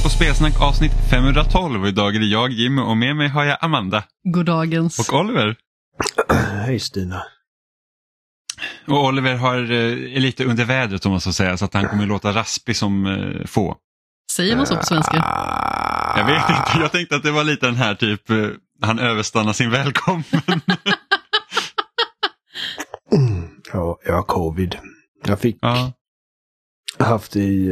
på Spelsnack avsnitt 512 och idag är det jag, Jimmy, och med mig har jag Amanda. Goddagens. Och Oliver. Hej Stina. Och Oliver är lite under vädret om man så säga, så att han kommer låta raspig som få. Säger man så på svenska? Jag vet inte, jag tänkte att det var lite den här typ, han överstannar sin välkommen. Ja, jag har covid. Jag fick haft i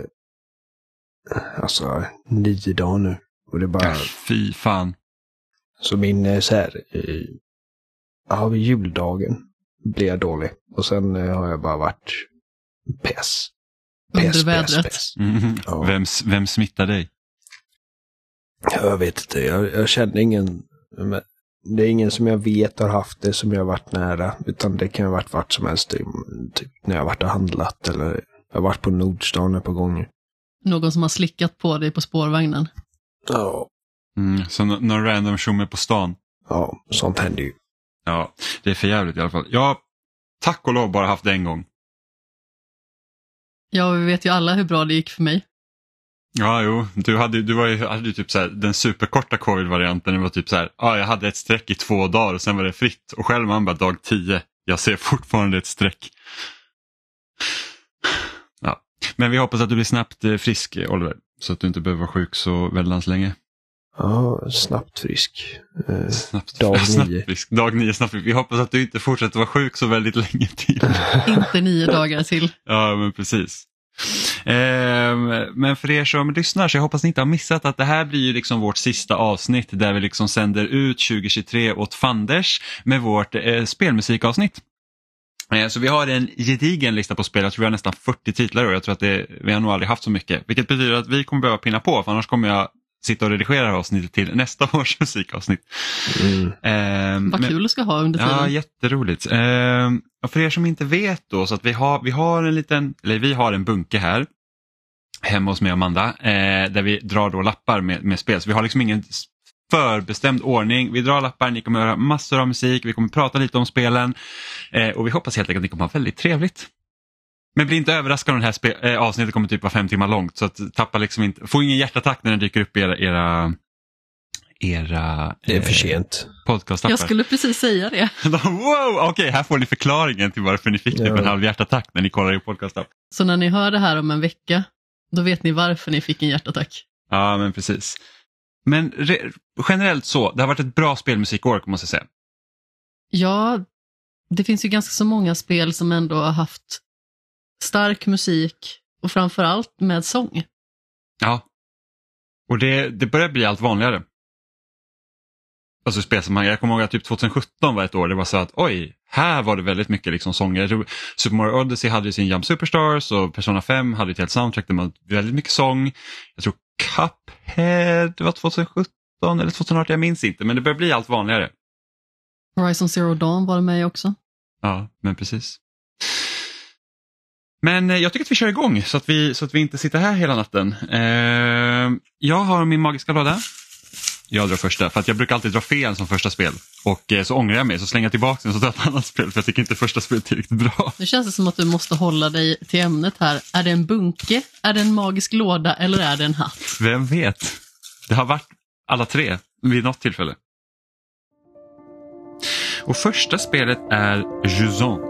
9 dagar nu. Och det är bara... Fy fan. Så min så här... vid juldagen blir jag dålig. Och sen har jag bara varit pess. Under vädret. Ja. Vem smittar dig? Jag vet inte. Jag känner ingen... Det är ingen som jag vet har haft det som jag har varit nära. Utan det kan ha varit vart som helst. Typ när jag har varit och handlat. Eller jag har varit på Nordstan ett par gånger. Någon som har slickat på dig på spårvagnen. Ja. Så någon random tjomme på stan. Ja, sånt händer ju. Ja, det är för jävligt i alla fall. Jag tack och lov bara haft det en gång. Ja, vi vet ju alla hur bra det gick för mig. Ja, jo. Du hade ju typ så här, den superkorta covid-varianten. Det var typ så här, jag hade ett streck i 2 dagar och sen var det fritt. Och själv man bara dag 10. Jag ser fortfarande ett streck. Ja. Men vi hoppas att du blir snabbt frisk, Oliver. Så att du inte behöver vara sjuk så väldigt länge. Ja, snabbt frisk. Dag 9. Dag 9, snabbt frisk. Vi hoppas att du inte fortsätter vara sjuk så väldigt länge till. Inte 9 dagar till. Ja, men precis. Men för er som lyssnar så jag hoppas ni inte har missat att det här blir ju liksom vårt sista avsnitt där vi liksom sänder ut 2023 åt fanders med vårt spelmusikavsnitt. Så vi har en gedigen lista på spel, jag tror vi har nästan 40 titlar och jag tror att vi har nog aldrig haft så mycket. Vilket betyder att vi kommer behöva pinna på, för annars kommer jag sitta och redigera avsnittet till nästa års musikavsnitt. Vad kul du ska ha under tiden. Ja, jätteroligt. Och för er som inte vet då, så att vi har en bunke här hemma hos mig och Amanda där vi drar då lappar med spel. Så vi har liksom ingen förbestämd ordning. Vi drar lappar, ni kommer höra massor av musik, vi kommer prata lite om spelen och vi hoppas helt enkelt att ni kommer ha väldigt trevligt. Men bli inte överraskad om det här avsnittet kommer typ vara 5 timmar långt, så att tappa liksom inte, få ingen hjärtattack när den dyker upp i era det är för sent. Podcastlappar. Jag skulle precis säga det. Wow, okej, här får ni förklaringen till varför ni fick typ en halv hjärtattack när ni kollar i podcastapp. Så när ni hör det här om en vecka, då vet ni varför ni fick en hjärtattack. Ja, men precis. Men generellt så, det har varit ett bra spelmusikår måste jag säga. Ja, det finns ju ganska så många spel som ändå har haft stark musik och framförallt med sång. Ja, och det börjar bli allt vanligare. Alltså spelsammanhang. Jag kommer ihåg att typ 2017 var ett år det var så att här var det väldigt mycket liksom sånger. Super Mario Odyssey hade ju sin Jump Superstars och Persona 5 hade ett helt soundtrack där man väldigt mycket sång. Jag tror Cuphead var 2017 eller 2018, jag minns inte, men det börjar bli allt vanligare. Horizon Zero Dawn var det med också. Ja, men precis. Men jag tycker att vi kör igång så att vi inte sitter här hela natten. Jag har min magiska låda. Jag drar första, för att jag brukar alltid dra fel som första spel. Och så ångrar jag mig, så slänger jag tillbaka den och så tar jag ett annat spel. För jag tycker inte första spelet är tillräckligt bra. Nu känns det som att du måste hålla dig till ämnet här. Är det en bunke, är det en magisk låda eller är det en hatt? Vem vet? Det har varit alla 3 vid något tillfälle. Och första spelet är Jusant.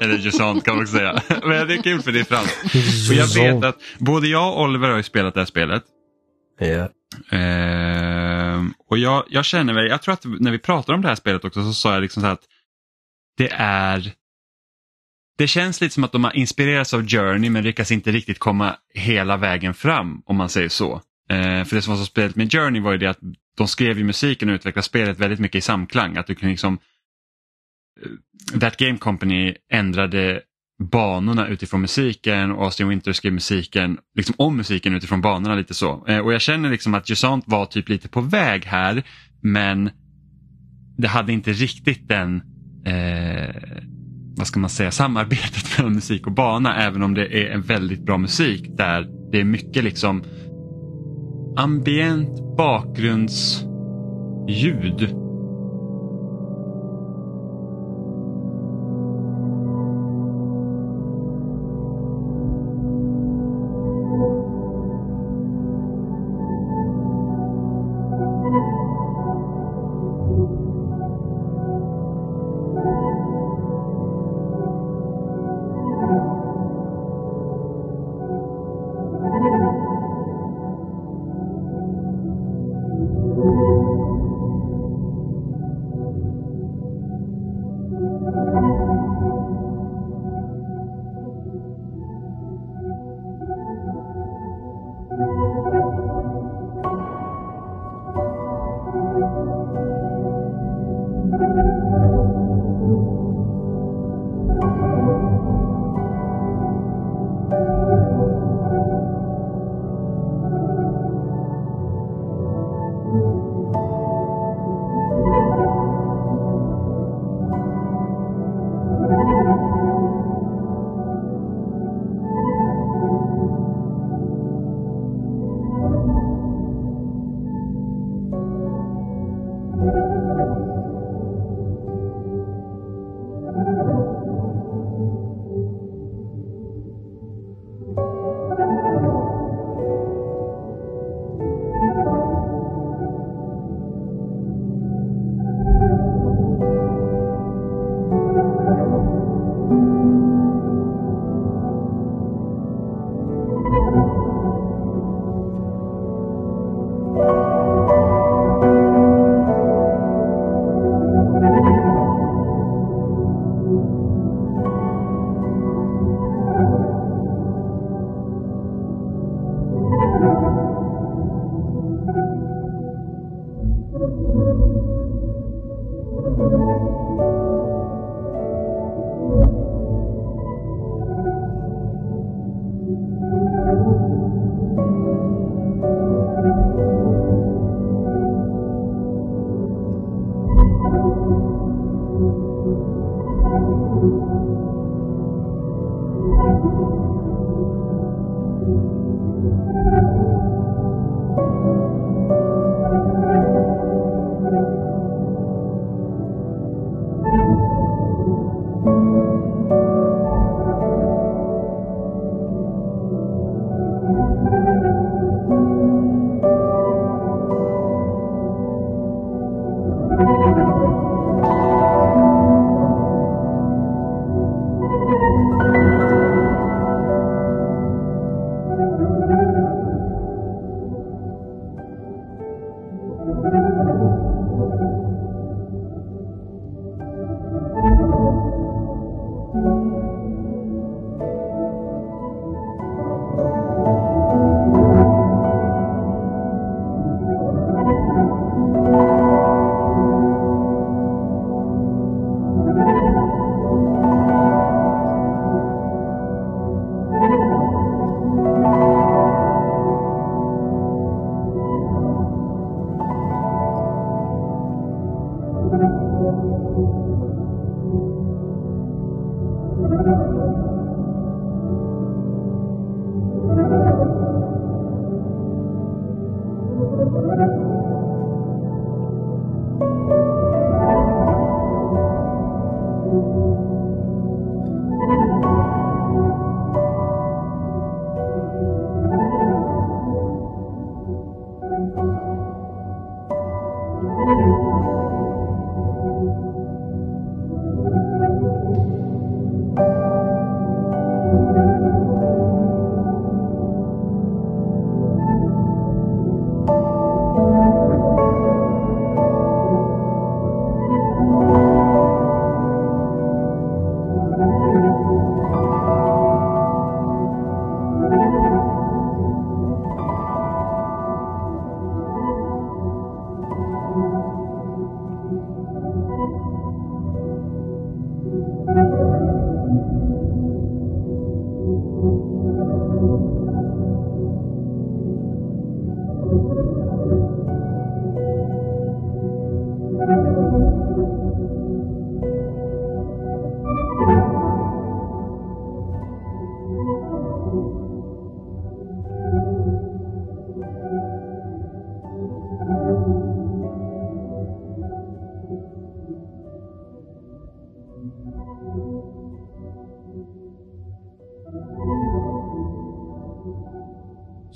Eller Jusant kan man också säga. Men det är kul för det är franskt. Och jag vet att både jag och Oliver har ju spelat det här spelet. Ja. Och jag känner mig, jag tror att när vi pratade om det här spelet också så sa jag liksom så här att det känns lite som att de har inspirerats av Journey men lyckas inte riktigt komma hela vägen fram om man säger så. För det som var så spelet med Journey var ju det att de skrev ju musiken och utvecklade spelet väldigt mycket i samklang. Att du kan liksom That Game Company ändrade banorna utifrån musiken och Austin Winter skrev musiken liksom om musiken utifrån banorna lite så. Och jag känner liksom att Jusant var typ lite på väg här men det hade inte riktigt den vad ska man säga, samarbetet mellan musik och bana, även om det är en väldigt bra musik där det är mycket liksom ambient bakgrundsljud.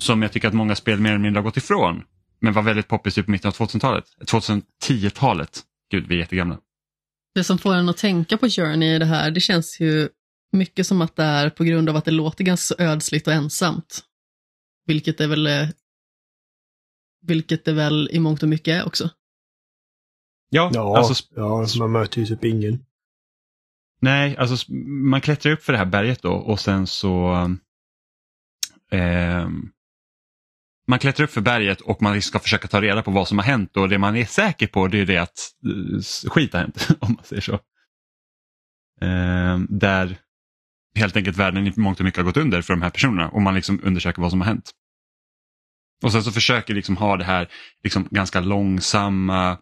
som jag tycker att många spel mer eller mindre har gått ifrån, men var väldigt poppis på mitten av 2000-talet. 2010-talet. Gud, vi är jättegamla. Det som får en att tänka på Journey i det här, det känns ju mycket som att det är på grund av att det låter ganska så ödsligt och ensamt. Vilket är väl i mångt och mycket är också. Ja, alltså, man möter ju typ ingen. Nej, alltså man klättrar upp för det här berget då och sen så man klättrar upp för berget och man ska försöka ta reda på vad som har hänt, och det man är säker på, det är det att skit har hänt, om man säger så. Där helt enkelt världen i mångt och mycket har gått under för de här personerna, och man liksom undersöker vad som har hänt. Och sen så försöker liksom ha det här liksom ganska långsamma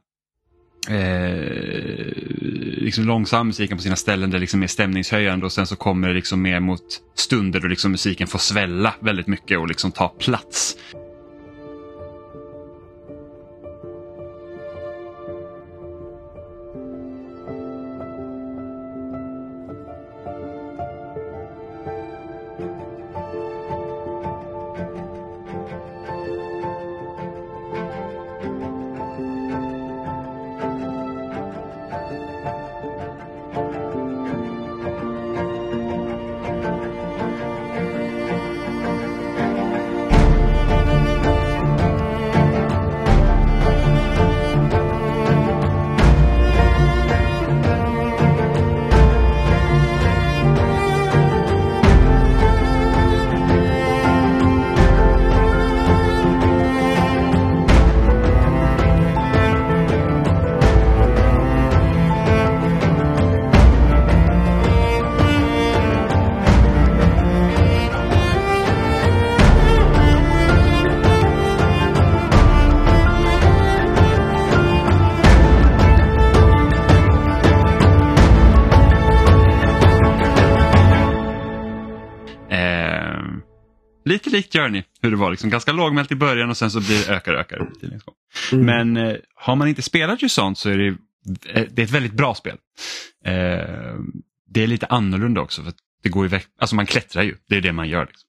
liksom långsam musiken på sina ställen där liksom är stämningshöjande, och sen så kommer det liksom mer mot stunder då liksom musiken får svälla väldigt mycket och liksom ta plats. Lite likt Journey, hur det var liksom ganska lågmält i början och sen så blir det ökar. Men har man inte spelat ju sånt så är det är ett väldigt bra spel. Det är lite annorlunda också, för att det går iväg, alltså man klättrar ju, det är det man gör liksom.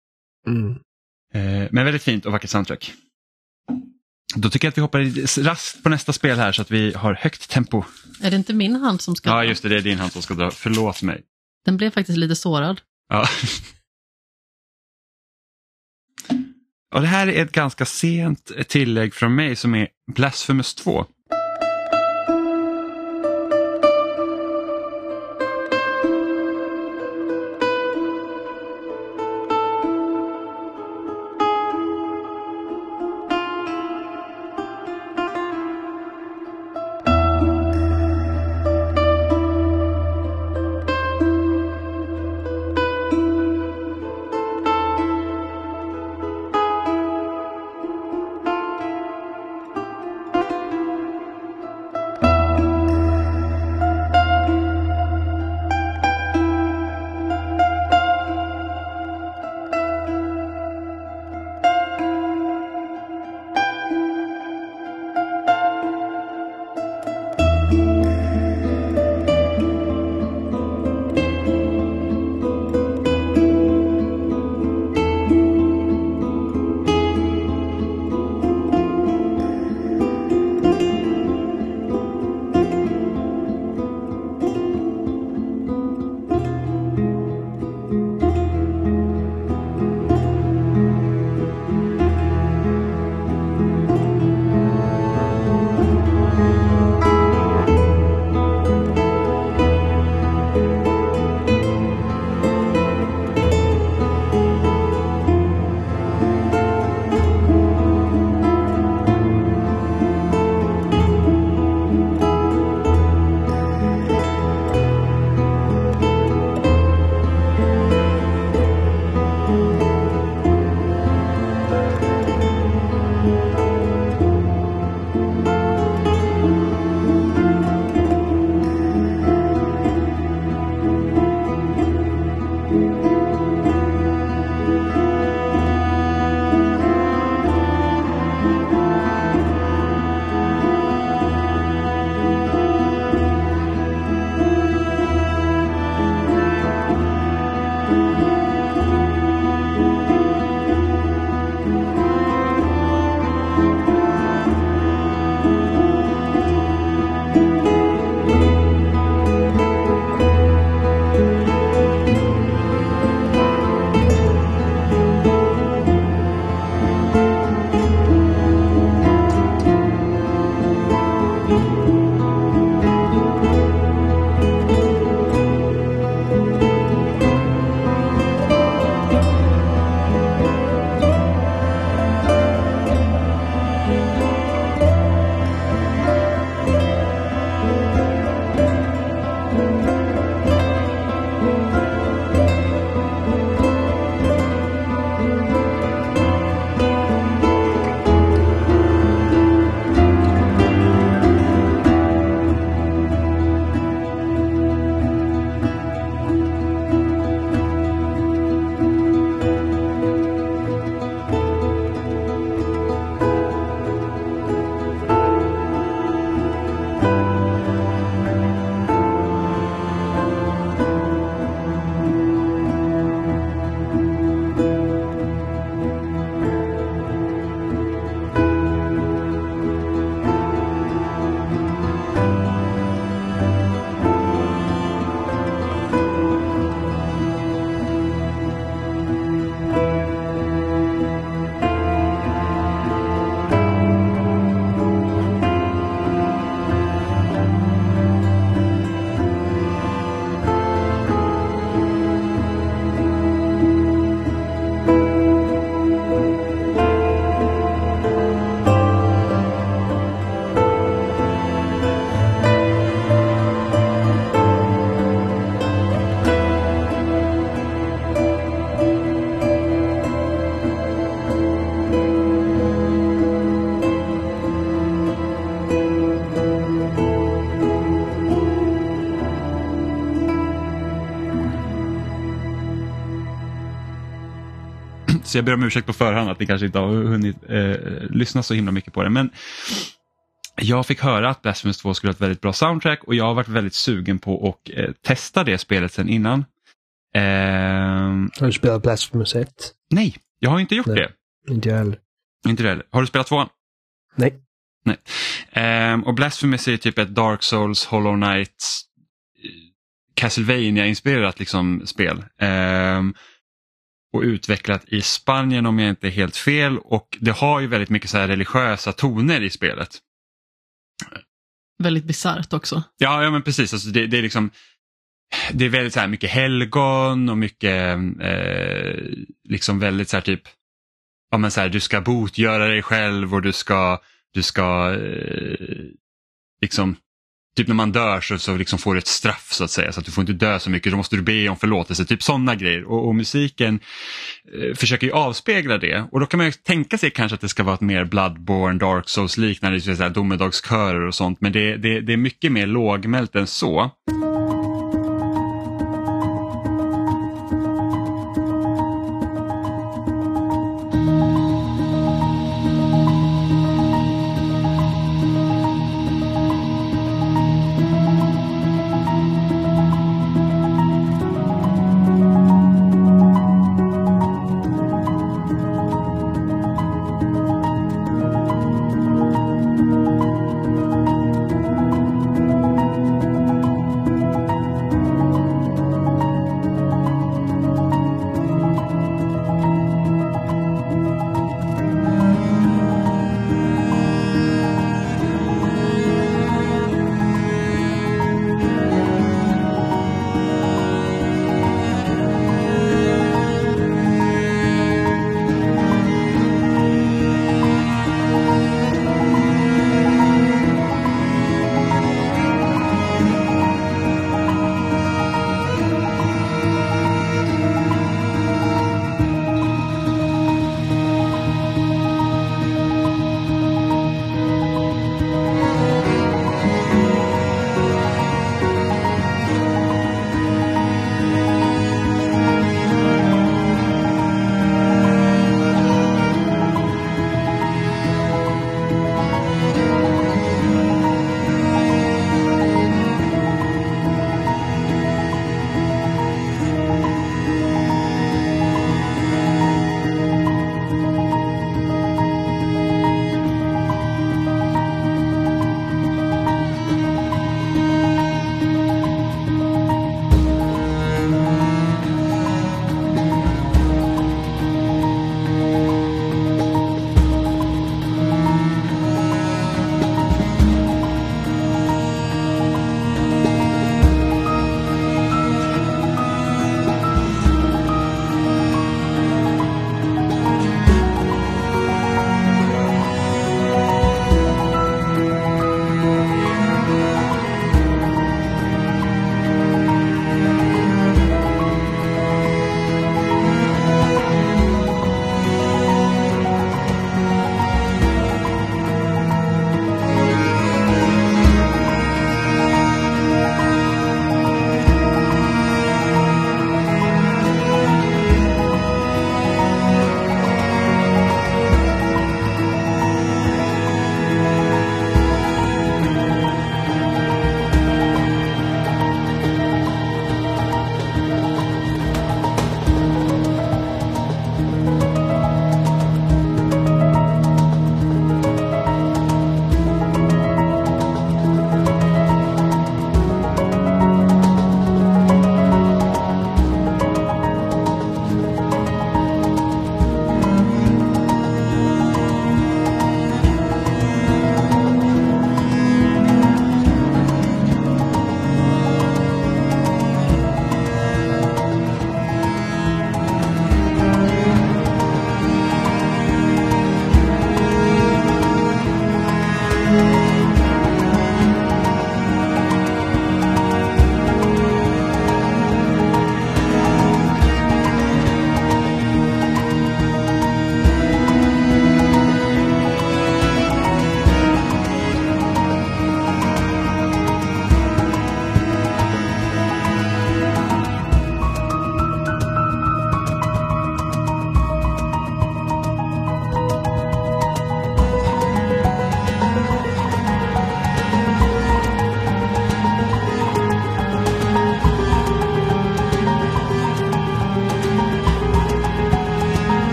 Men väldigt fint och vackert soundtrack. Då tycker jag att vi hoppar raskt på nästa spel här så att vi har högt tempo. Är det inte min hand som ska dra? Ja just det är din hand som ska dra, förlåt mig. Den blev faktiskt lite sårad. Ja. Och det här är ett ganska sent tillägg från mig som är Blasphemous 2. så jag ber om ursäkt på förhand att ni kanske inte har hunnit lyssna så himla mycket på det. Men jag fick höra att Blasphemous 2 skulle ha ett väldigt bra soundtrack och jag har varit väldigt sugen på att testa det spelet sen innan. Har du spelat Blasphemous 1? Nej, jag har inte gjort det. Inte jag heller. Inte det heller. Har du spelat 2? Nej. Och Blasphemous är typ ett Dark Souls, Hollow Knight, Castlevania-inspirerat liksom spel. Och utvecklat i Spanien om jag inte är helt fel. Och det har ju väldigt mycket så här religiösa toner i spelet. Väldigt bizarrt också. Ja men precis. Alltså det är liksom... Det är väldigt så här mycket helgon och mycket liksom väldigt så här typ... Ja men så här, du ska botgöra dig själv och du ska liksom... Typ när man dör så liksom får du ett straff så att säga, så att du får inte dö så mycket, då måste du be om förlåtelse, typ sådana grejer. Och musiken försöker ju avspegla det, och då kan man ju tänka sig kanske att det ska vara ett mer Bloodborne, Dark Souls liknande, så här domedagskörer och sånt, men det är mycket mer lågmält än så.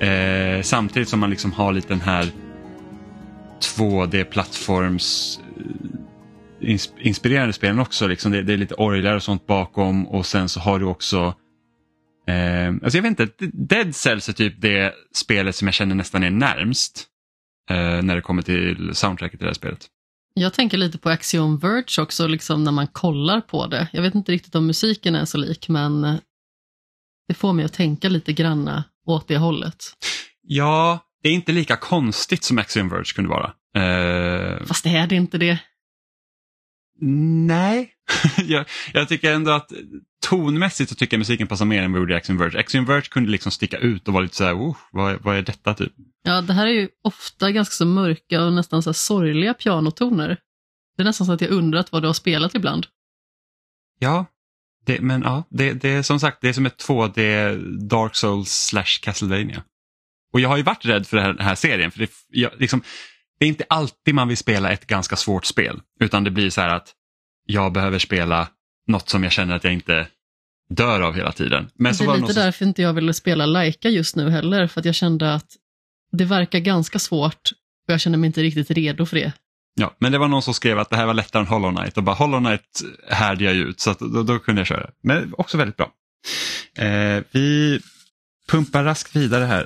Samtidigt som man liksom har lite den här 2D-plattforms inspirerande spelen också. Liksom. Det är lite orglar och sånt bakom, och sen så har du också alltså jag vet inte, Dead Cells är typ det spelet som jag känner nästan är närmst när det kommer till soundtracket i det här spelet. Jag tänker lite på Axiom Verge också, liksom när man kollar på det. Jag vet inte riktigt om musiken är så lik, men det får mig att tänka lite granna åt det hållet. Ja, det är inte lika konstigt som Axiom Verge kunde vara. Fast är det inte det? Nej, jag tycker ändå att tonmässigt så tycker jag musiken passar mer än vad gjorde Axiom Verge. Axiom Verge kunde liksom sticka ut och vara lite så här, vad är detta typ? Ja, det här är ju ofta ganska så mörka och nästan så här sorgliga pianotoner. Det är nästan så att jag undrat vad du har spelat ibland. Ja, det är som sagt, det är som ett 2D Dark Souls / Castlevania. Och jag har ju varit rädd för den här serien, för det är inte alltid man vill spela ett ganska svårt spel, utan det blir så här att jag behöver spela något som jag känner att jag inte dör av hela tiden. Men det är lite därför inte jag ville spela Laika just nu heller, för att jag kände att det verkar ganska svårt och jag känner mig inte riktigt redo för det. Ja, men det var någon som skrev att det här var lättare än Hollow Knight, och bara Hollow Knight härde jag ut, så att då kunde jag köra. Men också väldigt bra. Vi pumpar raskt vidare här.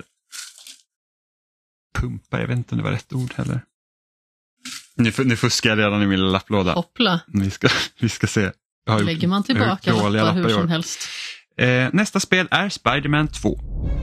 Pumpa, jag vet inte om det var rätt ord heller. Nu fuskar jag redan i min lapplåda. Hoppla. Vi ska se. Lägger man tillbaka lappar hur som helst. Nästa spel är Spider-Man 2.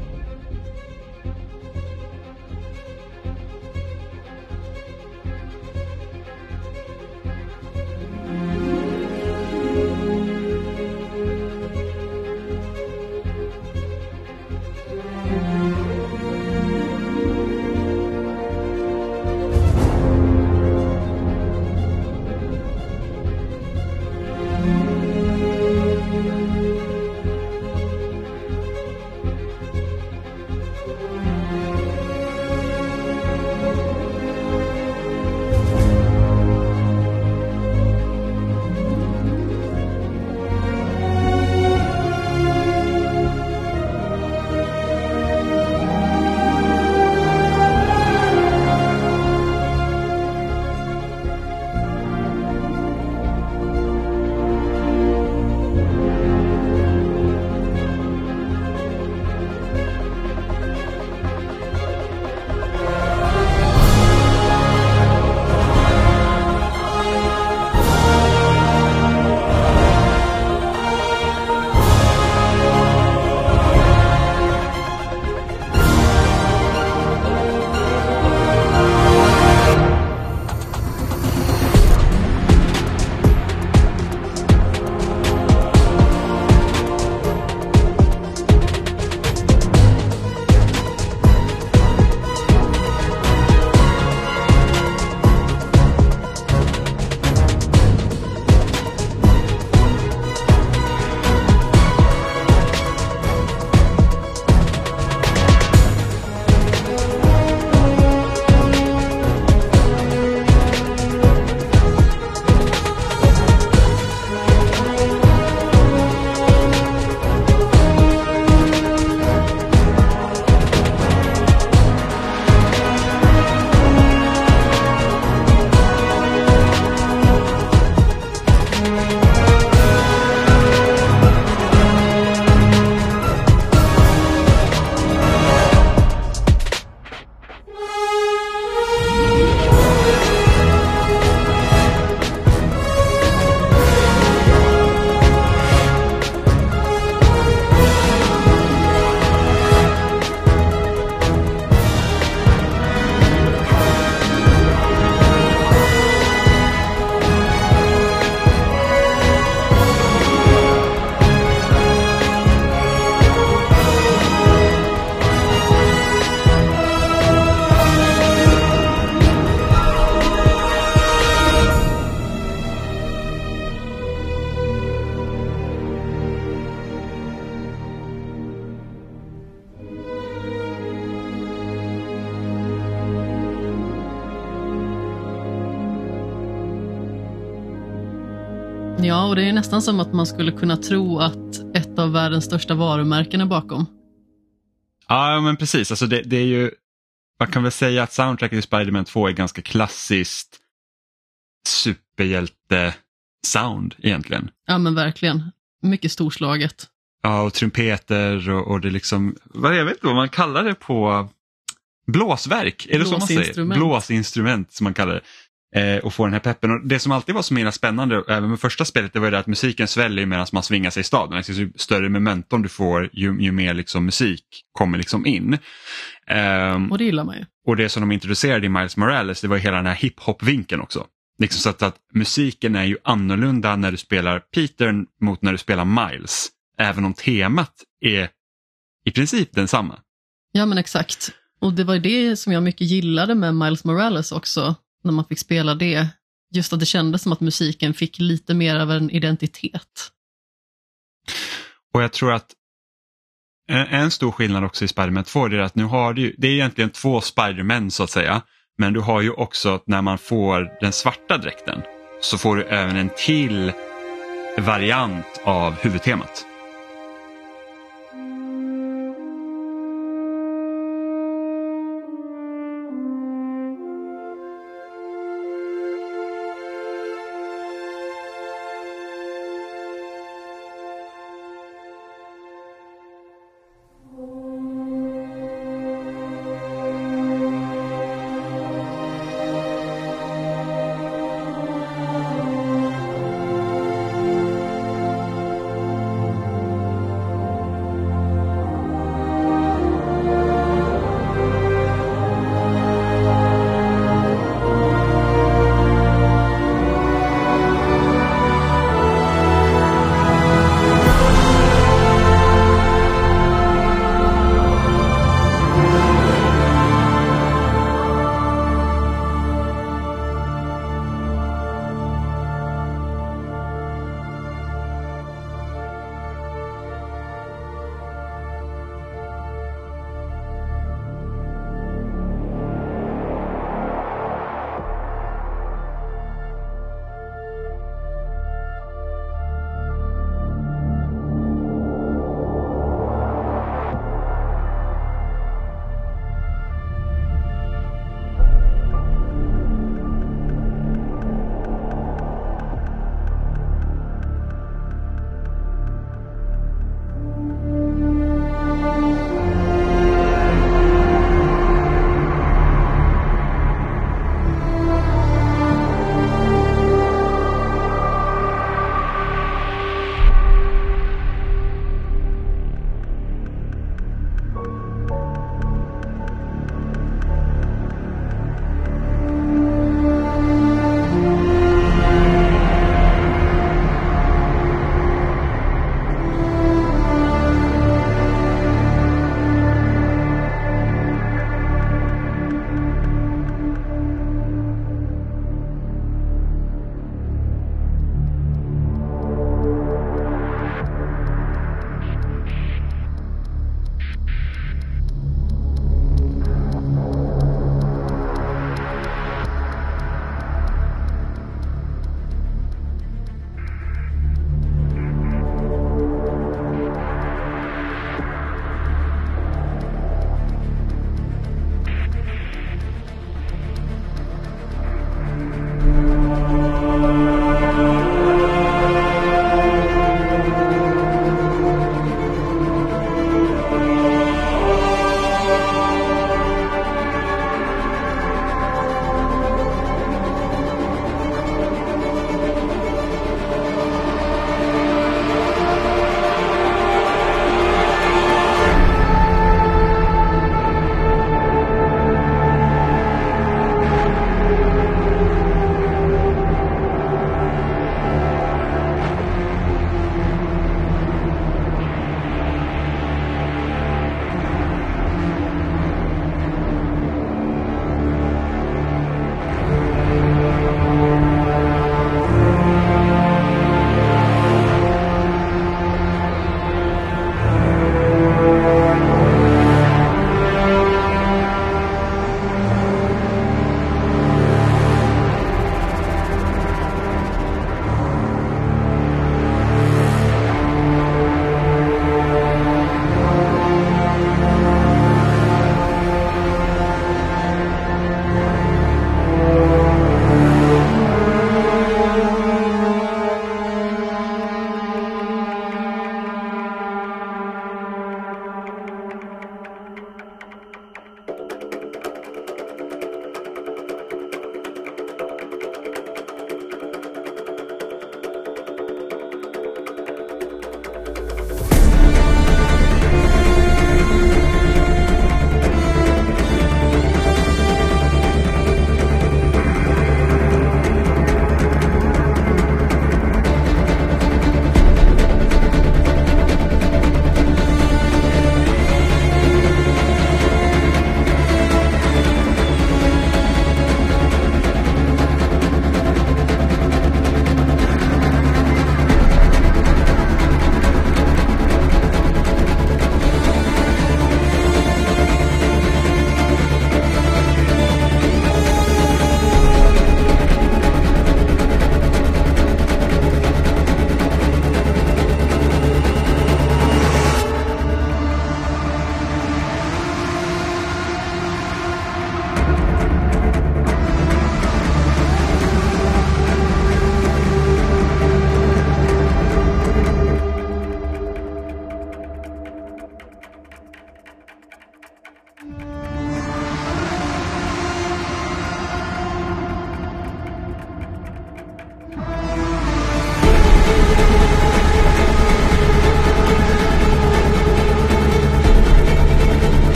Ja, och det är nästan som att man skulle kunna tro att ett av världens största varumärken är bakom. Ja, men precis. Alltså det är ju, man kan väl säga att soundtracket i Spider-Man 2 är ganska klassiskt superhjälte-sound egentligen. Ja, men verkligen. Mycket storslaget. Ja, och trumpeter och det liksom, jag vet inte vad man kallar det på, blåsverk, är det så man säger? Blåsinstrument som man kallar det. Och få den här peppen. Och det som alltid var så himla spännande, även med första spelet, det var ju det att musiken sväller medan man svingar sig i staden. Alltså, ju större momentum du får, ju mer liksom musik kommer liksom in. Och det gillar man ju. Och det som de introducerade i Miles Morales, det var hela den här hip-hop-vinkeln också. Liksom så att musiken är ju annorlunda när du spelar Peter mot när du spelar Miles. Även om temat är i princip densamma. Ja, men exakt. Och det var det som jag mycket gillade med Miles Morales också, när man fick spela det. Just att det kändes som att musiken fick lite mer av en identitet. Och jag tror att en stor skillnad också i Spider-Man 2 är att nu har du, det är egentligen 2 Spider-Man så att säga. Men du har ju också, när man får den svarta dräkten, så får du även en till variant av huvudtemat.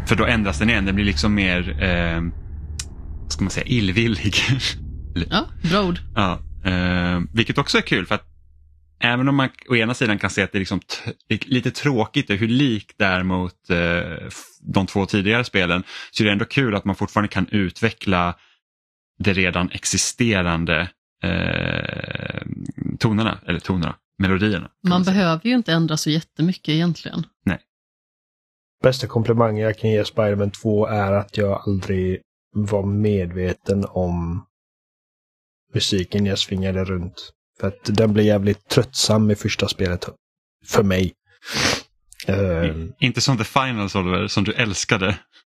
För då ändras den igen, den blir liksom mer, ska man säga, illvillig. Ja, bra ord. Ja, vilket också är kul för att även om man å ena sidan kan se att det är liksom lite tråkigt hur likt det är mot de 2 tidigare spelen, så är det ändå kul att man fortfarande kan utveckla det redan existerande melodierna. Man behöver ju inte ändra så jättemycket egentligen. Nej. Bästa komplimangen jag kan ge Spider-Man 2 är att jag aldrig var medveten om musiken jag svingade runt. För att den blev jävligt tröttsam i första spelet för mig. Inte som The Finals, Oliver, som du älskade.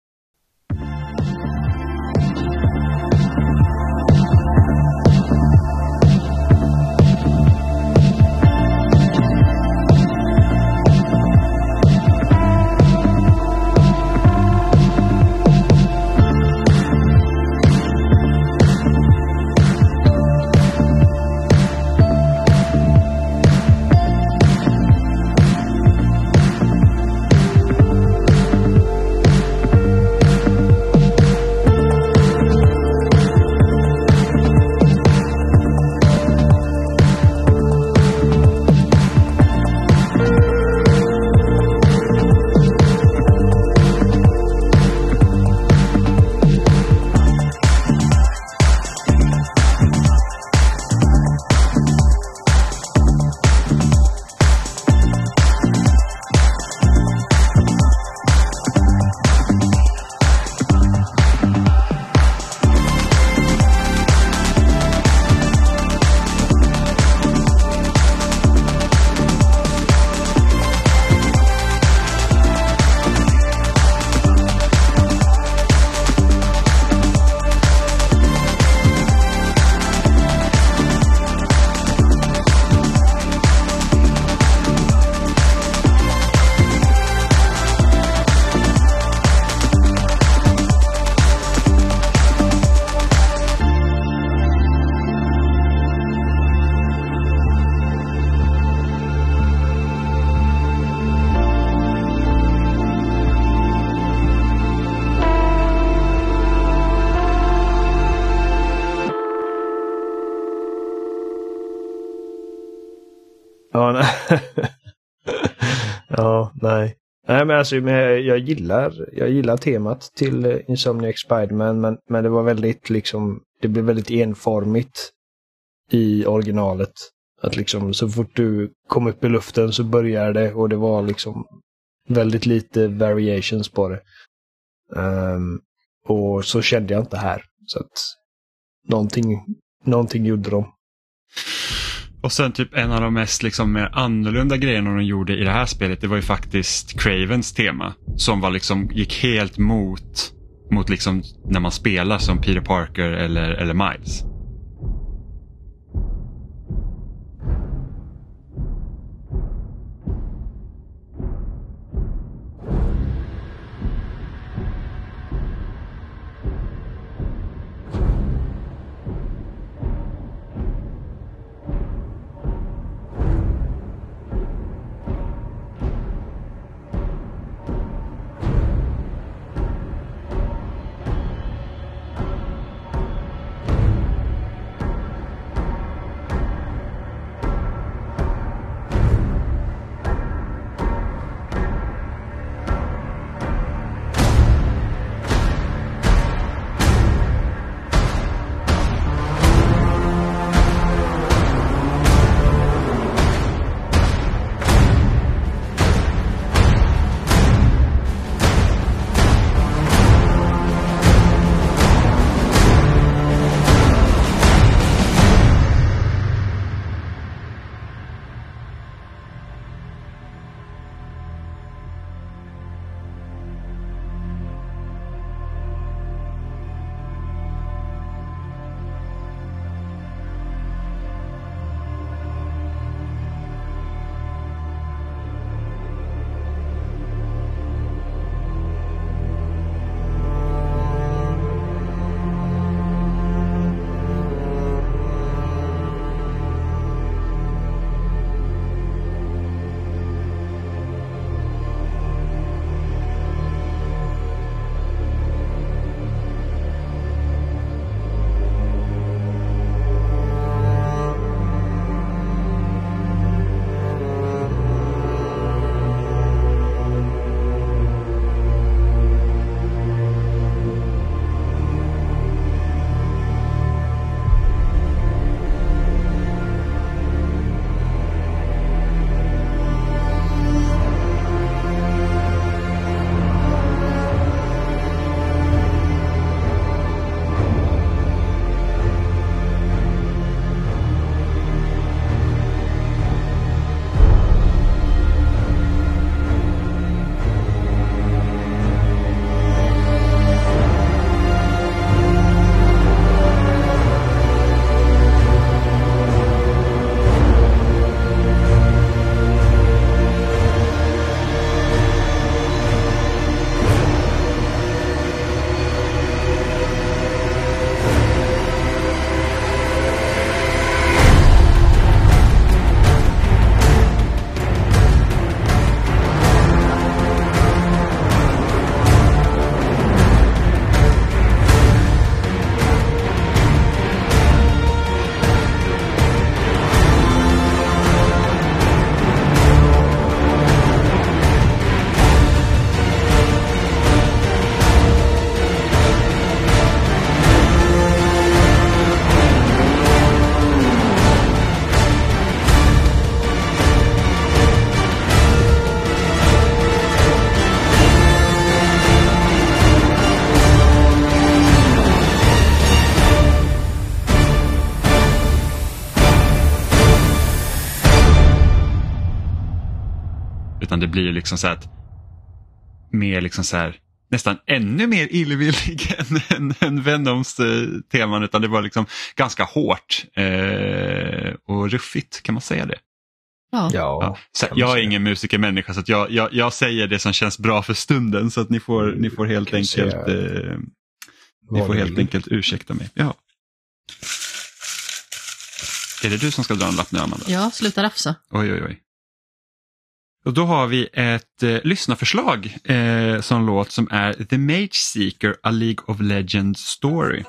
Ja, nej. Ja, nej. Nej, men alltså, jag gillar temat till Insomniac Spider-Man, men det var väldigt liksom, det blev väldigt enformigt i originalet. Att liksom så fort du kom upp i luften så började det, och det var liksom väldigt lite variations på det. Och så kände jag inte här. Så att någonting gjorde de. Och sen typ en av de mest liksom mer annorlunda grejerna de gjorde i det här spelet, det var ju faktiskt Cravens tema, som var liksom, gick helt mot liksom när man spelar som Peter Parker eller Miles. utan det blir ju liksom så här att mer liksom så här nästan ännu mer illvillig än Venoms teman, utan det var liksom ganska hårt och ruffigt, kan man säga det? Ja. Så jag är ingen musikermänniska, så att jag säger det som känns bra för stunden, så att ni får helt enkelt ni får helt enkelt ursäkta mig. Ja. Är det du som ska dra en lapp nu, Amanda? Ja, sluta rafsa. Oj. Och då har vi ett lyssnarförslag som låt som är The Mage Seeker, A League of Legends Story.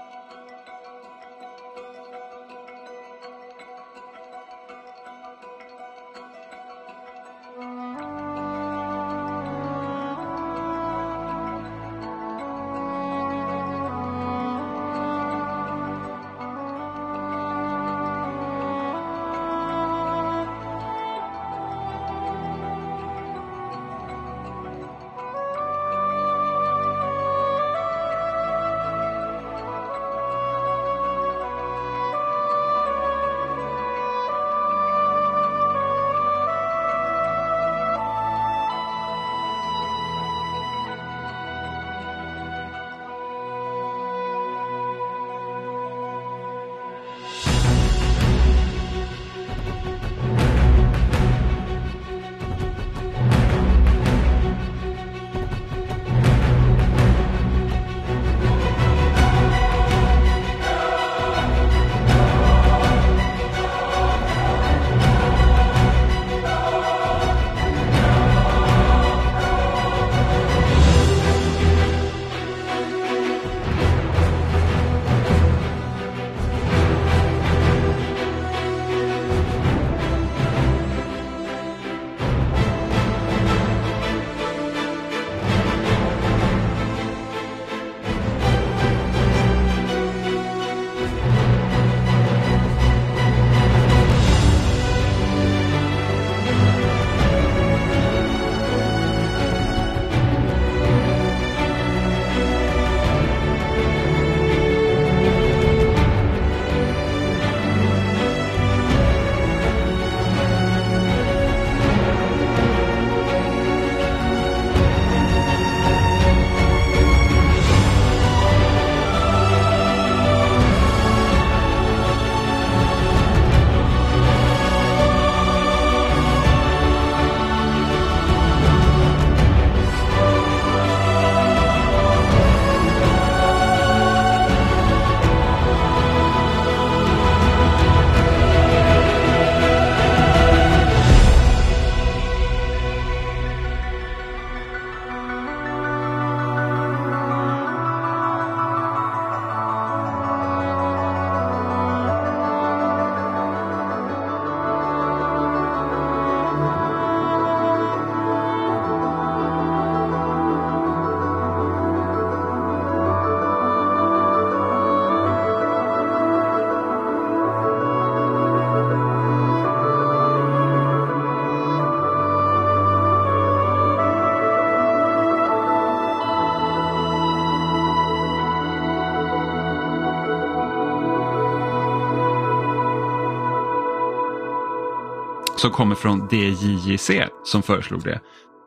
som kommer från DJJC som föreslog det.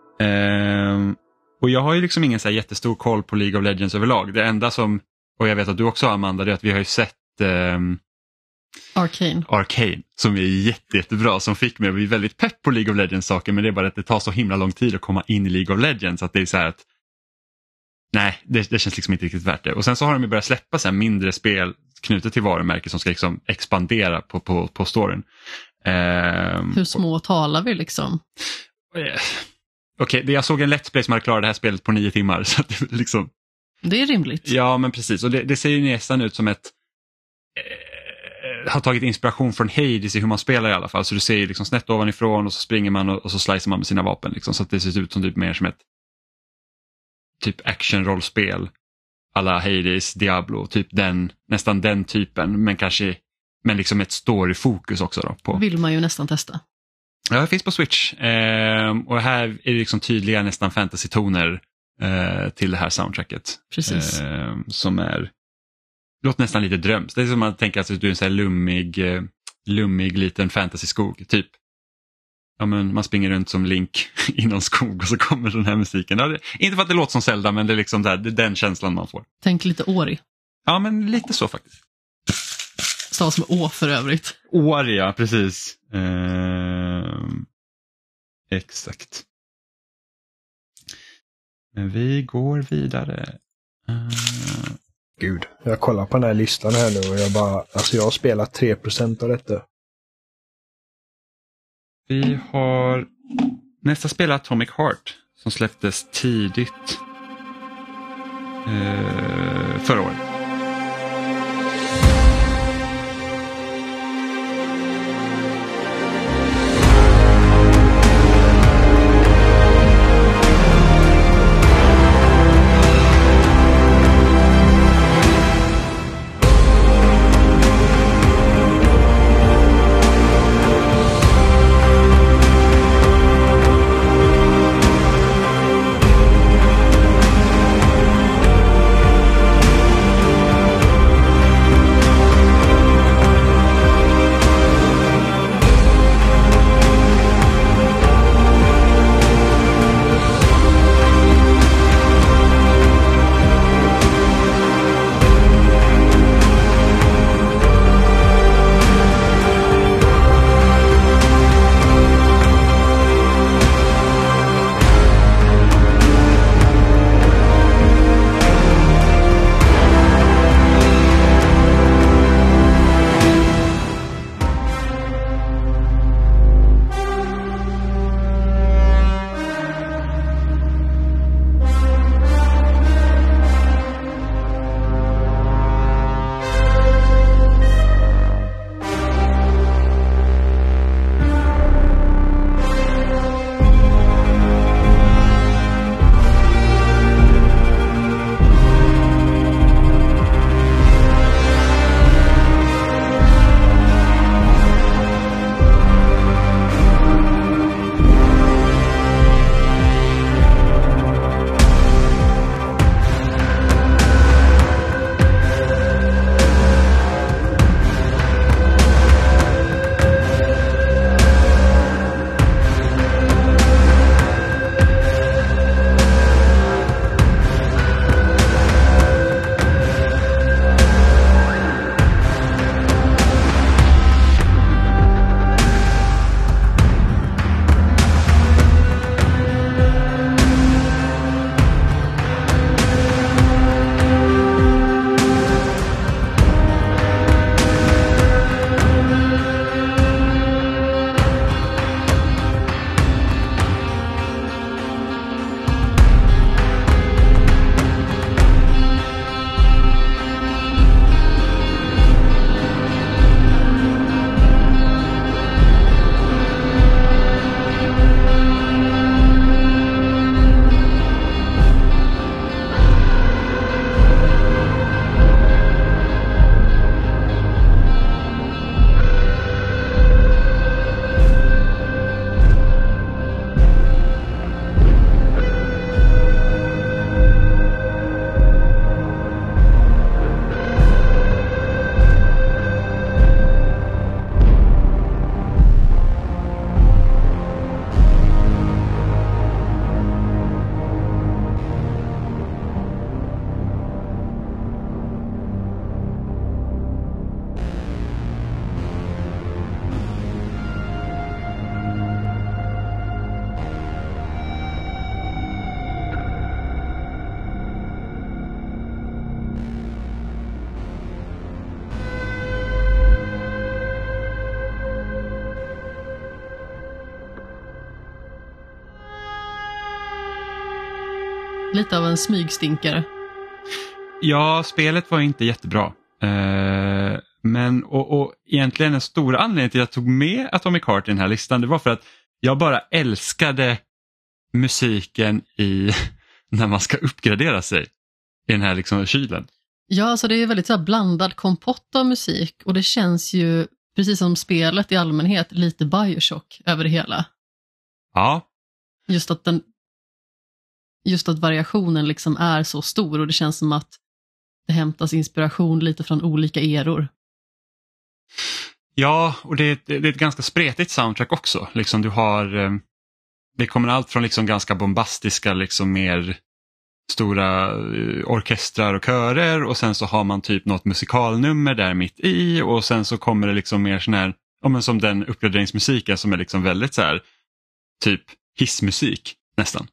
Och jag har ju liksom ingen så här jättestor koll på League of Legends överlag. Det enda som, och jag vet att du också har, Amanda, det är att vi har ju sett Arcane som är jättebra, som fick mig att bli väldigt pepp på League of Legends saker, men det är bara att det tar så himla lång tid att komma in i League of Legends att det är så här att nej, det känns liksom inte riktigt värt det. Och sen så har de ju börjat släppa så här mindre spel knutet till varumärken som ska liksom expandera på storyn. Hur små talar vi liksom? Okej, jag såg en Let's Play som hade klarat det här spelet på 9 timmar. Så att det, liksom... det är rimligt. Ja, men precis. Och det ser ju nästan ut som ett har tagit inspiration från Hades i hur man spelar i alla fall. Så du ser ju liksom snett ovanifrån och så springer man och så slicer man med sina vapen. Liksom, så att det ser ut som typ mer som ett typ action-rollspel alla Hades, Diablo, typ nästan den typen, men liksom ett story-fokus också då på. Vill man ju nästan testa. Ja, det finns på Switch. Och här är det liksom tydliga nästan fantasy-toner till det här soundtracket. Precis. Som låter nästan lite dröms. Det är som man tänker att du är en så här lummig liten fantasy-skog typ. ja, men man springer runt som Link i någon skog och så kommer den här musiken. Ja, inte för att det låter som Zelda, men det är liksom det är den känslan man får. Tänk lite Ori. Ja, men lite så faktiskt. Stavas med Å för övrigt. Ori, ja, precis. Exakt. Men vi går vidare. Gud, jag kollar på den här listan här nu och jag har spelat 3% av detta. Vi har nästa spel Atomic Heart som släpptes tidigt förra året. Lite av en smygstinkare. Ja, spelet var inte jättebra. Men och egentligen en stor anledning till att jag tog med Atomic Heart i den här listan, det var för att jag bara älskade musiken när man ska uppgradera sig i den här liksom kylen. Ja, alltså det är väldigt så här blandad kompott av musik och det känns ju precis som spelet i allmänhet lite Bioshock över det hela. Ja. Just att variationen liksom är så stor och det känns som att det hämtas inspiration lite från olika eror. Ja, och det är ett ganska spretigt soundtrack också. Liksom du har, det kommer allt från liksom ganska bombastiska, liksom mer stora orkestrar och körer och sen så har man typ något musikalnummer där mitt i och sen så kommer det liksom mer sån här, ja, men som den uppgraderingsmusiken som är liksom väldigt så här typ hissmusik nästan.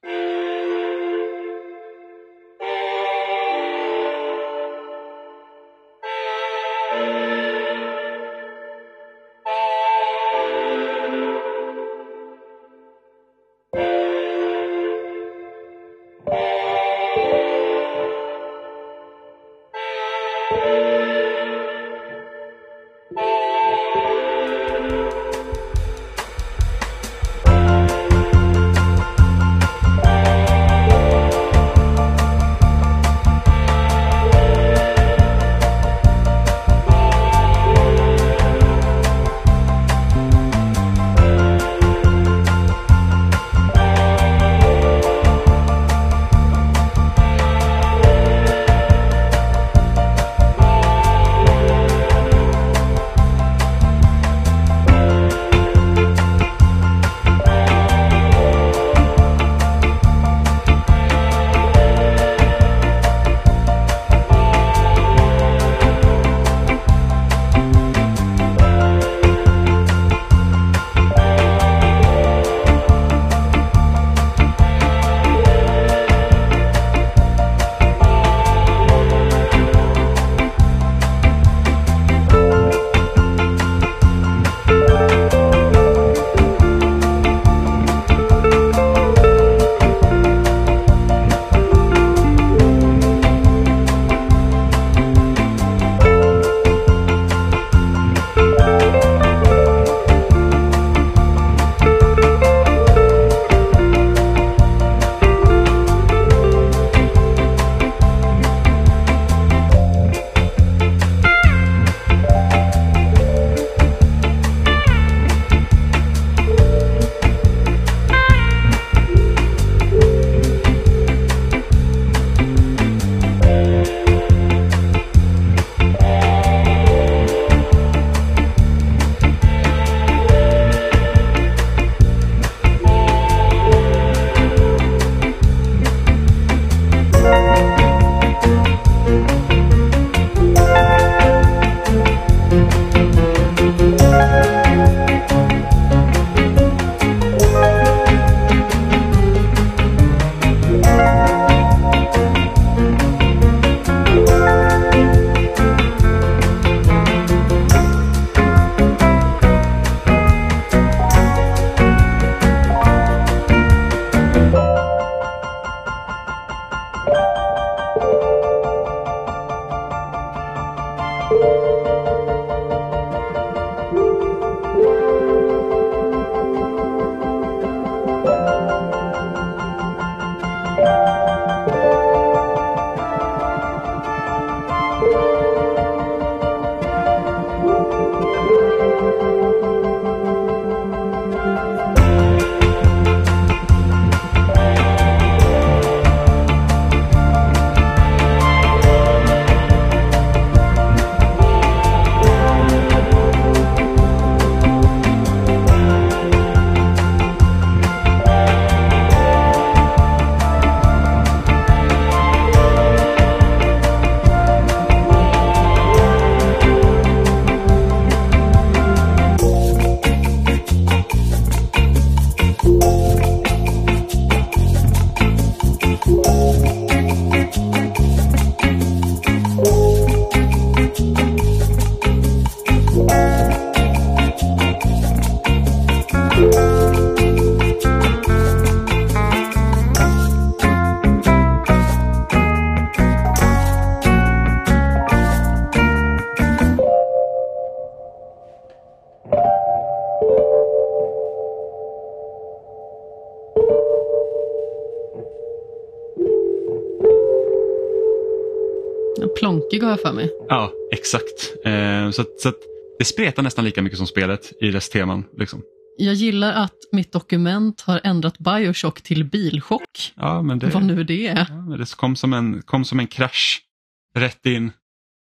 Plonkig har jag för mig. Ja, exakt. Så att det spretar nästan lika mycket som spelet i dess teman. Liksom. Jag gillar att mitt dokument har ändrat Bioshock till Bilchock. Ja, men det, vad nu det är. Ja, men det kom som en krasch rätt in.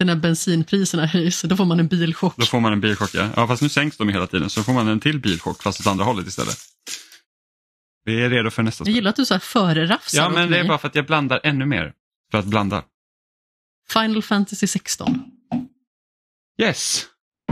när bensinpriserna höjs, då får man en bilchock. Då får man en bilchock, ja. Ja, fast nu sänks de hela tiden, så får man en till bilchock, fast åt andra hållet istället. Vi är redo för nästa Jag spel. gillar att du så här förerafsar. Ja, men åt det är mig. bara för att jag blandar ännu mer. För att blanda. Final Fantasy 16. Yes!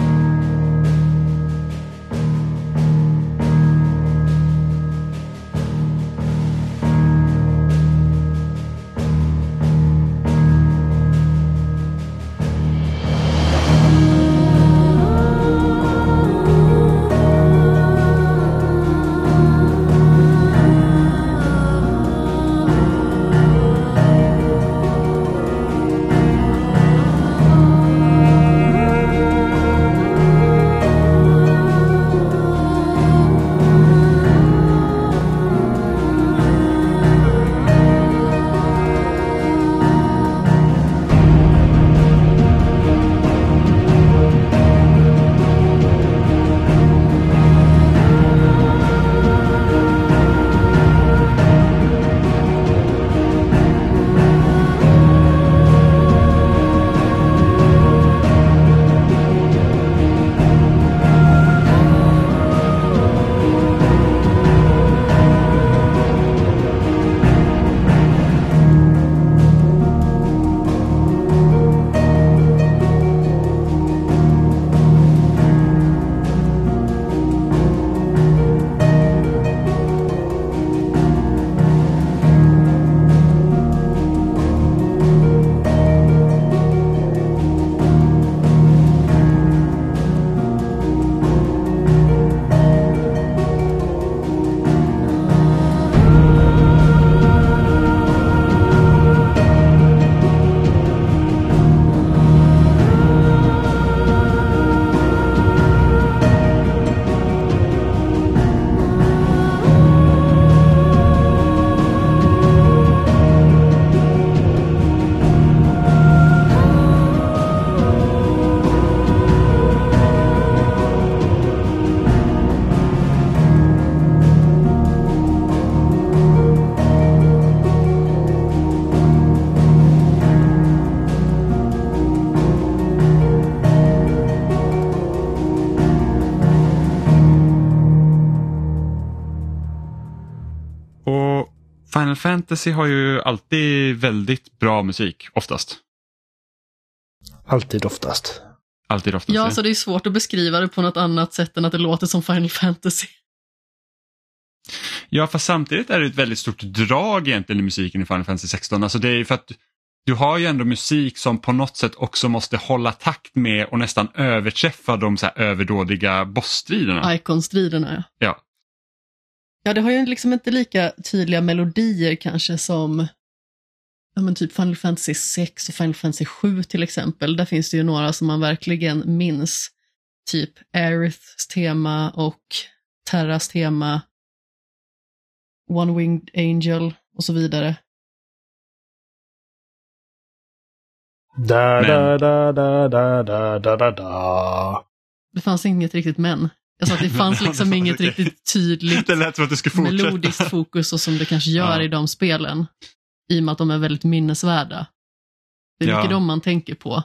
Final Fantasy har ju alltid väldigt bra musik, oftast. Alltid oftast. Alltid oftast. Ja, så det är svårt att beskriva det på något annat sätt än att det låter som Final Fantasy. Ja, fast samtidigt är det ett väldigt stort drag egentligen i musiken i Final Fantasy 16. Alltså det är ju för att du har ju ändå musik som på något sätt också måste hålla takt med och nästan överträffa de så här överdådiga bossstriderna. Icon-striderna, ja. Ja. Ja, det har ju liksom inte lika tydliga melodier kanske som men typ Final Fantasy 6 och Final Fantasy 7 till exempel. Där finns det ju några som man verkligen minns. Typ Aeriths tema och Terras tema, One Winged Angel och så vidare. Da da da da da da da da da. Det fanns inget riktigt men. Jag sa att det fanns liksom inget riktigt tydligt det lät som att du skulle fortsätta. melodiskt fokus och som det kanske gör i de spelen. I och med att de är väldigt minnesvärda. Det är mycket de man tänker på.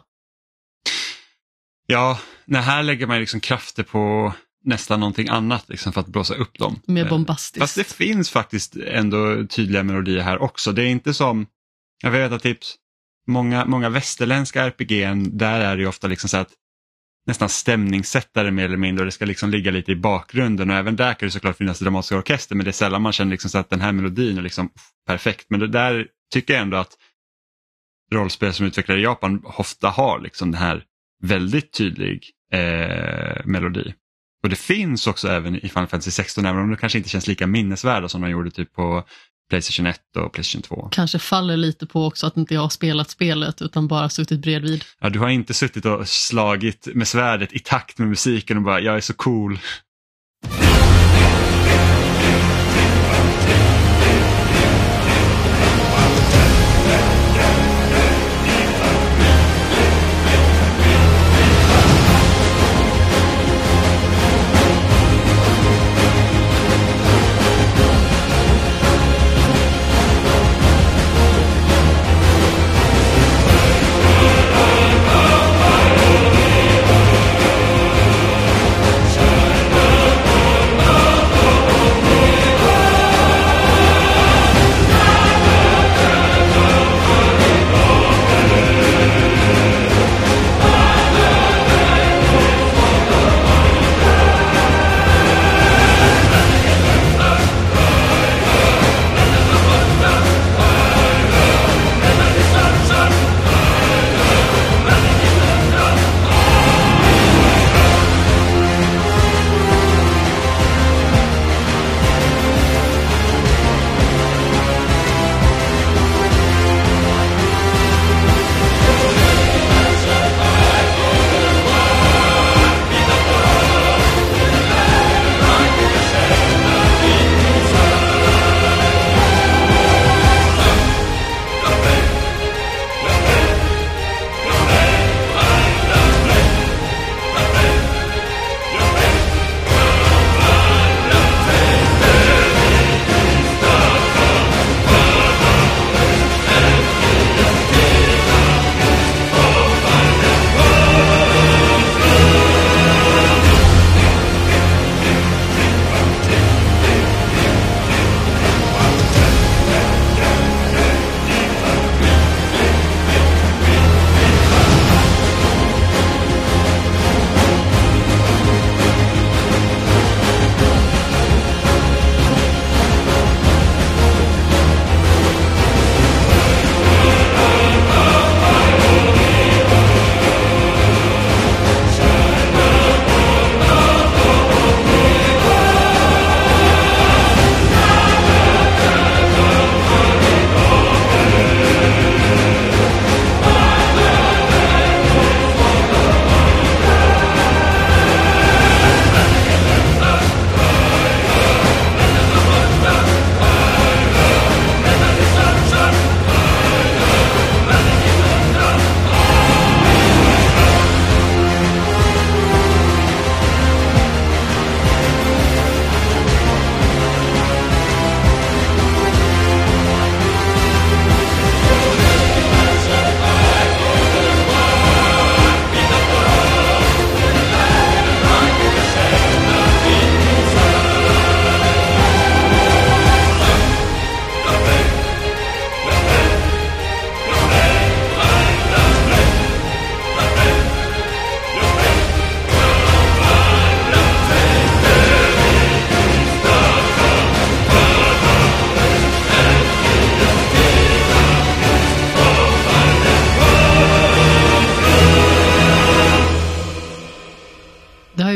Ja, här lägger man liksom krafter på nästan någonting annat liksom, för att blåsa upp dem. Mer bombastiskt. Fast det finns faktiskt ändå tydliga melodier här också. Det är inte som, jag vet att typ många västerländska RPG:n, där är det ju ofta liksom så att nästan stämningssättare mer eller mindre och det ska liksom ligga lite i bakgrunden och även där kan det såklart finnas dramatiska orkester men det är sällan man känner liksom så att den här melodin är liksom perfekt. Men det där tycker jag ändå att rollspel som utvecklar i Japan ofta har liksom den här väldigt tydlig melodi. Och det finns också även i Final Fantasy 16 även om det kanske inte känns lika minnesvärda som de gjorde typ på PlayStation 1 och PlayStation 2. Kanske faller lite på också att inte jag har spelat spelet utan bara suttit bredvid. Ja, du har inte suttit och slagit med svärdet i takt med musiken och bara jag är så cool.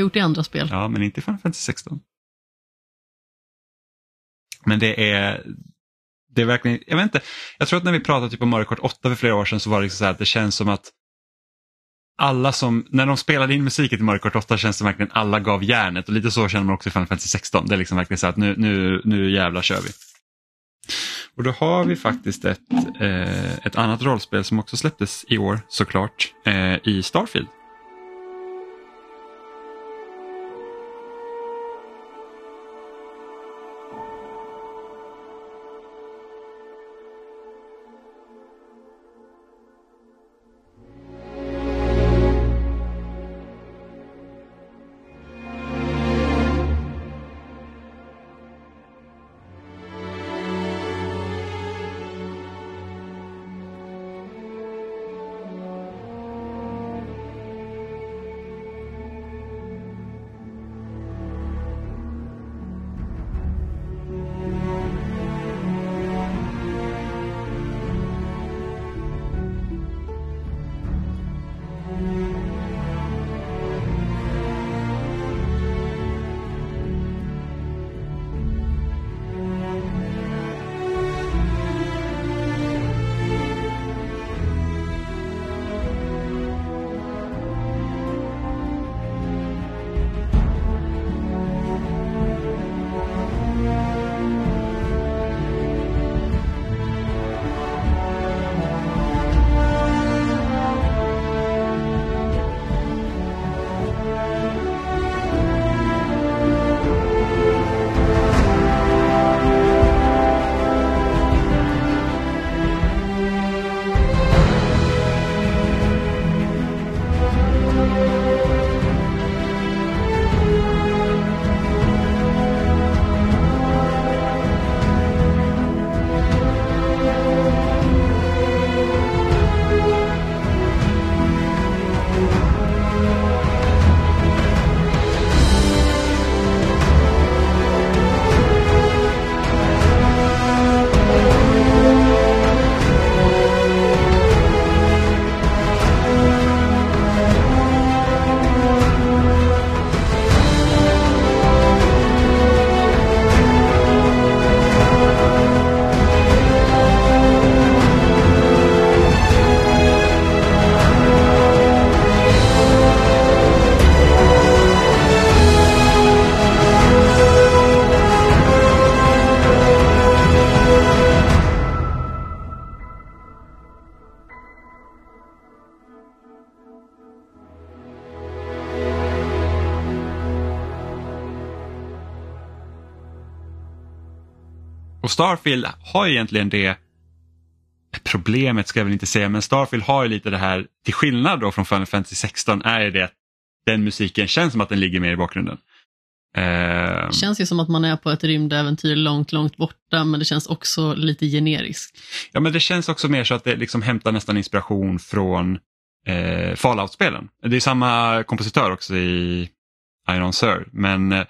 gjort i andra spel. Ja, men inte i Final Fantasy 16. Men det är verkligen, jag vet inte, jag tror att när vi pratade typ om Mario Kart 8 för flera år sedan så var det så här att det känns som att alla som, när de spelade in musiken till Mario Kart 8 känns det verkligen alla gav järnet, och lite så känner man också i Final Fantasy 16. Det är liksom verkligen så att nu jävla kör vi. Och då har vi faktiskt ett annat rollspel som också släpptes i år såklart, i Starfield. Och Starfield har egentligen det problemet, ska jag väl inte säga, men Starfield har ju lite det här, till skillnad då från Final Fantasy 16 är det att den musiken känns som att den ligger mer i bakgrunden. Det känns ju som att man är på ett rymdäventyr långt, långt borta, men det känns också lite generiskt. Ja, men det känns också mer så att det liksom hämtar nästan inspiration från Fallout-spelen. Det är samma kompositör också i Iron Sir, men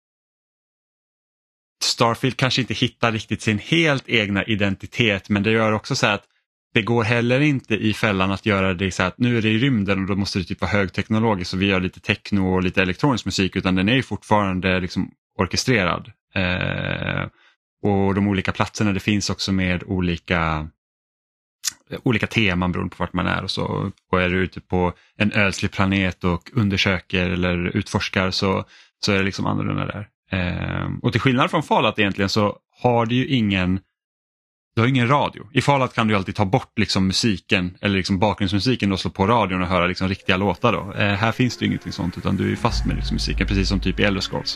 Starfield kanske inte hittar riktigt sin helt egna identitet, men det gör också så att det går heller inte i fällan att göra det så att nu är det i rymden och då måste det typ vara högteknologiskt så vi gör lite techno och lite elektronisk musik, utan den är ju fortfarande liksom orkestrerad. Och de olika platserna, det finns också med olika teman beroende på vart man är och så. Och är du ute på en ödslig planet och undersöker eller utforskar så är det liksom annorlunda där. Och till skillnad från Fallout egentligen så har du ju ingen radio. I Fallout kan du alltid ta bort liksom musiken eller liksom bakgrundsmusiken och slå på radion och höra liksom riktiga låtar då. Här finns det ingenting sånt, utan du är fast med liksom musiken precis som typ i Elder Scrolls.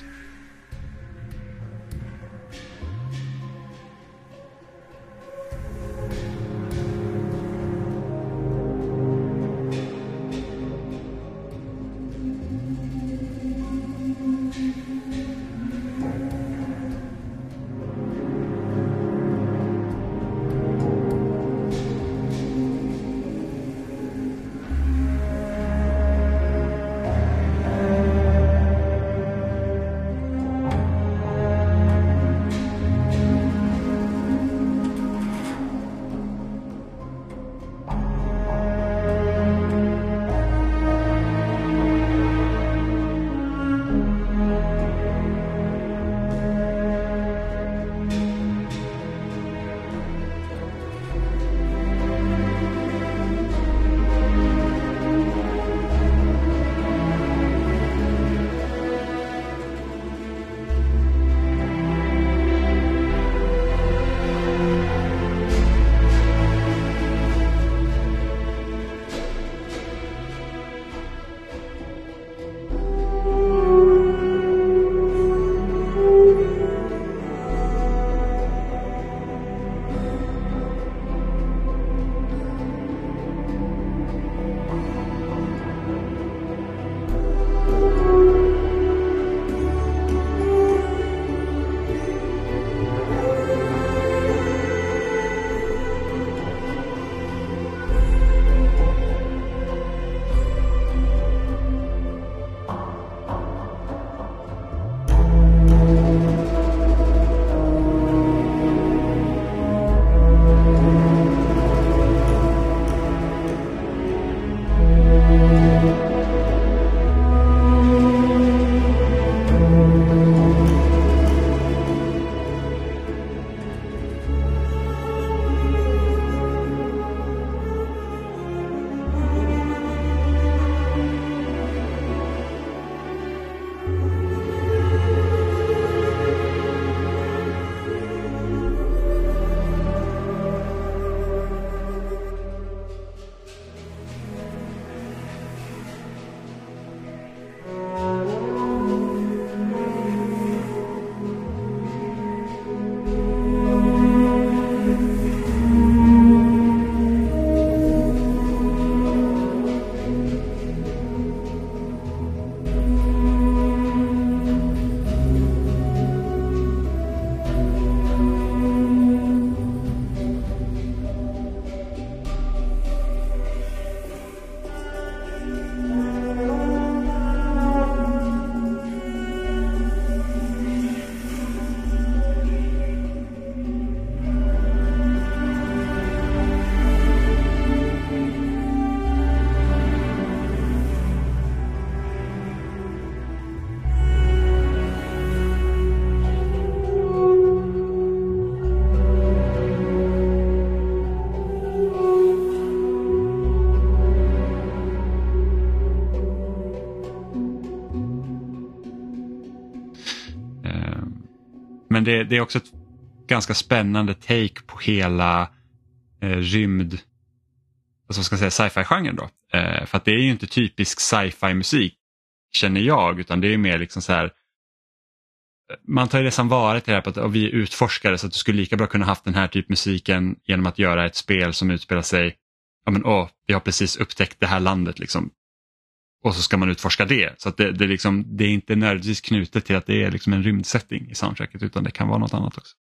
Men det är också ett ganska spännande take på hela rymd, alltså vad ska jag säga, sci-fi-genren då. För att det är ju inte typisk sci-fi-musik, känner jag, utan det är mer liksom så här, man tar ju nästan vara till det här på att vi är utforskare, så att du skulle lika bra kunna haft den här typ musiken genom att göra ett spel som utspelar sig, vi har precis upptäckt det här landet liksom. Och så ska man utforska det. Så att det är inte nödvändigtvis knutet till att det är liksom en rymdsetting i soundtracket, utan det kan vara något annat också.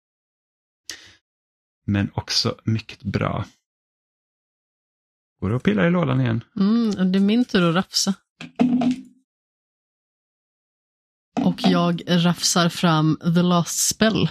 Men också mycket bra. Går det att pilla i lådan igen? Det är min tur att rafsa. Och jag rafsar fram The Last Spell.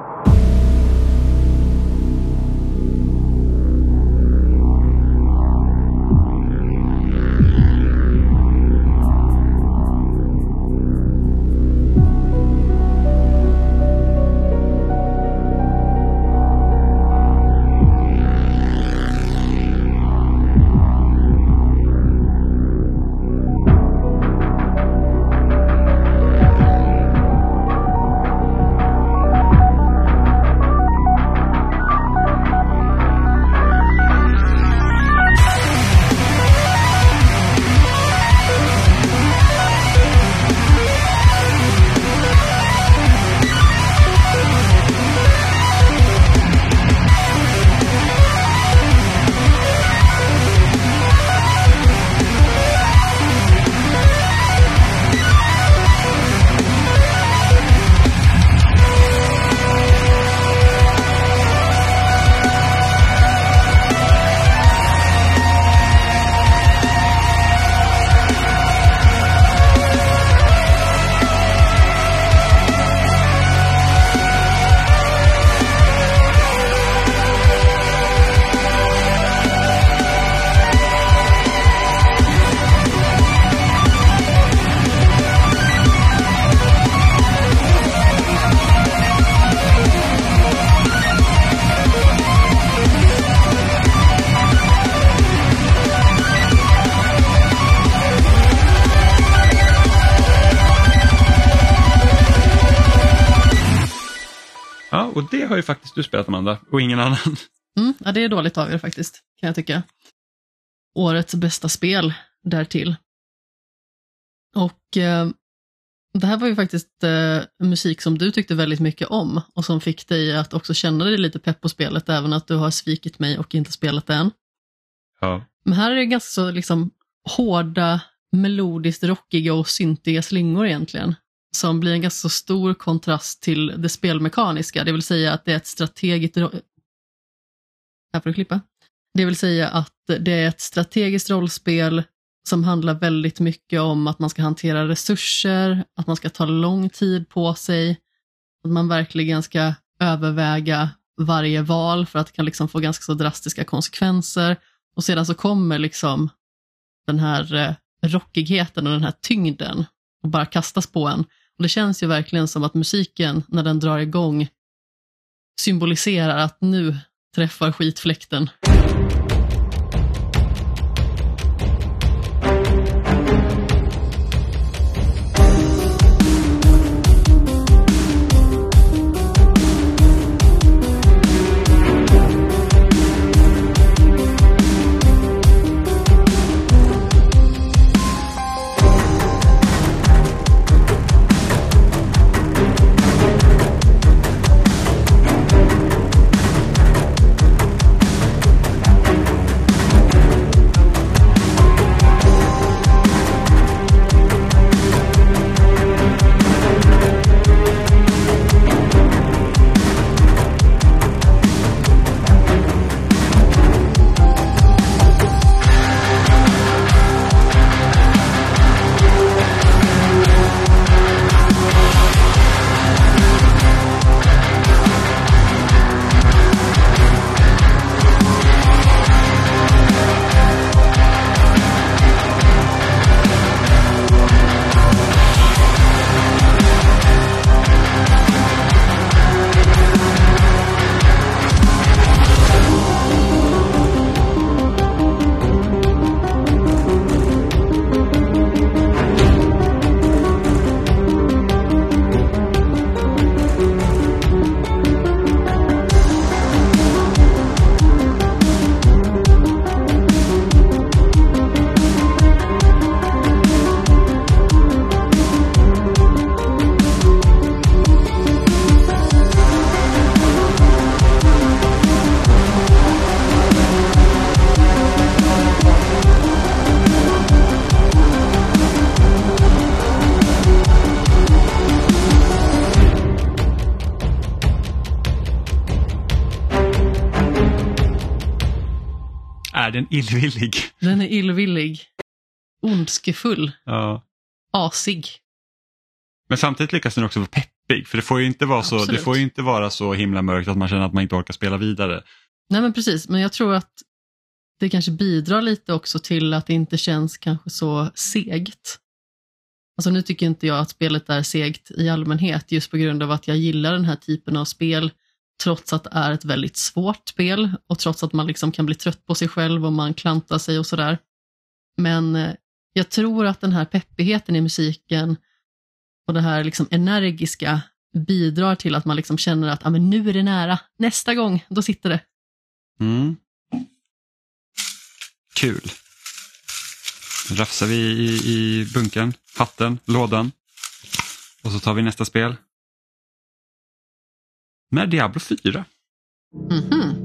Och det har ju faktiskt du spelat, Amanda, och ingen annan. Ja, det är dåligt av er faktiskt, kan jag tycka. Årets bästa spel därtill. Och det här var ju faktiskt musik som du tyckte väldigt mycket om och som fick dig att också känna dig lite pepp på spelet, även att du har svikit mig och inte spelat det än. Ja. Men här är det ganska så liksom hårda, melodiskt rockiga och syntiga slingor egentligen, som blir en ganska så stor kontrast till det spelmekaniska, det vill säga att det är ett strategiskt Det vill säga att det är ett strategiskt rollspel som handlar väldigt mycket om att man ska hantera resurser, att man ska ta lång tid på sig, att man verkligen ska överväga varje val för att det kan liksom få ganska så drastiska konsekvenser. Och sedan så kommer liksom den här rockigheten och den här tyngden och bara kastas på en. Och det känns ju verkligen som att musiken, när den drar igång, symboliserar att nu träffar skitfläkten. är den illvillig. Den är illvillig. Ondskefull. Ja. Asig. Men samtidigt lyckas den också vara peppig. För det får ju inte vara så, Absolut. det får ju inte vara så himla mörkt att man känner att man inte orkar spela vidare. Nej men precis, men jag tror att det kanske bidrar lite också till att det inte känns kanske så segt. Alltså nu tycker inte jag att spelet är segt i allmänhet just på grund av att jag gillar den här typen av spel trots att det är ett väldigt svårt spel och trots att man liksom kan bli trött på sig själv och man klantar sig och sådär. Men jag tror att den här peppigheten i musiken och det här liksom energiska bidrar till att man liksom känner att men nu är det nära, nästa gång, då sitter det. Mm. Kul. Rafsar vi i bunkern, hatten, lådan. Och så tar vi nästa spel. Med Diablo 4. Mhm.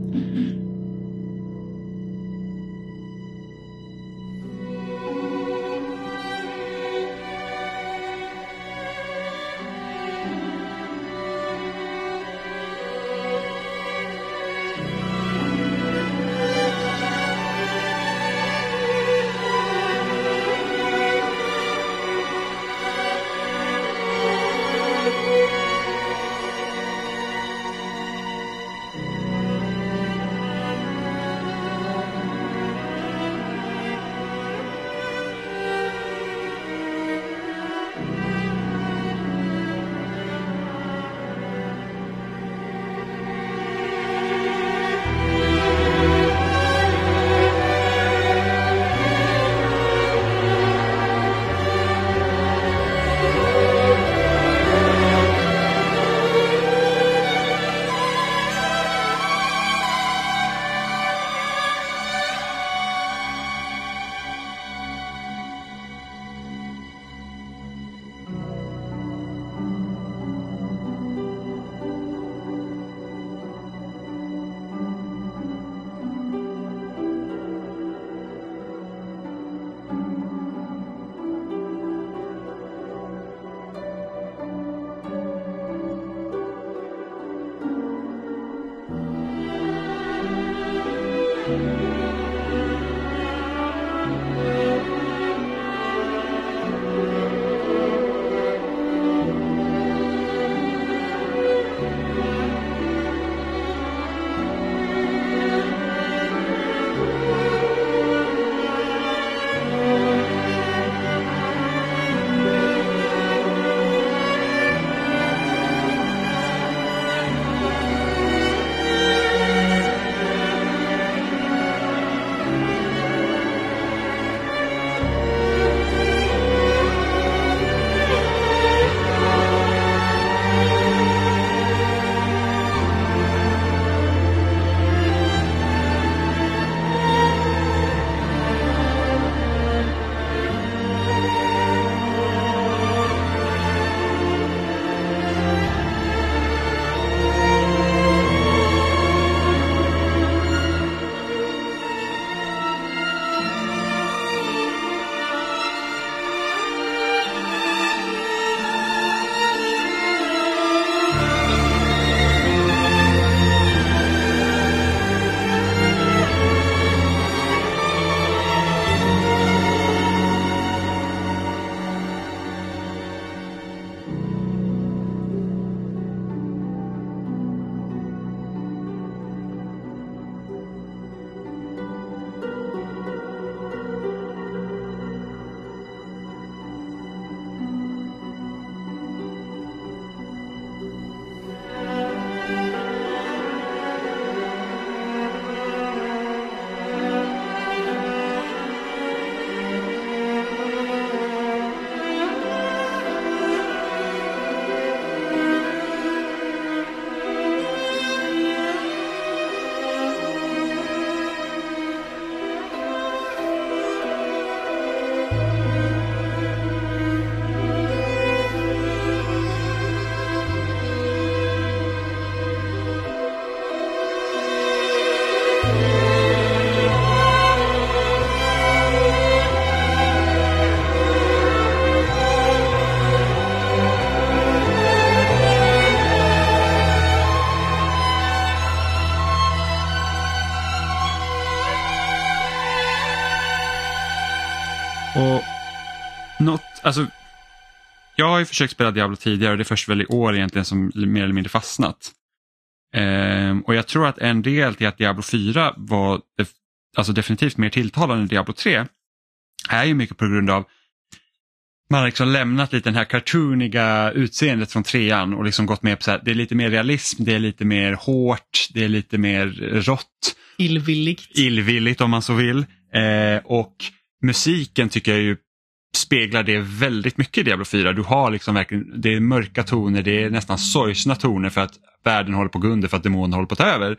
alltså jag har ju försökt spela Diablo tidigare och det är först väl i år egentligen som mer eller mindre fastnat. Och jag tror att en del till att Diablo 4 var alltså definitivt mer tilltalande än Diablo 3 är ju mycket på grund av man har liksom lämnat lite den här cartooniga utseendet från 3:an och liksom gått med på så här, det är lite mer realism, det är lite mer hårt, det är lite mer rått. Illvilligt om man så vill. Och musiken tycker jag ju speglar det väldigt mycket i Diablo 4. Du har liksom verkligen, det är mörka toner, det är nästan sorgsna toner för att världen håller på att gå under, för att demonen håller på att ta över.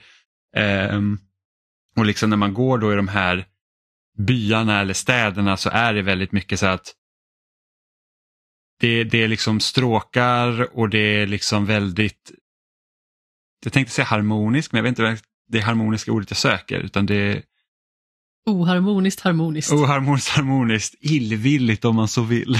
Och liksom när man går då i de här byarna eller städerna så är det väldigt mycket så att det är liksom stråkar och det är liksom väldigt, jag tänkte säga harmonisk, men jag vet inte vad det harmoniska ordet jag söker, utan det är harmoniskt, illvilligt om man så vill.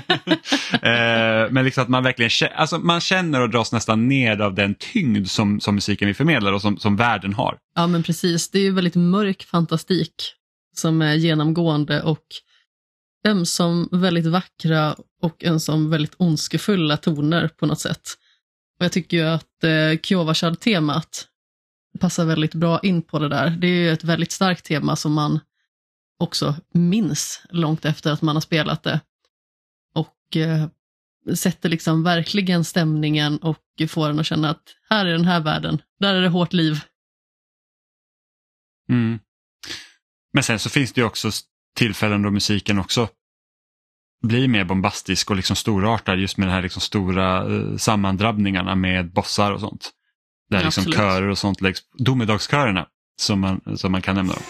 Men liksom att man verkligen alltså man känner och dras nästan ned av den tyngd som musiken vi förmedlar och som världen har. Ja, men precis, det är ju väldigt mörk fantastik som är genomgående och ömsom väldigt vackra och ömsom väldigt ondskefulla toner på något sätt. Och jag tycker ju att Kyovashad-temat passar väldigt bra in på det där. Det är ju ett väldigt starkt tema som man också minns långt efter att man har spelat det. Och sätter liksom verkligen stämningen och får en att känna att här är den här världen, där är det hårt liv. Mm. Men sen så finns det ju också tillfällen då musiken också blir mer bombastisk och liksom storartad, just med de här liksom stora sammandrabbningarna med bossar och sånt. Där liksom körer och sånt läggs, domedagskörerna som man kan nämna dem.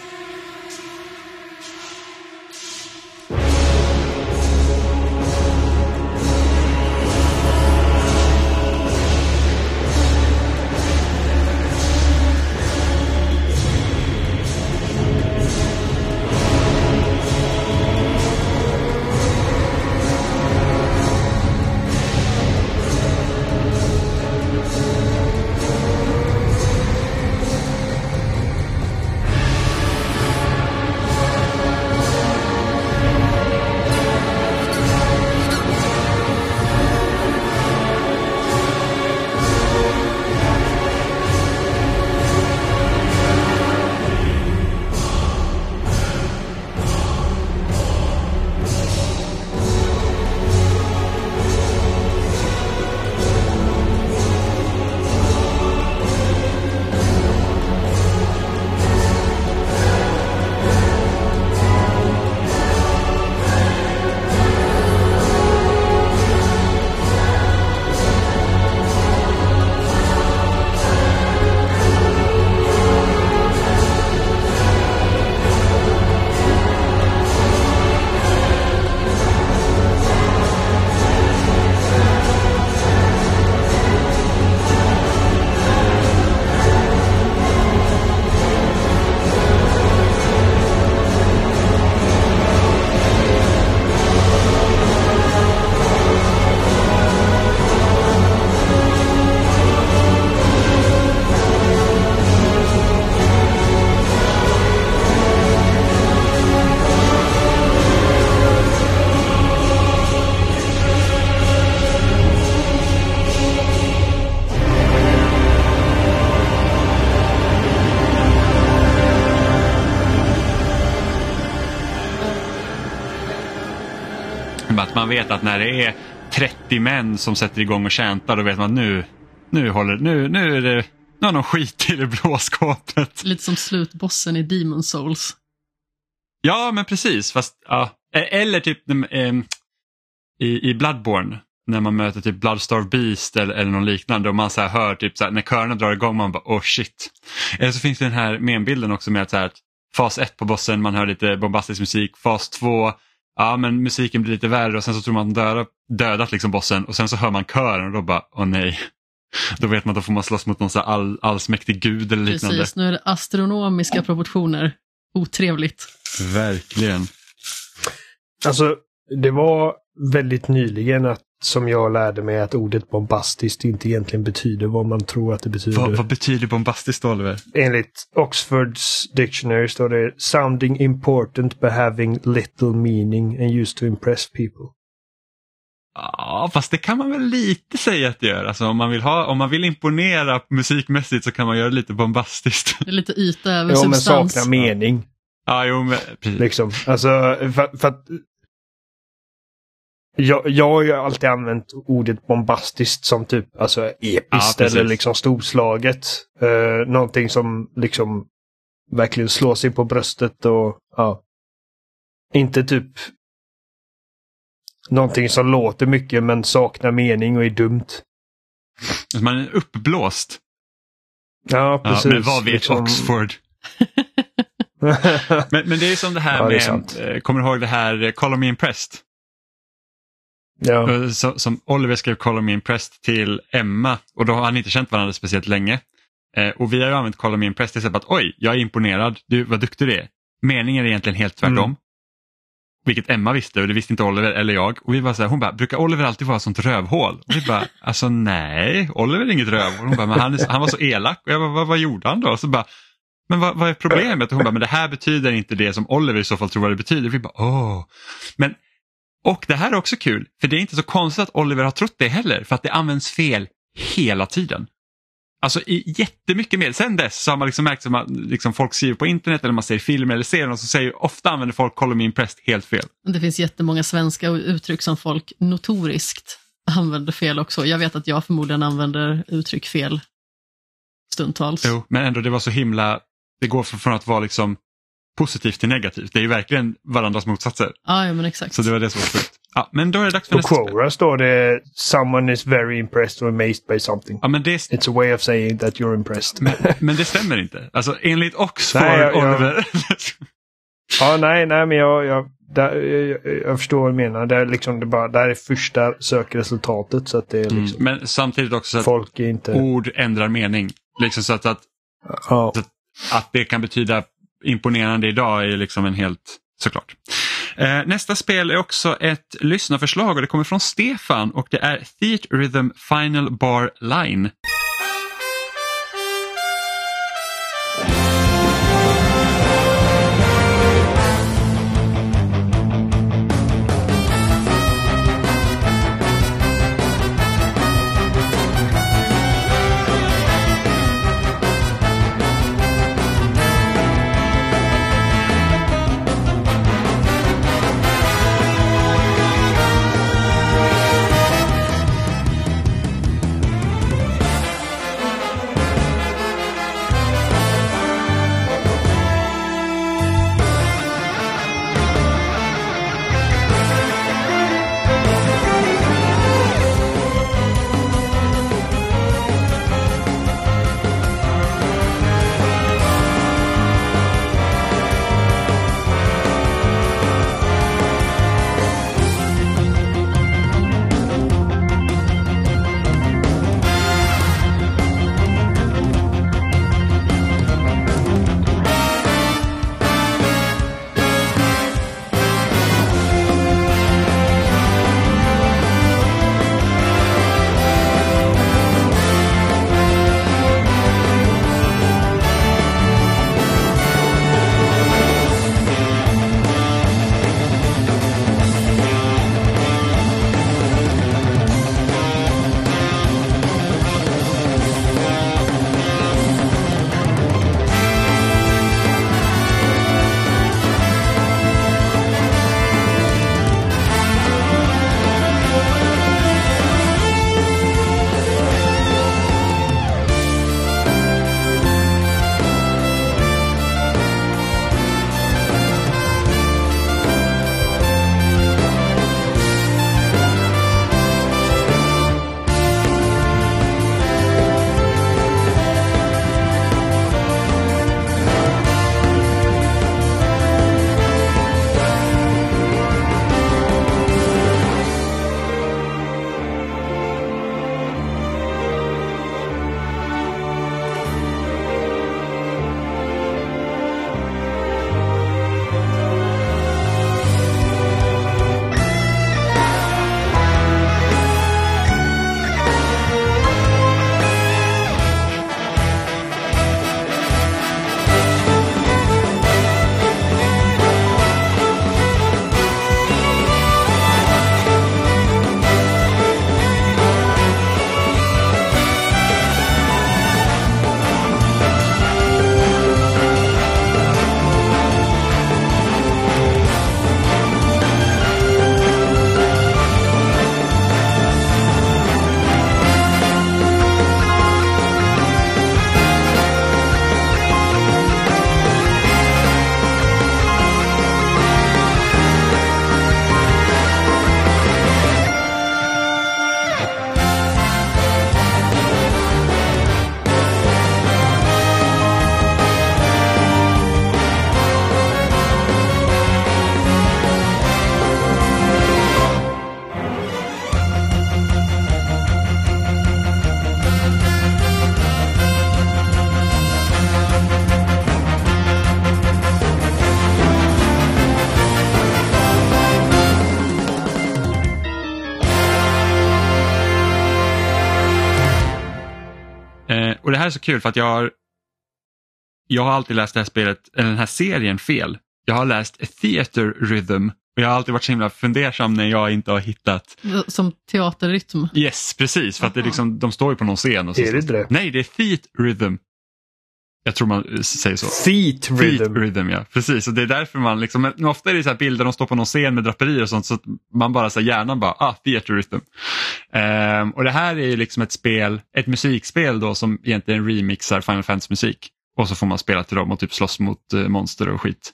Att man vet att när det är 30 män som sätter igång och chantar, då vet man nu har någon skit i det blå skåpet. Lite som slutbossen i Demon Souls. Ja, men precis. Fast, ja. Eller typ i Bloodborne, när man möter typ Bloodstarved Beast eller någon liknande, och man så här hör typ så här, när körerna drar igång, man bara oh shit. Eller så finns det den här membilden också med att, så här, att fas 1 på bossen, man hör lite bombastisk musik, fas 2, ja men musiken blir lite värre och sen så tror man dödat liksom bossen, och sen så hör man kören och då bara åh nej. Då vet man att då får man slåss mot någon så här allsmäktig gud eller liknande. Precis, nu är det astronomiska proportioner. Otrevligt. Verkligen. Alltså, det var väldigt nyligen som jag lärde mig att ordet bombastiskt inte egentligen betyder vad man tror att det betyder. Vad betyder bombastiskt, Oliver? Enligt Oxfords Dictionary står det sounding important but having little meaning and used to impress people. Ja, fast det kan man väl lite säga att det gör. Alltså, om man vill imponera musikmässigt så kan man göra det lite bombastiskt. Det är lite yta över Jo, men substans. saknar mening. Ja, jo, men precis. Liksom. Alltså, för att jag har ju alltid använt ordet bombastiskt som typ alltså episkt eller liksom storslaget. Någonting som liksom verkligen slår sig på bröstet och ja. Inte typ någonting som låter mycket men saknar mening och är dumt. Alltså, man är uppblåst. Ja, precis. Ja, men vad vet liksom... Oxford? men det är som det här med, kommer du ihåg det här Call Me Impressed? Ja. Som Oliver skrev Call Me Impressed till Emma och då har han inte känt varandra speciellt länge. Och vi har ju använt Call Me Impressed till att oj, jag är imponerad, du, vad duktig du är. Meningen är egentligen helt tvärtom. Vilket Emma visste och det visste inte Oliver eller jag. Och vi bara så här, hon bara, brukar Oliver alltid vara sånt rövhål? Och vi bara, alltså nej, Oliver är inget rövhål. Hon bara, men han var så elak. Och jag bara, vad gjorde han då? Så bara, men vad är problemet? Och hon bara, men det här betyder inte det som Oliver i så fall tror vad det betyder. Vi bara, åh. Och det här är också kul, för det är inte så konstigt att Oliver har trott det heller. För att det används fel hela tiden. Alltså jättemycket mer. Sen dess så har man liksom märkt att liksom folk skriver på internet eller man ser filmer eller serier och så säger ofta använder folk Call Me Impressed helt fel. Det finns jättemånga svenska uttryck som folk notoriskt använder fel också. Jag vet att jag förmodligen använder uttryck fel stundtals. Jo, men ändå det var så himla, det går från att vara liksom positivt till negativt. Det är ju verkligen varandras motsatser. Ja, men exakt. Så det var det som var sjukt. Ja, men då är det dags för på nästa spel. På Quora står det someone is very impressed or amazed by something. Ja, men It's a way of saying that you're impressed. Men det stämmer inte. Alltså enligt Oxford, Oliver. Ja, nej, men jag förstår vad du menar. Det är liksom det är första sökresultatet så att det är liksom, men samtidigt också så att folk är inte... ord ändrar mening. Liksom så att det kan betyda imponerande idag är liksom en helt, såklart. Nästa spel är också ett lyssnarförslag och det kommer från Stefan och det är Theatre Rhythm Final Bar Line. här är så kul för att jag har alltid läst det här spelet, eller den här serien fel. Jag har läst Theater Rhythm och jag har alltid varit så himla fundersam när jag inte har hittat... Som teaterrytm? Yes, precis. För att det liksom, de står ju på någon scen. Och så, är det det? Nej, det är Theater Rhythm. Jag tror man säger så. Feet Rhythm. Rhythm, ja. Precis, och det är därför man liksom, men ofta är det så här bilder, de står på någon scen med draperier och sånt, så att man bara så här, hjärnan bara, Theater Rhythm. Och det här är ju liksom ett musikspel då som egentligen remixar Final Fantasy musik. Och så får man spela till dem och typ slåss mot monster och skit.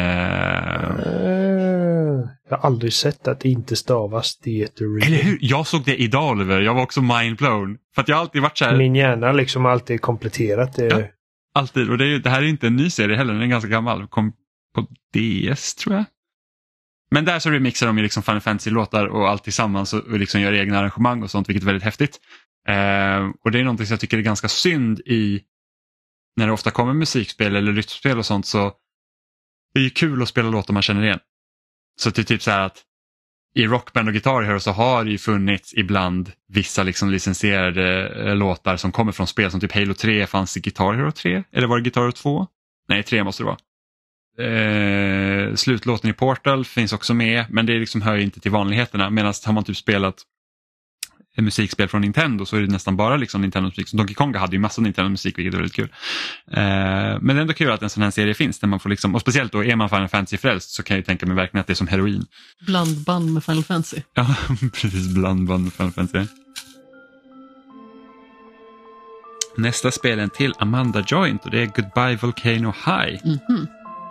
Jag har aldrig sett att det inte stavas Theater Rhythm. Eller hur? Jag såg det idag, Oliver. Jag var också mindblown. För att jag har alltid varit så här... Min hjärna liksom alltid kompletterat det. Ja, alltid. Och det här är inte en ny serie heller. Den är ganska gammal. Kom på DS, tror jag. Men där så remixar de ju liksom Final Fantasy-låtar och allt tillsammans och liksom gör egna arrangemang och sånt, vilket är väldigt häftigt. Och det är någonting som jag tycker är ganska synd i när det ofta kommer musikspel eller rytmspel och sånt, så det är ju kul att spela låtar man känner igen. Så det är typ så här att i Rockband och Guitar Hero så har det ju funnits ibland vissa liksom licensierade låtar som kommer från spel som typ Halo 3 fanns i Guitar Hero 3, eller var det Guitar Hero 2? Nej, 3 måste det vara. Slutlåten i Portal finns också med, men det liksom hör ju inte till vanligheterna, medan har man typ spelat musikspel från Nintendo så är det nästan bara liksom Nintendo-musik. Så Donkey Konga hade ju massa Nintendo-musik, vilket är väldigt kul. Men det är ändå kul att en sån här serie finns där man får liksom, och speciellt då är man Final Fantasy-frälst så kan jag ju tänka mig verkligen att det är som heroin. Blandband med Final Fantasy. Ja, precis, blandband med Final Fantasy. Nästa spel är en till Amanda Joint och det är Goodbye Volcano High. Mhm.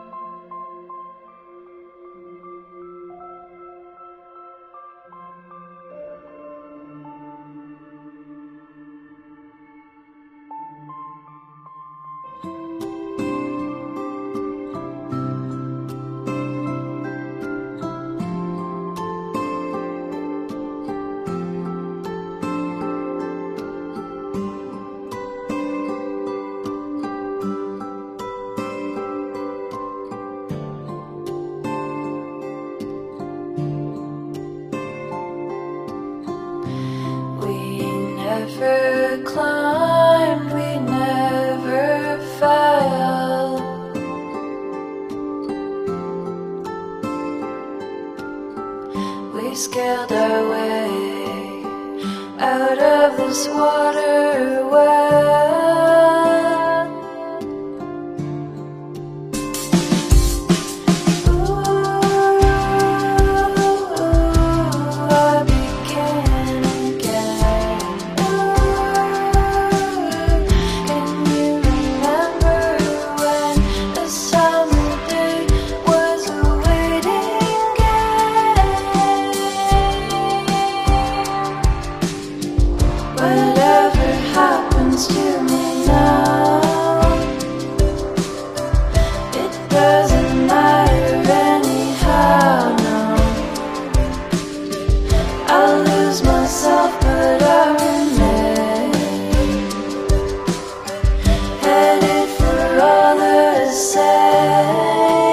Scaled our way out of this water well. Ooh, I began again. Ooh, can you remember when the summer day was a waiting game? Whatever happens to me now, it doesn't matter anyhow, no. I lose myself but I remain, headed for all the same.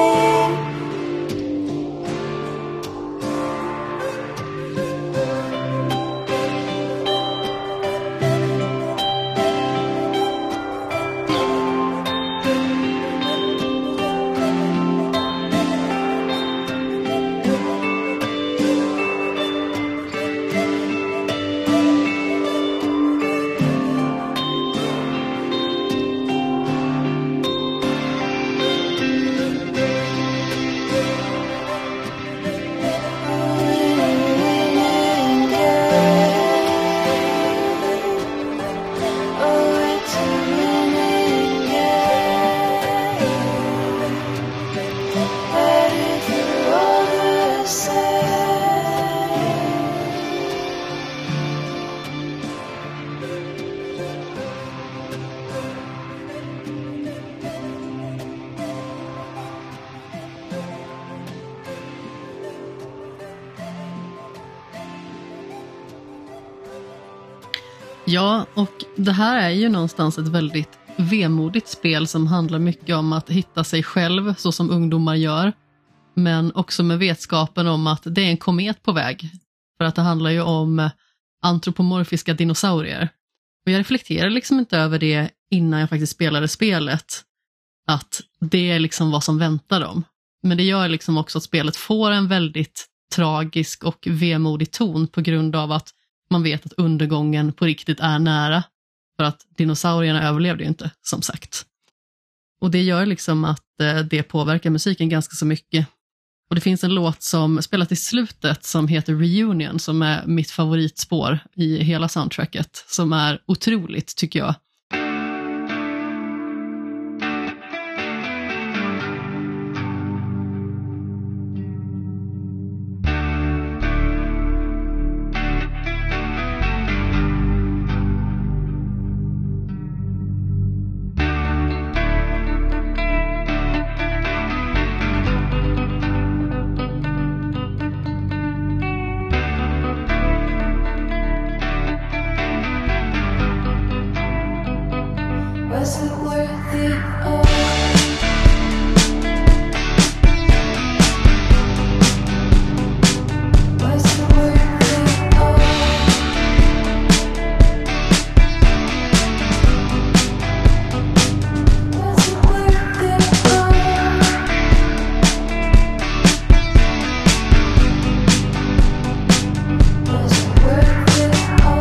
Ja, och det här är ju någonstans ett väldigt vemodigt spel som handlar mycket om att hitta sig själv så som ungdomar gör. Men också med vetskapen om att det är en komet på väg. För att det handlar ju om antropomorfiska dinosaurier. Och jag reflekterar liksom inte över det innan jag faktiskt spelade spelet. Att det är liksom vad som väntar dem. Men det gör liksom också att spelet får en väldigt tragisk och vemodig ton på grund av att man vet att undergången på riktigt är nära. För att dinosaurierna överlevde ju inte, som sagt. Och det gör liksom att det påverkar musiken ganska så mycket. Och det finns en låt som spelas i slutet som heter Reunion, som är mitt favoritspår i hela soundtracket, som är otroligt, tycker jag. Was it worth it all? Was it worth it all? Was it worth it all? Was it worth it all?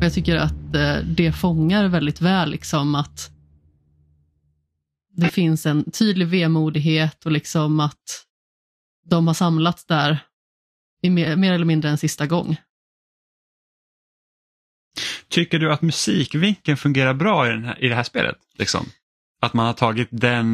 jag tycker att det fångar väldigt väl liksom att det finns en tydlig vemodighet och liksom att de har samlats där i mer eller mindre en sista gång. Tycker du att musikvinkeln fungerar bra i det här spelet? Liksom? Att man har tagit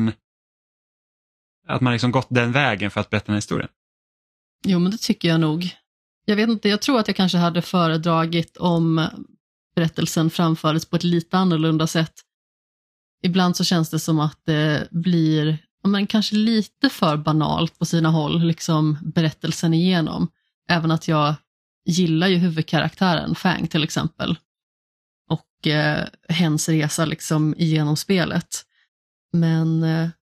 att man liksom gått den vägen för att berätta den här historien? Jo, men det tycker jag nog. Jag vet inte, jag tror att jag kanske hade föredragit om berättelsen framfördes på ett lite annorlunda sätt. Ibland så känns det som att det blir kanske lite för banalt på sina håll, liksom berättelsen igenom. Även att jag gillar ju huvudkaraktären, Fang till exempel. Och hens resa liksom igenom spelet. Men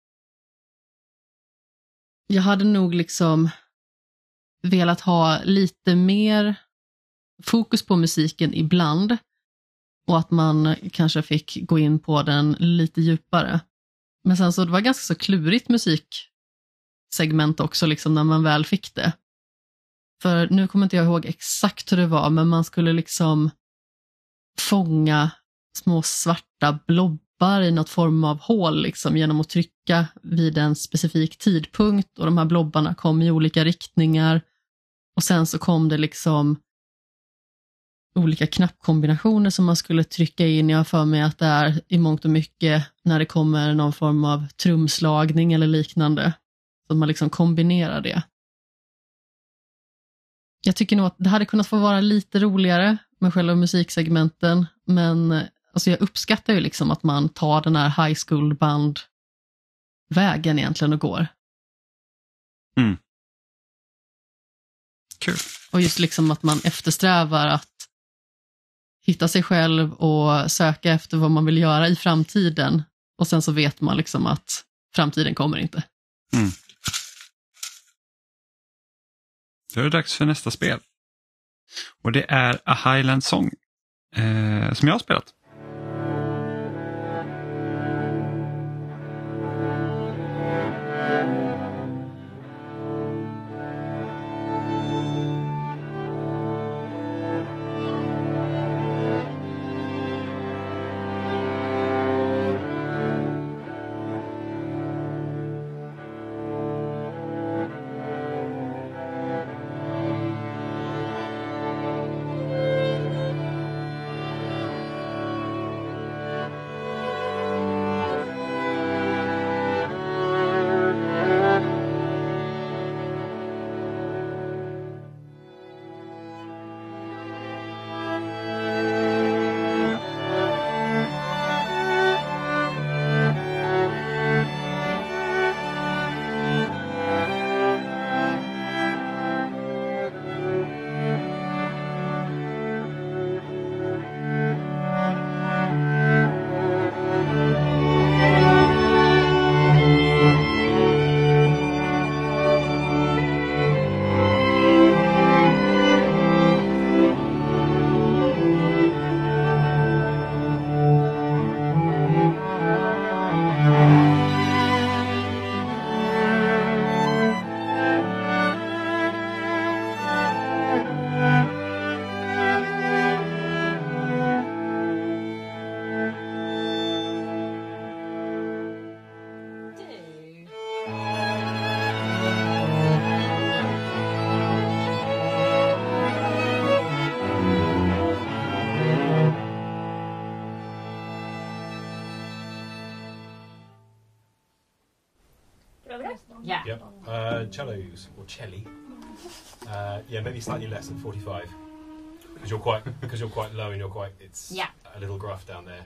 jag hade nog liksom velat ha lite mer fokus på musiken ibland. Och att man kanske fick gå in på den lite djupare. Men sen så det var ganska så klurigt musiksegment också liksom när man väl fick det. För nu kommer inte jag ihåg exakt hur det var, men man skulle liksom fånga små svarta blobbar i något form av hål liksom, genom att trycka vid en specifik tidpunkt, och de här blobbarna kom i olika riktningar, och sen så kom det liksom olika knappkombinationer som man skulle trycka in. Jag har för mig att det är i mångt och mycket när det kommer någon form av trumslagning eller liknande, så att man liksom kombinerar det. Jag tycker nog att det hade kunnat få vara lite roligare med själva musiksegmenten, men alltså jag uppskattar ju liksom att man tar den här high school band vägen egentligen och går. Mm. Kul. Och just liksom att man eftersträvar att hitta sig själv och söka efter vad man vill göra i framtiden, och sen så vet man liksom att framtiden kommer inte. Mm. Då är det dags för nästa spel. Och det är A Highland Song som jag har spelat. Yeah. Yep. Cellos or celli. Yeah, maybe slightly less than 45 because you're quite low and it's a little gruff down there.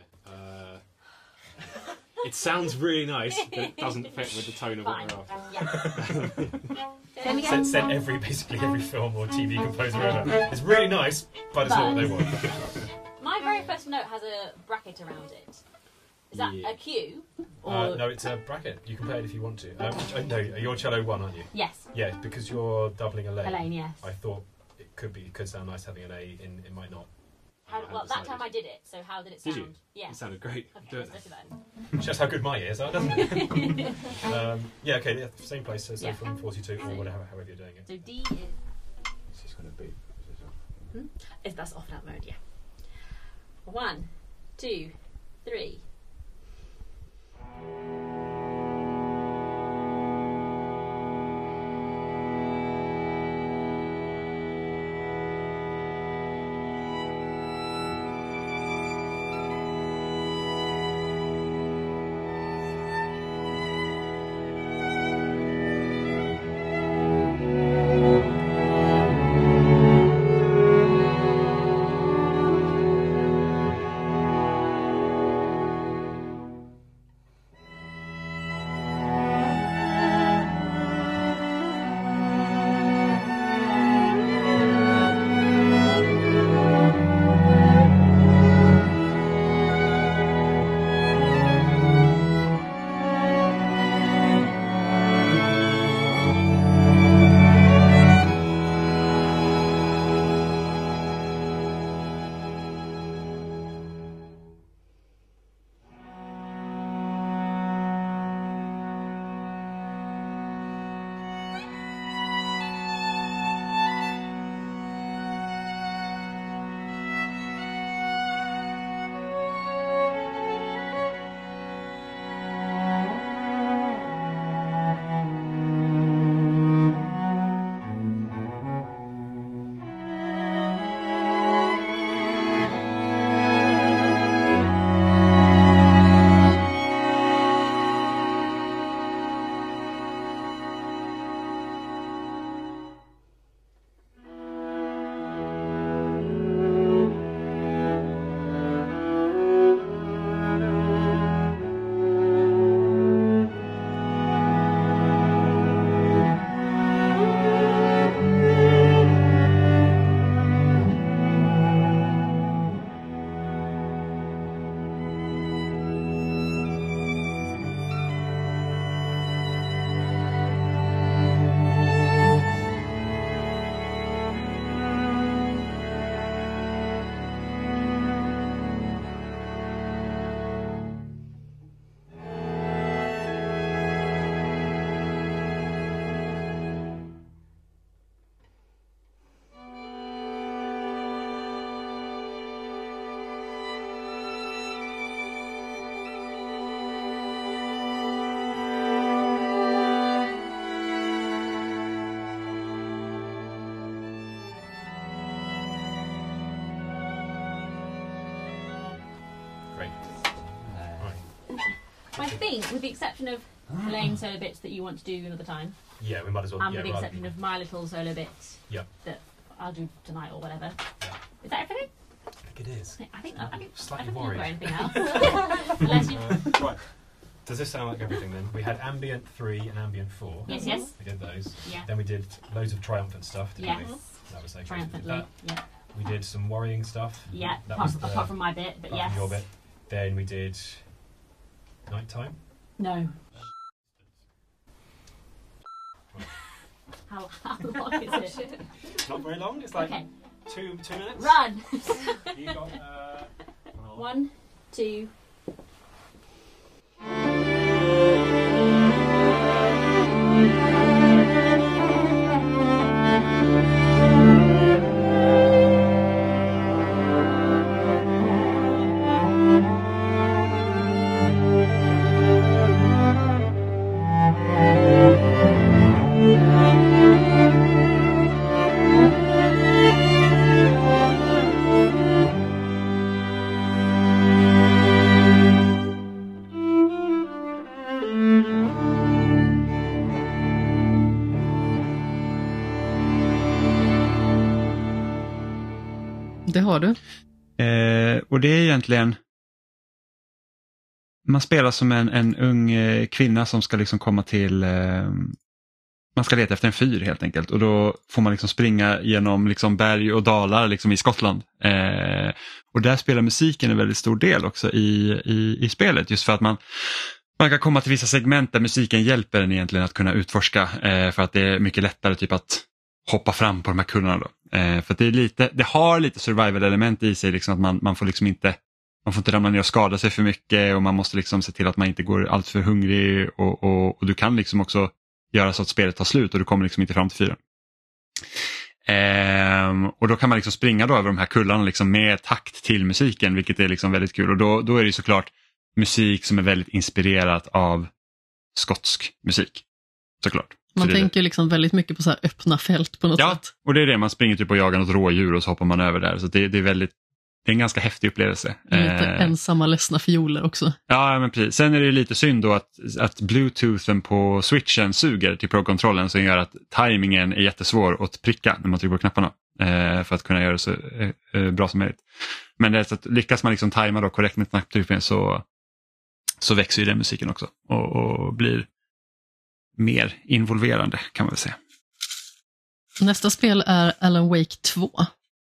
It sounds really nice, but it doesn't fit with the tone of what we're after. Sent basically every film or TV composer ever. It's really nice, but it's not what they want. My very first note has a bracket around it. Is that a cue? Or... no, it's a bracket. You can play it if you want to. No, you're cello 1, aren't you? Yes. Yeah, because you're doubling a lane. A lane, yes. I thought it could sound nice having an A in. It might not. Well, that time I did it. So how did it sound? Did you? Yeah. It sounded great. Okay, let's look at that. Shows how good my ears are, doesn't it? Yeah. Okay. Yeah, same place. So from 42 or whatever, however you're doing it. So D is. It's just going to be. That's off that mode, yeah. 1, 2, 3. I think, with the exception of Helene solo bits that you want to do another time, Yeah, we might as well. and yeah, with the rather exception than- of my little solo bits Yep. that I'll do tonight or whatever. Yeah. Is that everything? I think it is. I think Slightly I don't worried. think I've got anything else. Unless you... Right. Does this sound like everything then? We had Ambient 3 and Ambient 4. Yes, yes. We did those. Yeah. Then we did loads of triumphant stuff. Didn't Yes. we? That was okay. Triumphantly. Yeah. We did some worrying stuff. Yeah. That Apart, was the, apart from my bit, but apart yes. from your bit. Then we did nighttime. No. How long is it? Not very long. It's like Okay. 2 minutes. Run! You got 1, 2. Det har du. Och det är egentligen, man spelar som en ung kvinna som ska liksom komma till, man ska leta efter en fyr helt enkelt, och då får man liksom springa genom liksom berg och dalar liksom i Skottland. Och där spelar musiken en väldigt stor del också i spelet, just för att man kan komma till vissa segment där musiken hjälper en egentligen att kunna utforska, för att det är mycket lättare typ att hoppa fram på de här kullarna då. För att det har lite survival element i sig, liksom att man får liksom inte, man får inte ramla ner och skada sig för mycket, och man måste liksom se till att man inte går allt för hungrig, och du kan liksom också göra så att spelet tar slut och du kommer liksom inte fram till fyren. Och då kan man liksom springa då över de här kullarna liksom med takt till musiken, vilket är liksom väldigt kul. Och då är det ju såklart musik som är väldigt inspirerat av skotsk musik. Såklart. Man tänker liksom väldigt mycket på så här öppna fält på något sätt. Ja, och det är det. Man springer typ och jagar något rådjur och så hoppar man över där. Så det är väldigt, det är en ganska häftig upplevelse. Lite ensamma ledsna fioler också. Ja, men precis. Sen är det lite synd då att bluetoothen på switchen suger till Pro-kontrollen, som gör att tajmingen är jättesvår att pricka när man trycker på knapparna för att kunna göra det så bra som möjligt. Men det är så att lyckas man liksom tajma då korrekt med knapptryckningen så växer ju den musiken också och blir mer involverande, kan man väl säga. Nästa spel är Alan Wake 2.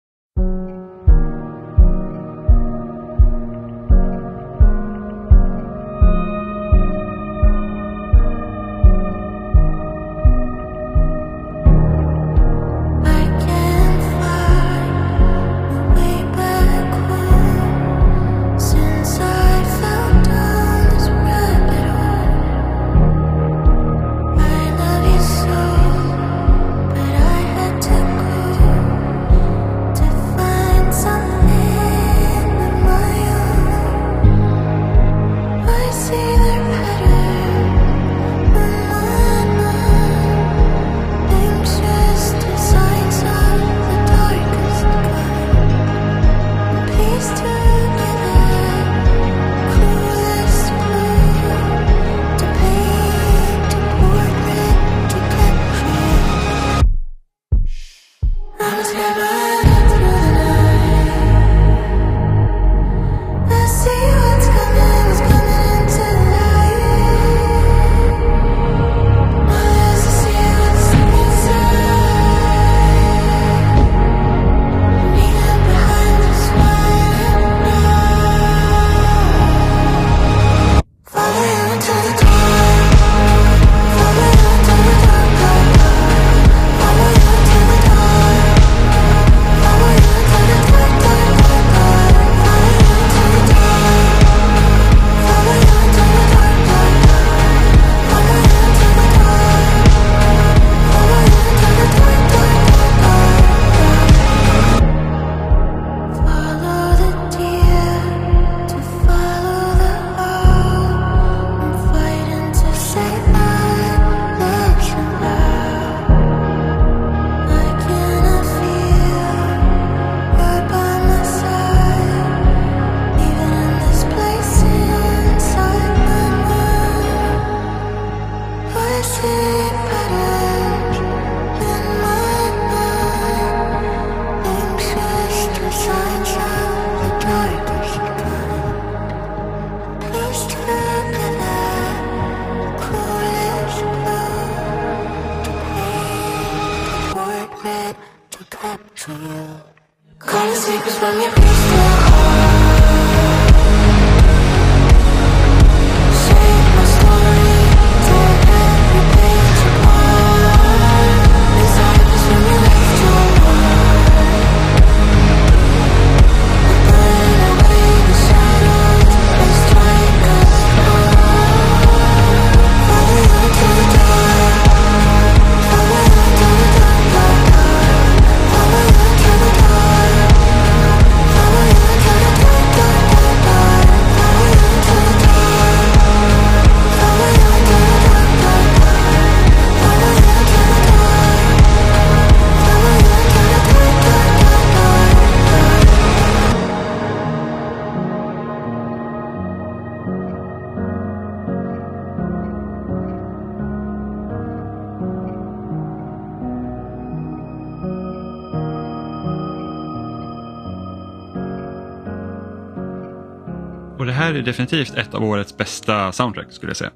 Och det här är definitivt ett av årets bästa soundtrack, skulle jag säga.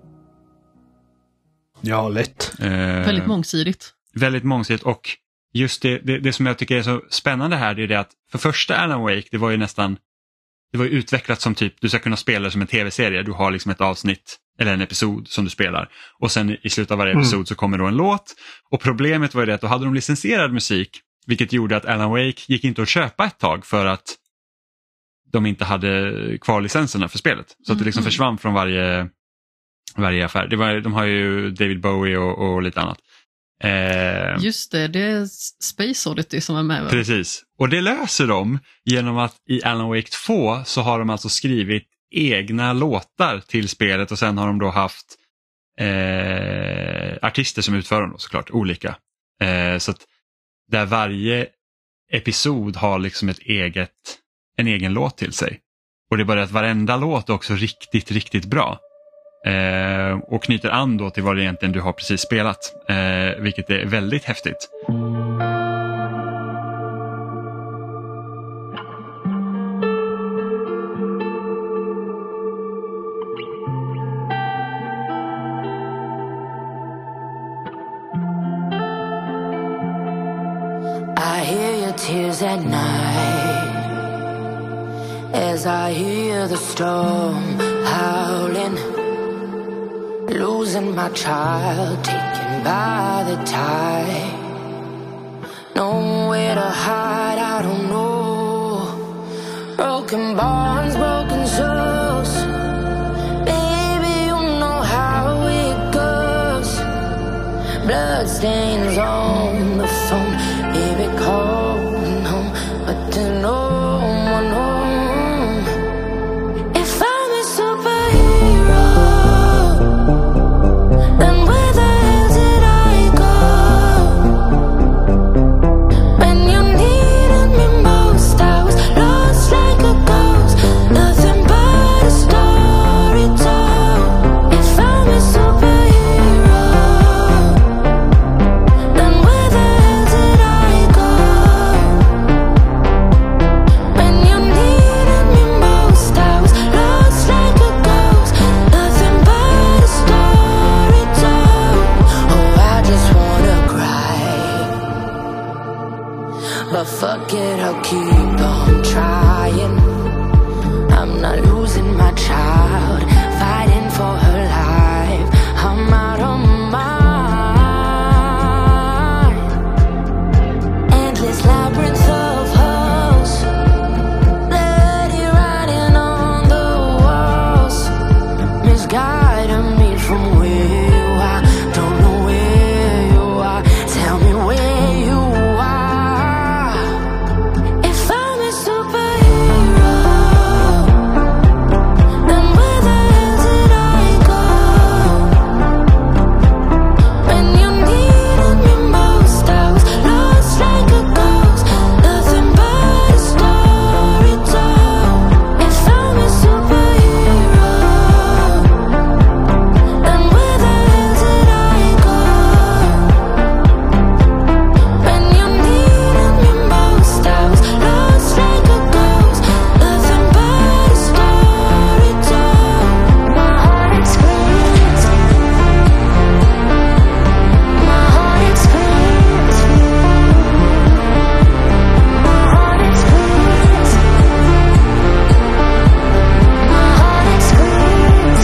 Ja, lätt. Väldigt mångsidigt. Väldigt mångsidigt, och just det som jag tycker är så spännande här, det är det att för första Alan Wake, det var ju utvecklat som typ, du ska kunna spela det som en tv-serie. Du har liksom ett avsnitt eller en episod som du spelar, och sen i slutet av varje episod så kommer då en låt. Och problemet var ju det att då hade de licensierad musik, vilket gjorde att Alan Wake gick inte att köpa ett tag för att de inte hade kvar licenserna för spelet. Så att det liksom försvann från varje affär. De har ju David Bowie och lite annat. Just det är Space Oddity som är med. Precis, och det löser de genom att i Alan Wake 2 så har de alltså skrivit egna låtar till spelet och sen har de då haft artister som utför dem såklart, olika. Så att där varje episod har liksom en egen låt till sig. Och det är bara att varenda låt är också riktigt, riktigt bra. Och knyter an då till vad det egentligen du har precis spelat. Vilket är väldigt häftigt. I hear your tears at night as I hear the storm howling, losing my child, taken by the tide. Nowhere to hide, I don't know. Broken bonds, broken souls. Baby, you know how it goes. Blood stains on the phone. Baby, calling home, but there's no one home. If I'm a superhero, then where the hell did I go? When you needed me most, I was lost like a ghost. Nothing but a story told. If I'm a superhero, then where the hell did I go? When you needed me most, I was lost like a ghost. Nothing but a story told. Oh, I just wanna cry, but fuck it, I'll keep on trying. I'm not losing my child, fighting for her life. I'm out of mind. Endless labyrinth of holes, bloody writing on the walls, misguiding me from where you are. Don't know where you are, tell me where you are. If I'm a superhero, then where the hell did I go? When you needed me most, I was lost like a ghost. Nothing but a story told. If I'm a superhero, then where the hell did I go? When you needed me most, I was lost like a ghost. Nothing but a story told. My heart screams. My heart screams. My heart screams. My heart screams.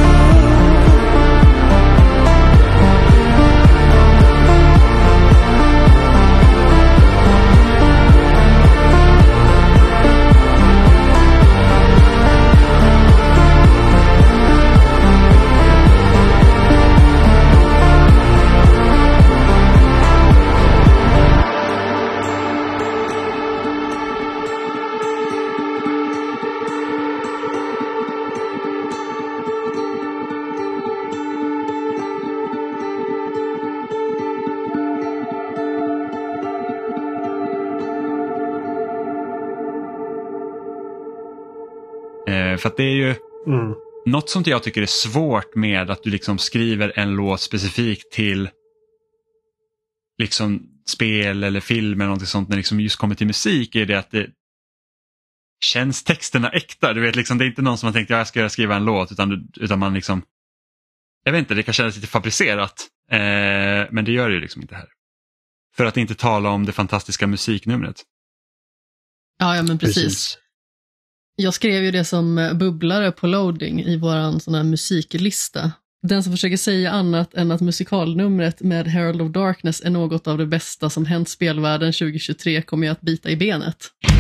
För att det är ju något som jag tycker är svårt med att du liksom skriver en låt specifikt till liksom spel eller film eller något sånt, när det liksom just kommer till musik, är det att det känns texterna äkta. Du vet, liksom, det är inte någon som har tänkt att jag ska skriva en låt, utan man liksom, jag vet inte, det kan kännas lite fabricerat, men det gör det ju liksom inte här. För att inte tala om det fantastiska musiknumret. Ja, men precis. Jag skrev ju det som bubblare på loading i våran sån här musiklista. Den som försöker säga annat än att musikalnumret med Herald of Darkness är något av det bästa som hänt spelvärlden 2023 kommer jag att bita i benet.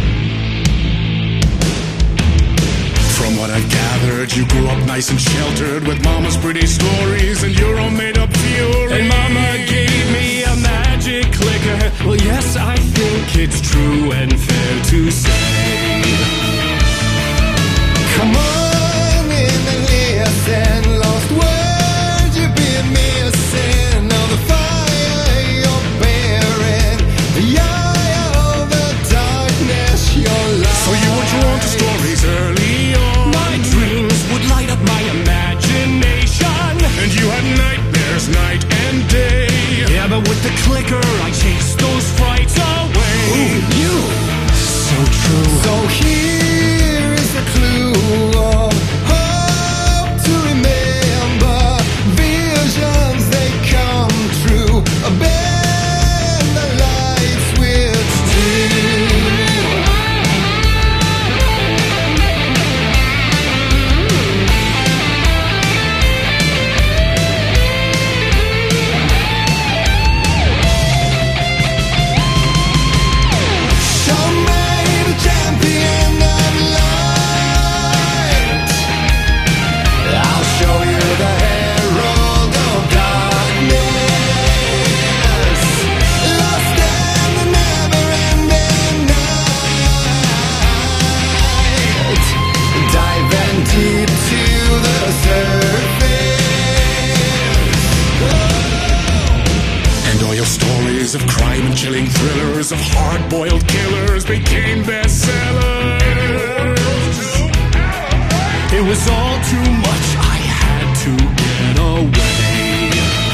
From what I've gathered, you grew up nice and sheltered with mama's pretty stories and your own made up fury. And mama gave me a as night and day. Yeah, but with the clicker, I chase those frights away. Ooh, you! So true. So here is a clue of hope to remember. Visions, they come true. Bend the light switch too. Show me the champion of light. I'll show you the herald of darkness. Lost in the never-ending night. Diving deep to the surface. And all your stories of crime and chilling thrillers of hard-boiled killers became bestsellers. It was all too much. I had to get away.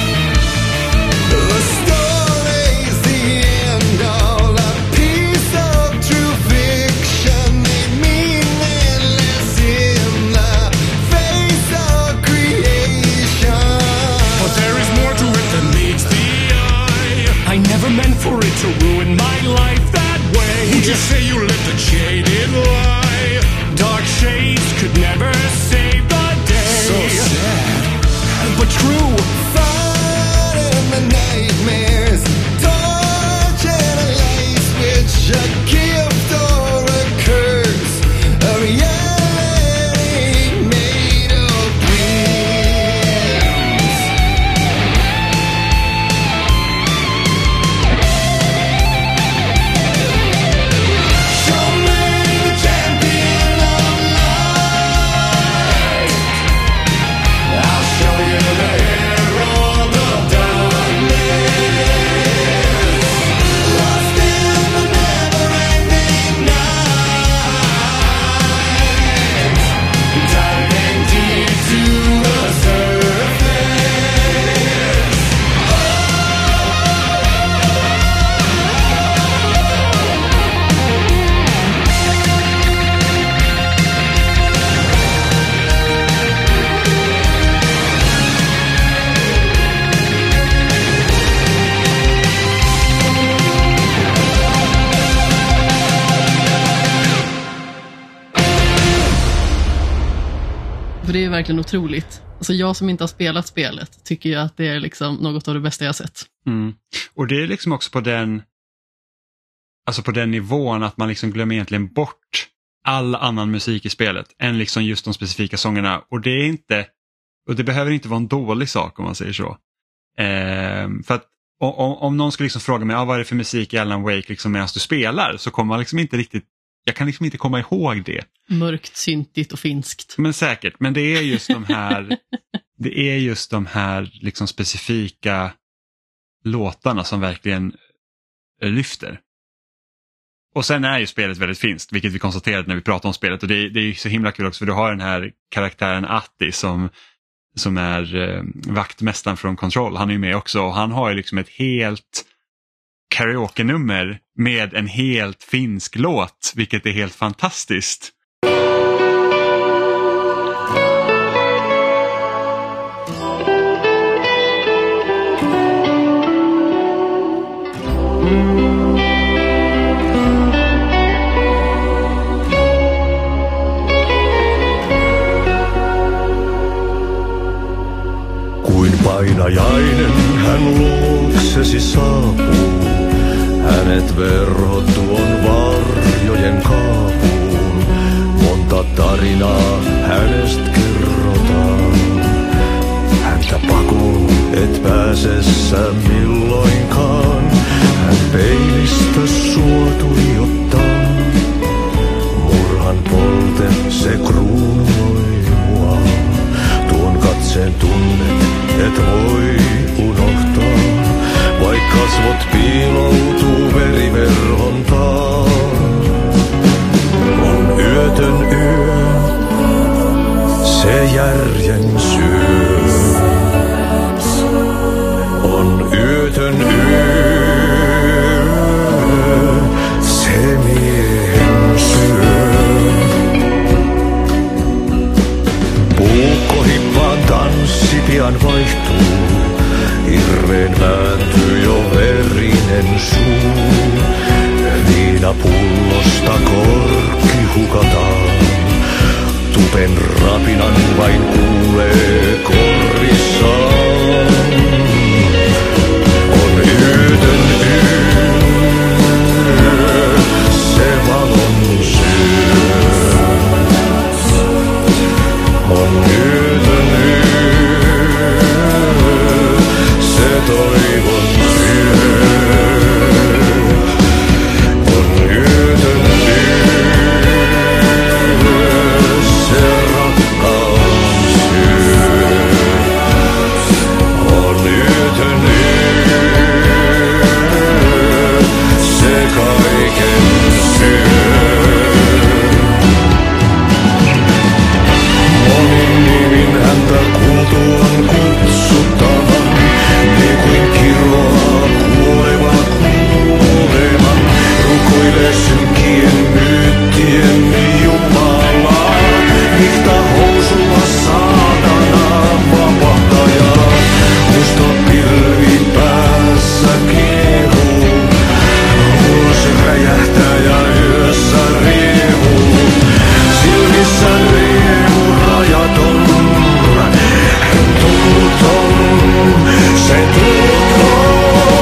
The story's the end, all a piece of true fiction. They mean endless in the face of creation. But there is more to it than meets the eye. I never meant for it to ruin my life that way. Would you say you lived a jaded lie? Dark shades could never save the day. So sad. But true. Fighting the nightmares, torch and a light switch, a gift or a curse, a reality made of dreams. Show me the champion of light. I'll show you the herald of darkness. Lost in the never-ending night. Diving deep to the surface. För det är verkligen otroligt. Alltså jag som inte har spelat spelet tycker ju att det är liksom något av det bästa jag har sett. Mm. Och det är liksom också på den, alltså på den nivån att man liksom glömmer egentligen bort all annan musik i spelet än liksom just de specifika sångerna. Och det är inte, och det behöver inte vara en dålig sak om man säger så. För att om någon skulle liksom fråga mig, vad är det för musik i Alan Wake liksom medan du spelar, så kommer man liksom inte riktigt, jag kan liksom inte komma ihåg det. Mörkt, syntigt och finskt. Men säkert, men det är just de här det är just de här liksom specifika låtarna som verkligen lyfter. Och sen är ju spelet väldigt finskt, vilket vi konstaterade när vi pratade om spelet, och det är ju så himla kul också för du har den här karaktären Atti som är vaktmästaren från Control. Han är ju med också och han har ju liksom ett helt karaoke-nummer med en helt finsk låt, vilket är helt fantastiskt. Kuin painajainen hän luoksesi saapuu, hänet verhot tuon varjojen kaapuun. Monta tarinaa hänestä kerrotaan, häntä pakoon et pääse sä milloinkaan. Hän peilistä sua tuijottaa, murhan polte se kruunoi mua. Tuon katseen tunnet et voi unohtaa, vaik kasvot piiloutuu veriverhon taa. On yötön yö, se järjen syö. yhden suun. Viinapullosta korkki hukataan. Tupen rapinan vain kuulee korvissaan. On yötön yö, se valon syö. On yötön yö, se toivon syö. On yötön yö, se rakkaan syö. On yötön yö, se kaiken syö. Monin nimin häntä kuultuaan kutsuttavan, niin kuin kiroaa kuoleva kuoleman. Rukoilee synkien myyttien Jumalaa, nihta housulla saatanaa vapahtajaa. Musta pilvi päässä kiehuu, ulos räjähtää ja yössä riehuu. Silmissä riehuu rajaton, tunnuton, se tunnuton.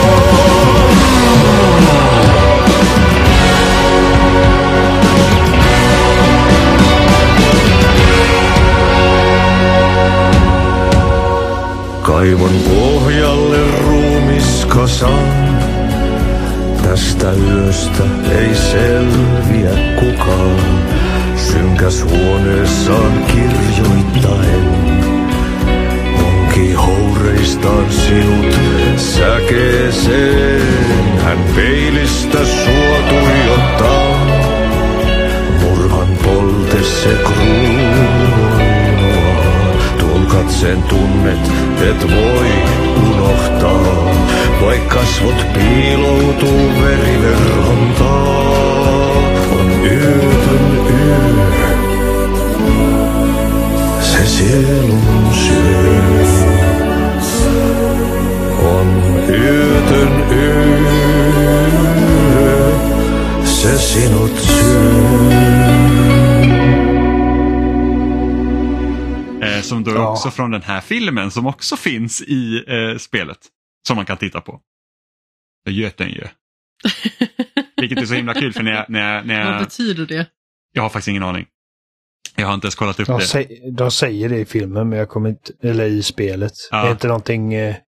Kaivon pohjalle ruumiskasan, tästä yöstä ei selviä kukaan. Synkäs huoneessaan kirjoittaen, onki houreistaan sinut säkeeseen. Hän peilistä sua tuijottaa, murhan polte se kruunoaa. Katsen tunnet, et voi unohtaa, vaik kasvot piiloutuu veriverhon taa. On yötön yö, se sielun syö. On yötön yö, se sinut syö. Som då är också från den här filmen som också finns i spelet som man kan titta på. Götenjö. Vilket är så himla kul för när jag... Vad betyder det? Jag har faktiskt ingen aning. Jag har inte ens kollat upp det. De säger det i filmen, men jag kommer inte... Eller i spelet. Ja. Det är inte någonting...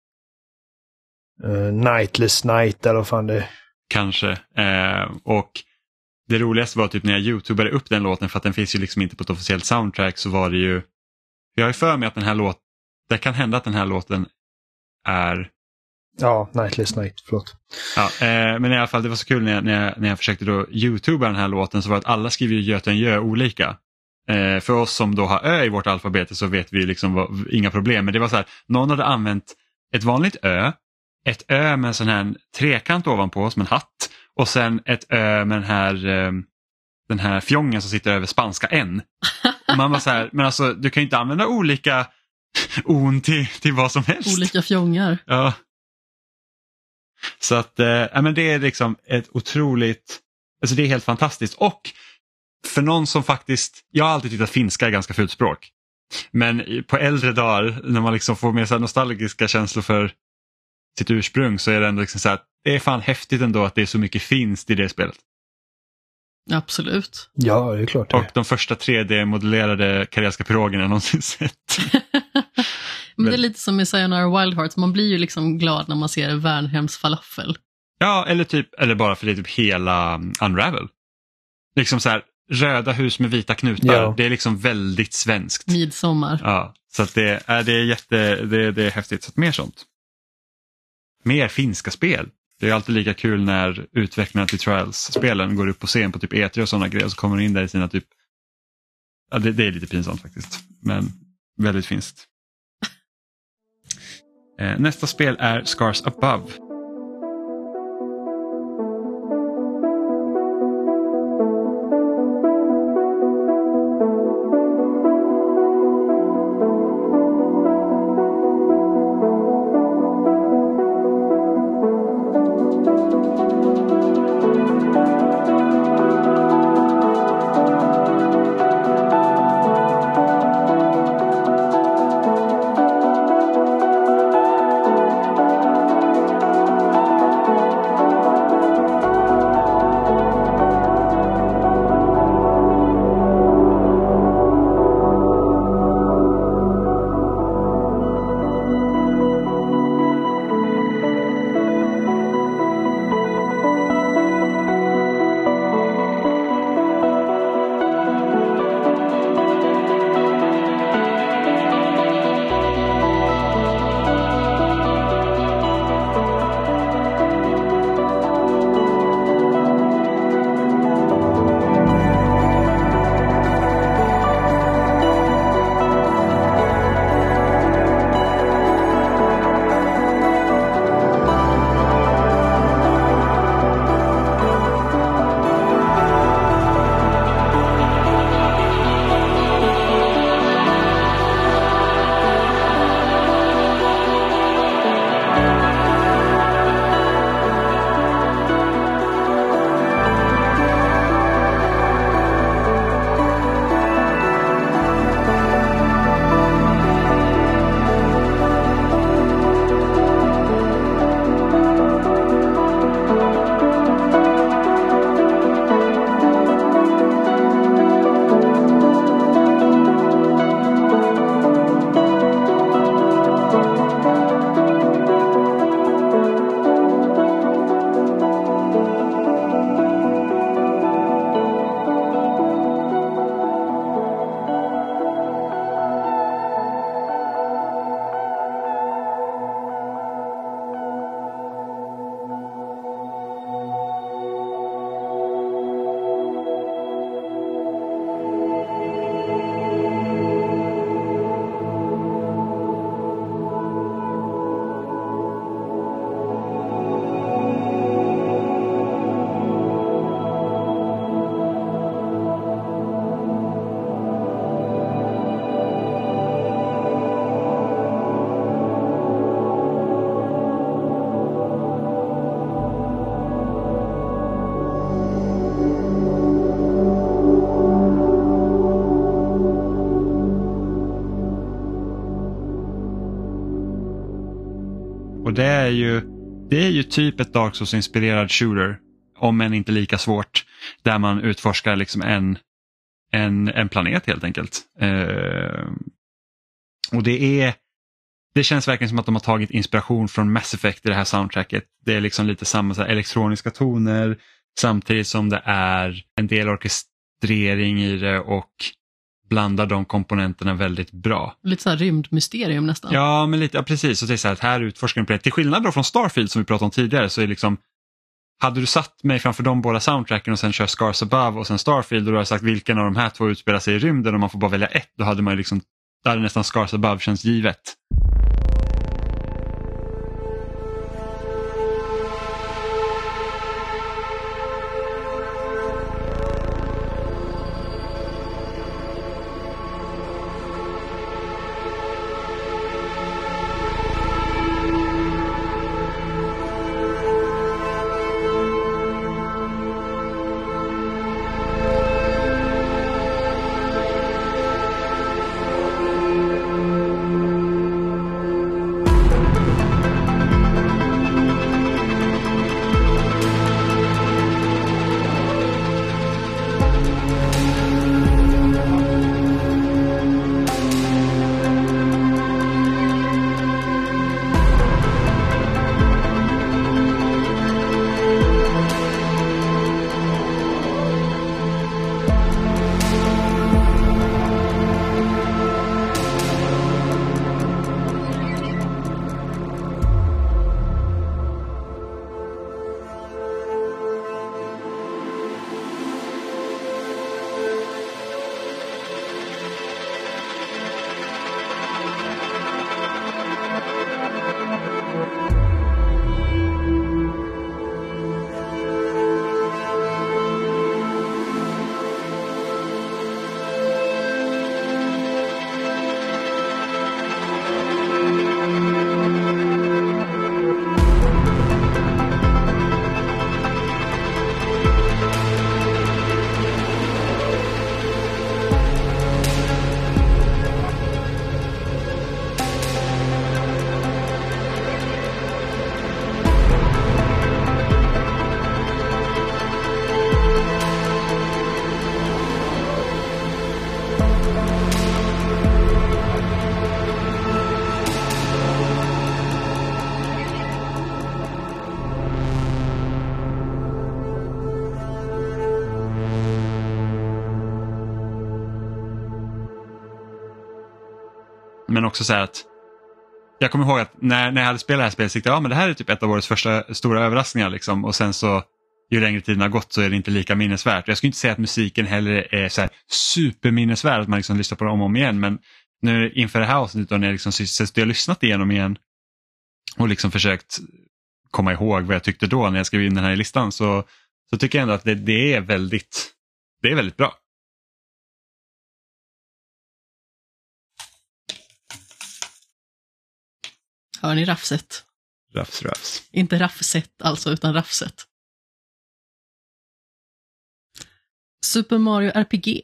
Nightless Night eller vad fan det... Kanske. Och det roligaste var typ när jag youtubade upp den låten, för att den finns ju liksom inte på ett officiellt soundtrack, så var det ju... Jag är för mig att den här låten... Det kan hända att den här låten är... Ja, Nightless Night, förlåt. Ja, men i alla fall, det var så kul när jag försökte då youtuba den här låten, så var att alla skriver ju Götenjö olika. För oss som då har ö i vårt alfabet så vet vi liksom inga problem. Men det var så här, någon hade använt ett vanligt ö, ett ö med en sån här trekant ovanpå som en hatt, och sen ett ö med den här fjongen som sitter över spanska N. Och man var så här, men alltså du kan ju inte använda olika on till vad som helst. Olika fjongar. Ja. Så att men det är liksom ett otroligt, alltså det är helt fantastiskt. Och för någon som faktiskt, jag har alltid tyckt att finska är ganska fult språk, men på äldre dagar när man liksom får mer så här nostalgiska känslor för sitt ursprung, så är det ändå liksom så här, det är fan häftigt ändå att det är så mycket finskt i det spelet. Absolut. Ja, det är klart det. Och de första 3D-modellerade karelska pirogerna jag någonsin sett. Men det är lite som i Sayonara Wild Hearts, man blir ju liksom glad när man ser Värnhems falafel. Ja, eller bara för det är typ hela Unravel. Liksom så här, röda hus med vita knutar, ja. Det är liksom väldigt svenskt. Midsommar. Ja, så att det är häftigt. Så att mer sånt. Mer finska spel. Det är alltid lika kul när utvecklarna till Trials-spelen går upp på scen på typ E3 och sådana grejer, och så kommer de in där i sina typ... Ja, det är lite pinsamt faktiskt, men väldigt finskt. Nästa spel är Scars Above. Och det är ju typ ett Dark Souls-inspirerad shooter, om än inte lika svårt, där man utforskar liksom en planet helt enkelt. Och det känns verkligen som att de har tagit inspiration från Mass Effect i det här soundtracket. Det är liksom lite samma så här elektroniska toner, samtidigt som det är en del orkestrering i det och blandar de komponenterna väldigt bra. Lite så här rymdmysterium nästan. Ja, men lite, ja, precis. Så det är så här utforskar en planet. Till skillnad då från Starfield som vi pratade om tidigare, så är liksom, hade du satt mig framför de båda soundtracken och sen kör Scars Above och sen Starfield, och du har sagt vilken av de här två utspelar sig i rymden och man får bara välja ett, då hade man ju liksom, där hade nästan Scars Above känns givet. Men också så här att jag kommer ihåg att när jag hade spelat det här spelet så tänkte jag, men det här är typ ett av årets första stora överraskningar liksom. Och sen så ju längre tiden har gått så är det inte lika minnesvärt. Jag skulle inte säga att musiken heller är så här superminnesvärd, att man liksom lyssnar på det om och om igen, men nu inför det här avsnittet när jag liksom jag har lyssnat igenom igen och liksom försökt komma ihåg vad jag tyckte då när jag skrev in den här i listan, så tycker jag ändå att det är väldigt bra. Hör ni raffset? Raffs. Inte raffset alltså, utan raffset. Super Mario RPG.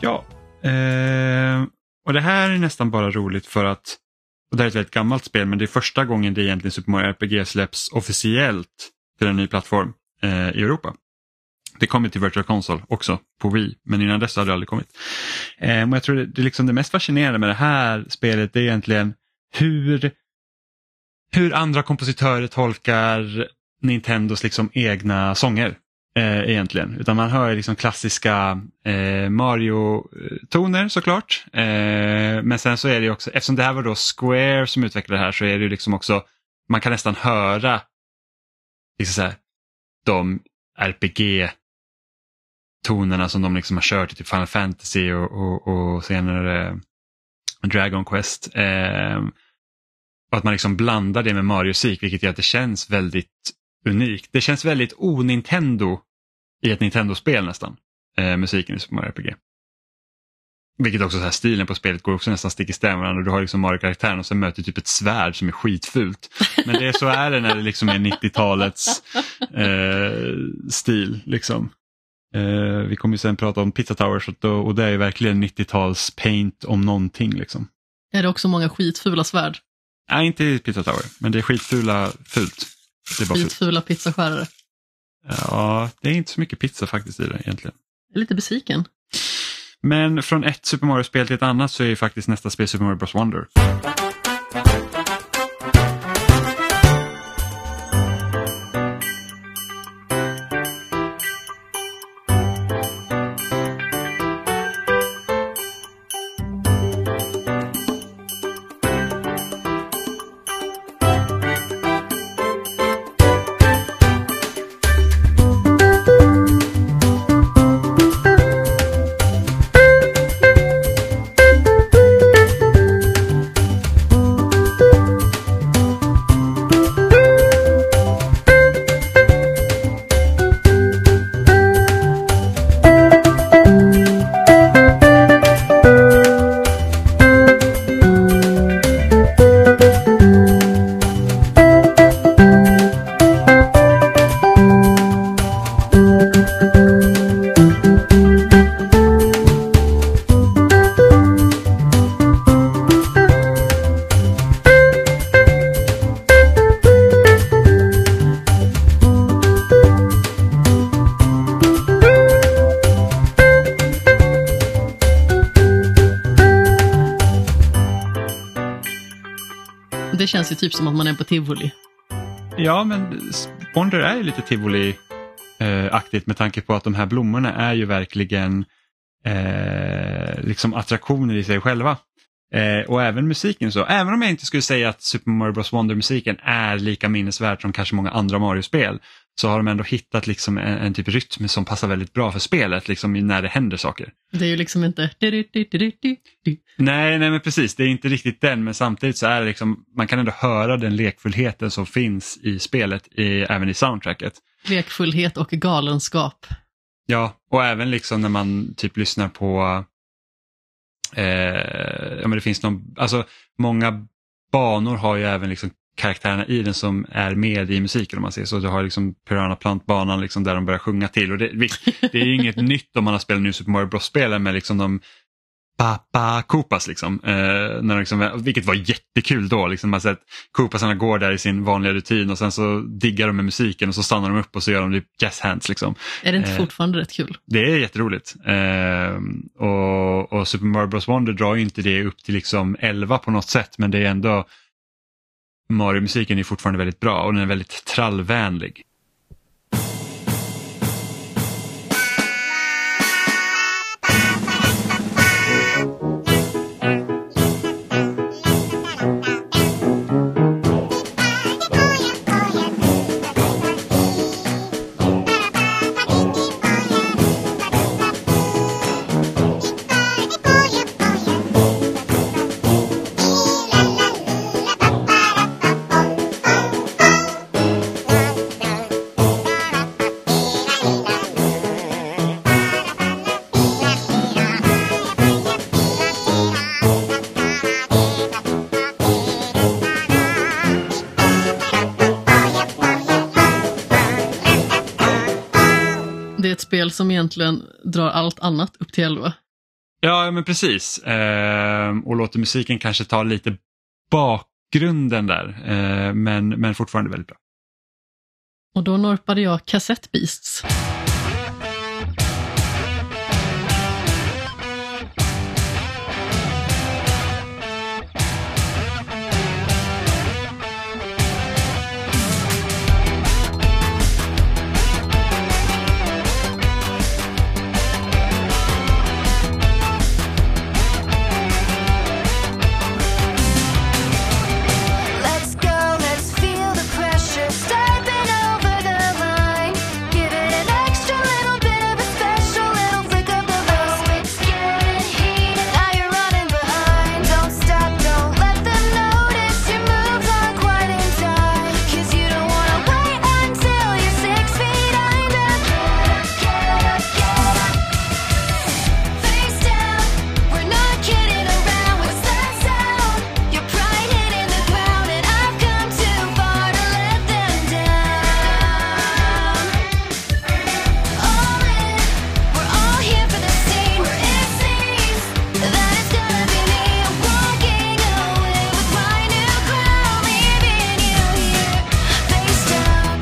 Ja, och det här är nästan bara roligt för att, och det här är ett väldigt gammalt spel, men det är första gången det egentligen Super Mario RPG släpps officiellt till en ny plattform i Europa. Det kommer till Virtual Console också på Wii, men innan dess hade det aldrig kommit. Men jag tror det är liksom det mest fascinerande med det här spelet, det är egentligen hur andra kompositörer tolkar Nintendos liksom egna sånger egentligen. Utan man hör liksom klassiska Mario-toner såklart. Men sen så är det också, eftersom det här var då Square som utvecklade det här, så är det liksom också, man kan nästan höra liksom så här, de RPG-tonerna som de liksom har kört i typ Final Fantasy och senare Dragon Quest. Och att man liksom blandar det med Mario-musik, vilket gör att det känns väldigt unikt. Det känns väldigt o-Nintendo i ett Nintendo-spel nästan. Musiken i Super Mario RPG. Vilket också så här, stilen på spelet går också nästan stick i stäv varandra. Du har liksom Mario-karaktären och sen möter typ ett svärd som är skitfult. Men det är så är det när det liksom är 90-talets stil liksom. Vi kommer ju sen prata om Pizza Towers och det är ju verkligen 90-tals paint om någonting liksom. Är det också många skitfula svärd? Nej, inte i Pizza Tower, men det är fult. Det är bara skitfula pizzaskärare. Ja, det är inte så mycket pizza faktiskt i det egentligen. Jag är lite besviken. Men från ett Super Mario-spel till ett annat så är ju faktiskt nästa spel Super Mario Bros. Wonder. Det känns ju typ som att man är på tivoli. Ja, men Wonder är ju lite tivoli-aktigt med tanke på att de här blommorna är ju verkligen liksom attraktioner i sig själva. Och även musiken så. Även om jag inte skulle säga att Super Mario Bros. Wonder-musiken är lika minnesvärd som kanske många andra Mario-spel, så har de ändå hittat liksom en typ rytm som passar väldigt bra för spelet liksom när det händer saker. Det är ju liksom inte... Nej men precis, det är inte riktigt den, men samtidigt så är det liksom, man kan ändå höra den lekfullheten som finns i spelet, även i soundtracket. Lekfullhet och galenskap. Ja, och även liksom när man typ lyssnar på ja, men det finns alltså många banor har ju även liksom karaktärerna i den som är med i musiken, om man ser så. Du har liksom Piranha Plant-banan liksom där de börjar sjunga till, och det är ju inget nytt om man har spelat nu Super Mario Bros-spelen med liksom de Papa Koopas liksom, när de liksom, vilket var jättekul då liksom, man sett Koopasarna går där i sin vanliga rutin och sen så diggar de med musiken och så stannar de upp och så gör de jazz hands liksom. Är det inte fortfarande rätt kul? Det är jätteroligt. Och Super Mario Bros. Wonder drar ju inte det upp till liksom 11 på något sätt, men det är ändå, Mario-musiken är fortfarande väldigt bra och den är väldigt trallvänlig. Det är ett spel som egentligen drar allt annat upp till 11. Ja, men precis. Och låter musiken kanske ta lite bakgrunden där. Men fortfarande väldigt bra. Och då norpade jag Cassette Beasts. Let's go, let's feel the pressure stepping over the line. Give it an extra little bit of a special little flick of the bow. It's getting heated, now you're running behind. Don't stop, don't let them notice your moves aren't quite in time. 'Cause you don't wanna wait until you're 6 feet under. Get up, face down. We're not kidding around, what's that sound? Your pride hitting the ground, and I've come too far to let them down. All in, we're all here for the scene, where it seems that it's gonna be me. I'm walking away with my new crown, leaving you here, face down.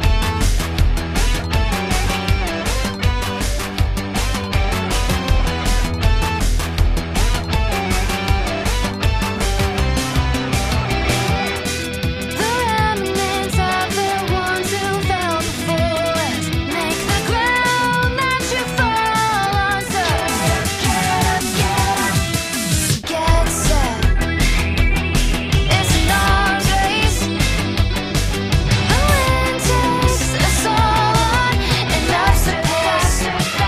The remnants of the ones who fell before us make the ground that you fall on. So get set. It's an arms race. The wind takes us all on, and life's a pace.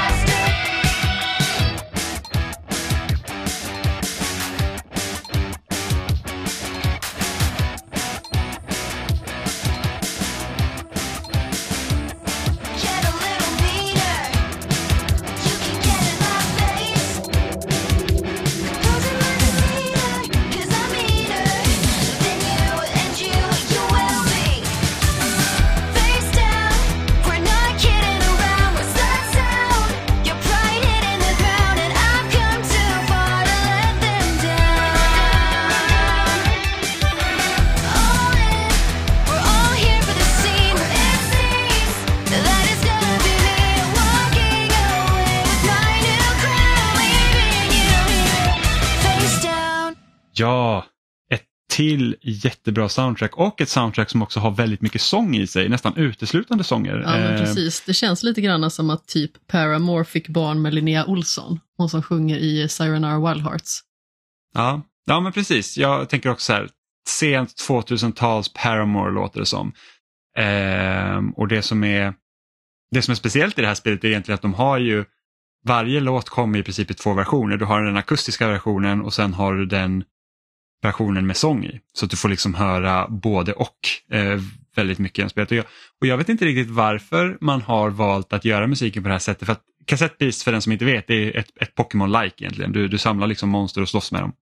Get a little meaner. You can get in my face. Doesn't matter either, 'cause I'm meaner than you, and you will be. Face down, we're not kidding around. What's that sound? Your pride hitting the ground, and I've come too far to let them down. All in, we're all here for the scene, where it seems that it's gonna be me. I'm walking away with my new crown, leaving you here, face down. Ja, ett till jättebra soundtrack och ett soundtrack som också har väldigt mycket sång i sig, nästan uteslutande sånger. Ja, men precis. Det känns lite grann som att typ Paramore fick barn med Linnea Olsson, hon som sjunger i Sayonara Wild Hearts. Ja, men precis. Jag tänker också så här, sent 2000-tals Paramore låter det som. Och det som är speciellt i det här spelet är egentligen att de har ju, varje låt kommer i princip i 2 versioner. Du har den akustiska versionen och sen har du den versionen med sång i. Så att du får liksom höra både och väldigt mycket i spelet. Och jag vet inte riktigt varför man har valt att göra musiken på det här sättet. För att Cassette Beasts, för den som inte vet, det är ett Pokémon-like egentligen. Du samlar liksom monster och slåss med dem.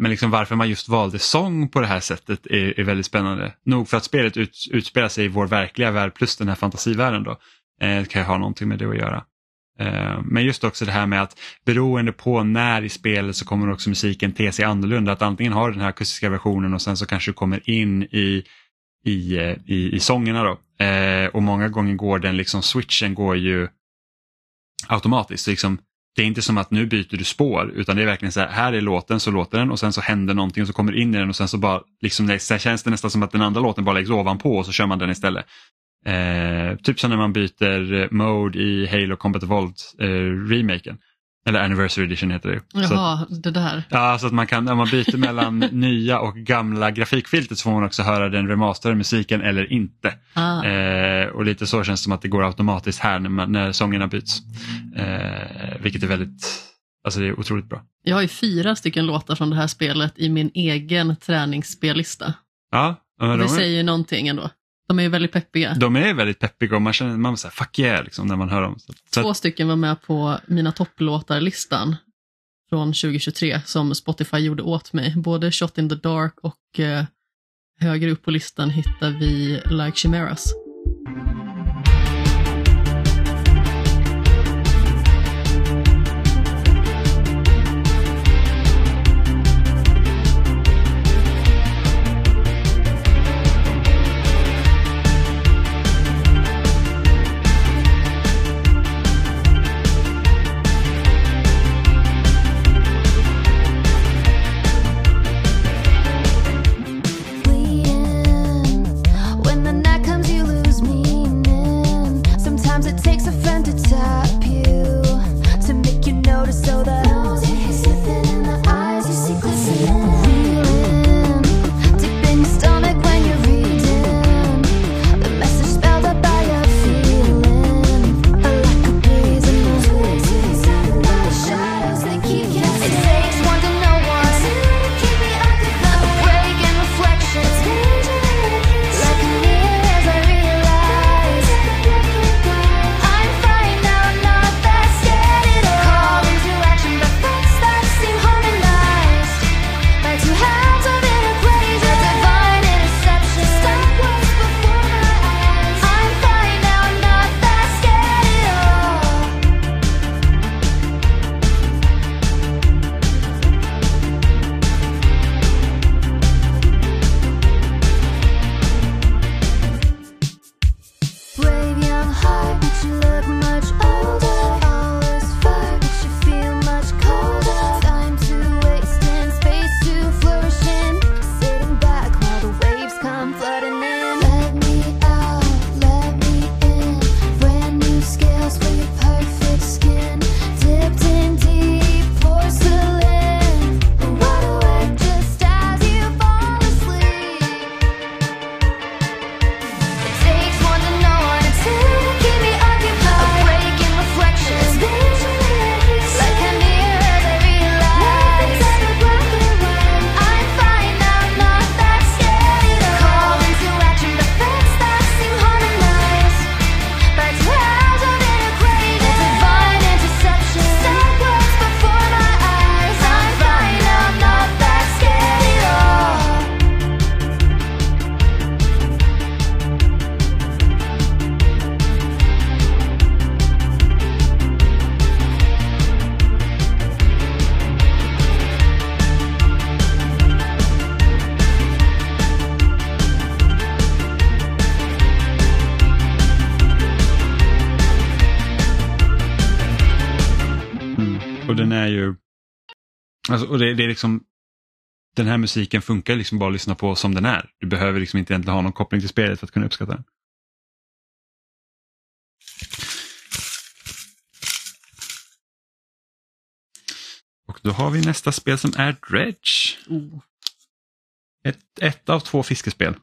Men liksom varför man just valde sång på det här sättet är väldigt spännande. Nog för att spelet utspelar sig i vår verkliga värld plus den här fantasivärlden då. Kan ju ha någonting med det att göra. Men just också det här med att beroende på när i spelet så kommer också musiken te sig annorlunda. Att antingen har den här akustiska versionen och sen så kanske du kommer in i sångerna då. Och många gånger går den liksom, switchen går ju automatiskt. Så liksom, det är inte som att nu byter du spår utan det är verkligen så här är låten, så låter den och sen så händer någonting och så kommer du in i den och sen så bara liksom, så känns det nästan som att den andra låten bara läggs ovanpå och så kör man den istället. Typ som när man byter mode i Halo Combat Evolved remaken. Eller Anniversary Edition heter det. Jaha, det där. Ja, så att man kan, om man byter mellan nya och gamla grafikfilter så får man också höra den remasterade musiken eller inte. Och lite så känns det som att det går automatiskt här när sångerna byts. Vilket är väldigt, alltså det är otroligt bra. Jag har ju 4 stycken låtar från det här spelet i min egen träningsspellista. Ja, det säger ju någonting ändå. De är ju väldigt peppiga. De är väldigt peppiga och man känner man säger fuck yeah liksom, när man hör dem. Så 2 stycken var med på mina topplåtarlistan från 2023 som Spotify gjorde åt mig. Både Shot in the Dark och högre upp på listan hittar vi Like Chimeras. Och den är ju alltså, och det är liksom den här musiken funkar liksom bara att lyssna på som den är. Du behöver liksom inte egentligen ha någon koppling till spelet för att kunna uppskatta den. Och då har vi nästa spel som är Dredge. Ett av 2 fiskespel.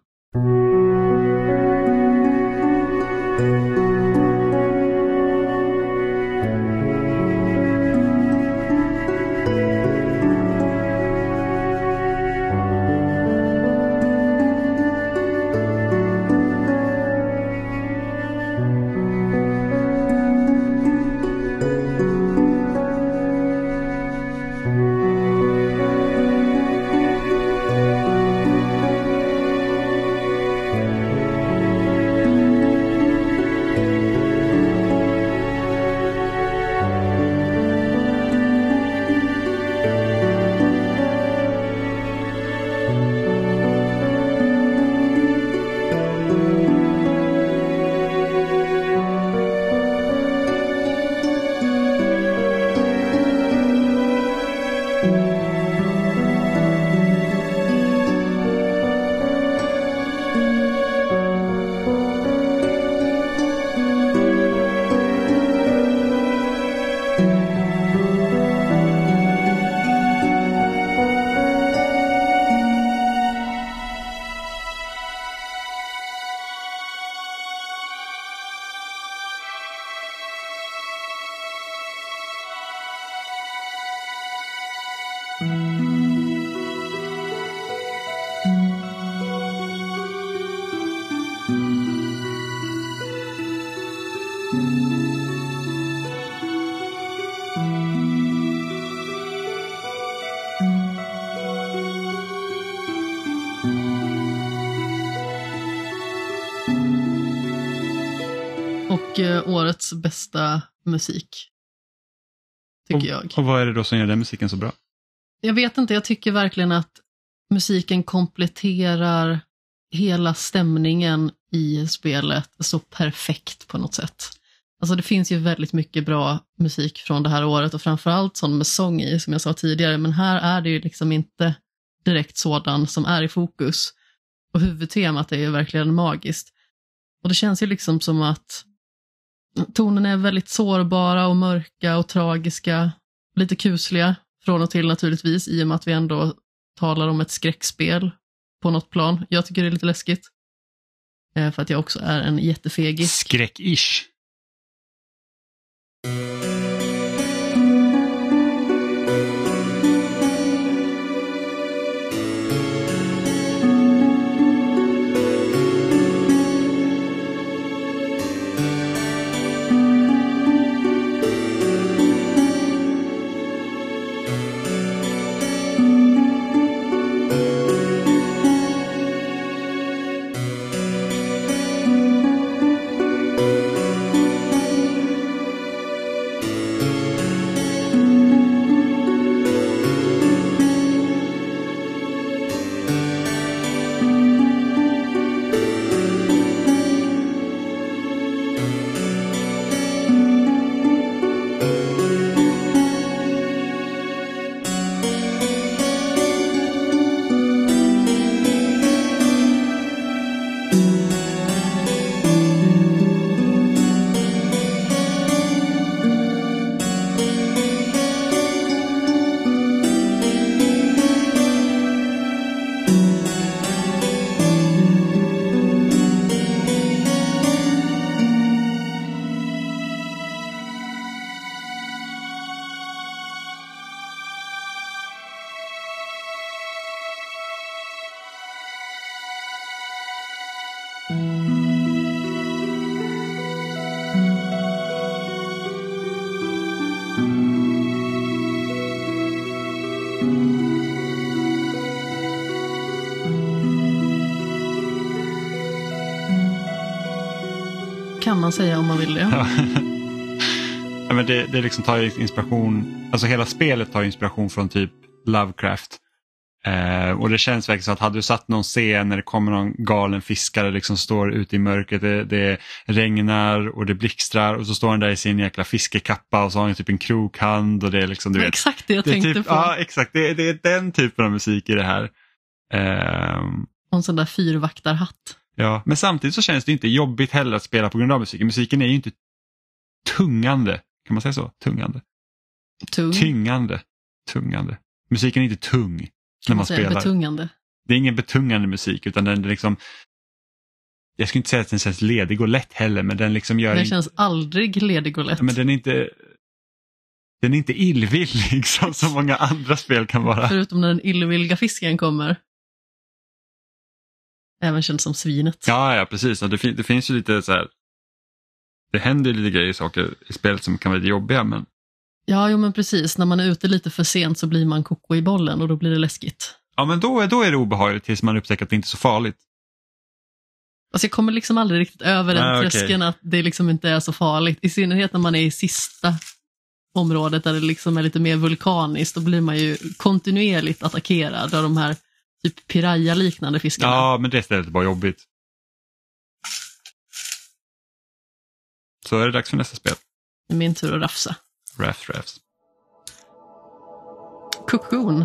årets bästa musik. Tycker jag. Och vad är det då som gör den musiken så bra? Jag vet inte, jag tycker verkligen att musiken kompletterar hela stämningen i spelet så perfekt på något sätt. Alltså det finns ju väldigt mycket bra musik från det här året och framförallt sån med sång i, som jag sa tidigare, men här är det ju liksom inte direkt sådan som är i fokus. Och huvudtemat är ju verkligen magiskt. Och det känns ju liksom som att tonerna är väldigt sårbara och mörka och tragiska, lite kusliga från och till naturligtvis, i och med att vi ändå talar om ett skräckspel på något plan. Jag tycker det är lite läskigt. För att jag också är en jättefegis. Skräck-ish. Kan man säga om man vill det. Ja, men det liksom tar inspiration, alltså hela spelet tar inspiration från typ Lovecraft. Och det känns verkligen så att hade du satt någon scen när det kommer någon galen fiskare liksom står ute i mörkret, det regnar och det blixtrar och så står han där i sin jäkla fiskekappa och så har han typ en krokhand och det är liksom, du vet. Exakt det jag tänkte typ, på. Ja, exakt. Det är den typen av musik i det här. Och en sån där fyrvaktarhatt. Ja, men samtidigt så känns det inte jobbigt heller att spela på grund av musiken. Musiken är ju inte tungande, kan man säga så? Tungande. Musiken är inte tung när man spelar. Betungande. Det är ingen betungande musik utan den liksom, jag skulle inte säga att den känns ledig och lätt heller, men den liksom gör... Den känns aldrig ledig och lätt. Men den är inte illvillig som så många andra spel kan vara. Förutom när den illvilliga fisken kommer. Även känns som svinet. Ja, precis. Det finns ju lite så här, det händer ju lite grejer, saker i spelet som kan vara lite jobbiga, men... Ja, men precis. När man är ute lite för sent så blir man koko i bollen och då blir det läskigt. Ja, men då är det obehagligt tills man upptäcker att det inte är så farligt. Alltså jag kommer liksom aldrig riktigt över den tröskeln att det liksom inte är så farligt. I synnerhet när man är i sista området där det liksom är lite mer vulkaniskt, då blir man ju kontinuerligt attackerad av de här typ piraya-liknande fiskarna. Ja, men det är istället bara jobbigt. Så är det dags för nästa spel. Min tur att rafsa. Rafs. Cocoon.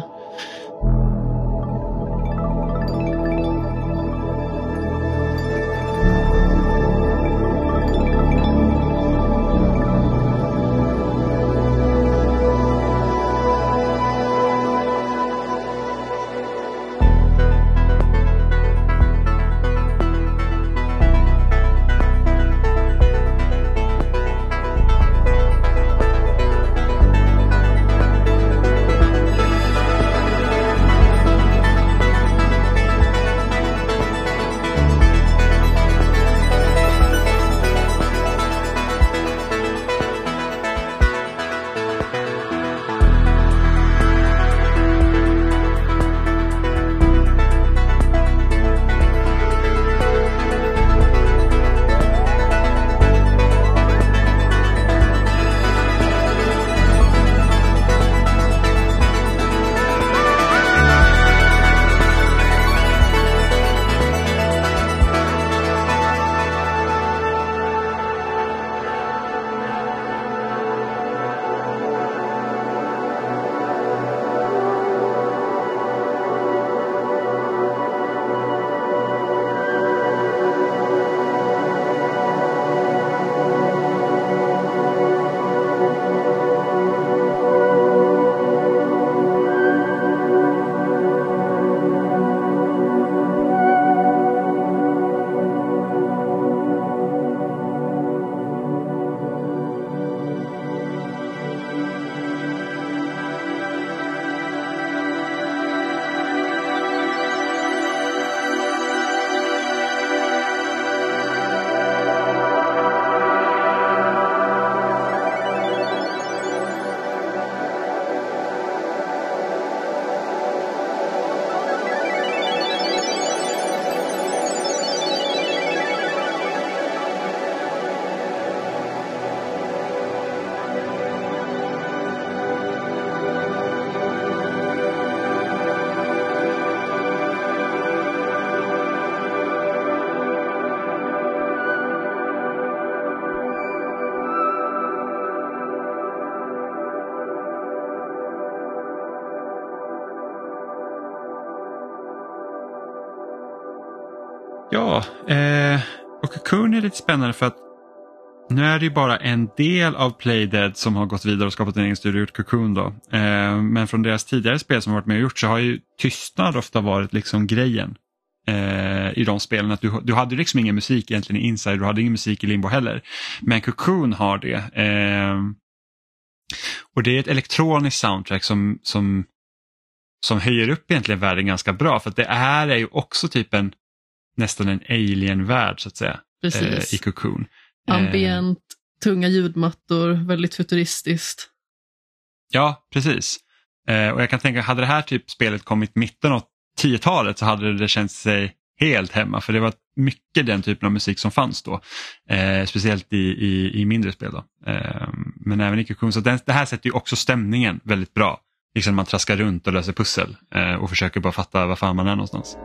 Ja, och Cocoon är lite spännande för att nu är det ju bara en del av Playdead som har gått vidare och skapat en egen studio och gjort Cocoon då. Men från deras tidigare spel som har varit med och gjort så har ju tystnad ofta varit liksom grejen i de spelen. Att du hade liksom ingen musik egentligen i Inside, du hade ingen musik i Limbo heller. Men Cocoon har det. Och det är ett elektroniskt soundtrack som höjer upp egentligen världen ganska bra. För att det är ju också typ nästan en alien-värld så att säga. I Cocoon. Ambient, tunga ljudmattor, väldigt futuristiskt. Ja, precis. Och jag kan tänka, hade det här typ spelet kommit mitten av 10-talet så hade det känts sig helt hemma. För det var mycket den typen av musik som fanns då. Speciellt i mindre spel då. Men även i Cocoon. Så det här sätter ju också stämningen väldigt bra. Liksom man traskar runt och löser pussel. Och försöker bara fatta var fan man är någonstans.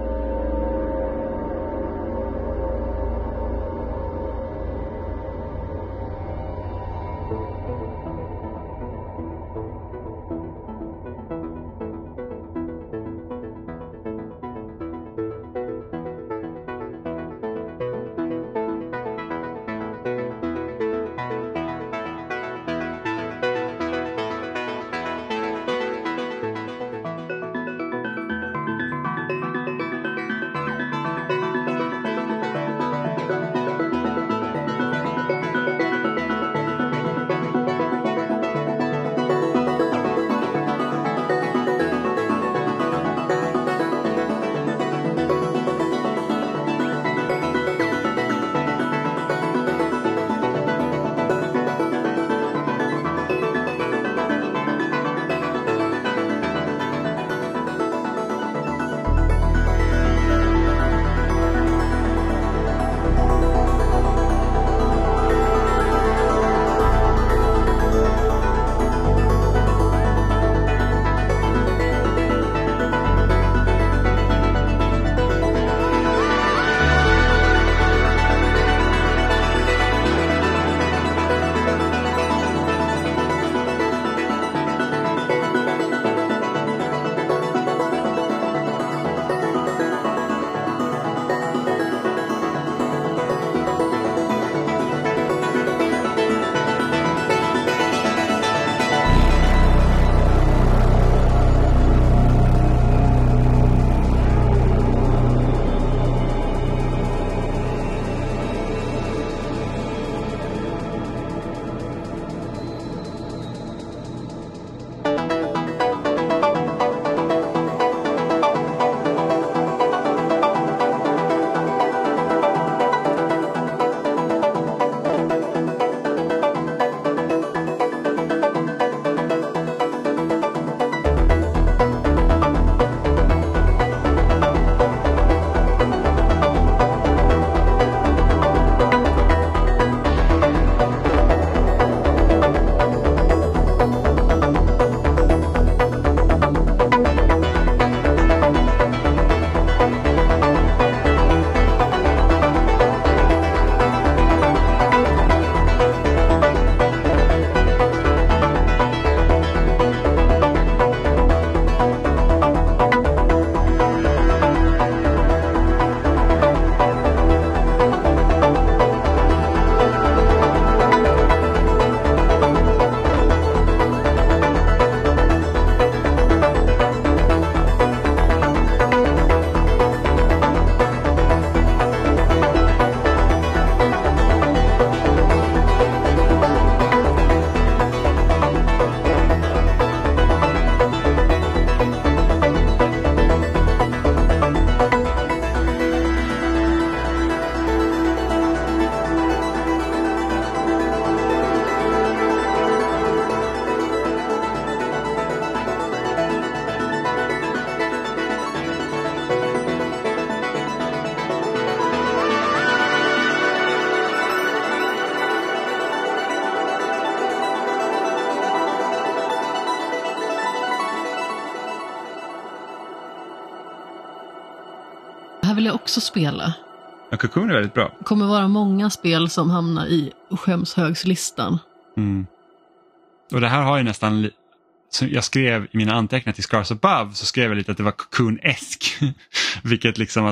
Här vill jag också spela. Ja, Cocoon är väldigt bra. Det kommer vara många spel som hamnar i skämshögslistan. Mm. Och det här har ju nästan... Jag skrev i mina anteckningar till Scars Above så skrev jag lite att det var Cocoon-esk. Vilket liksom att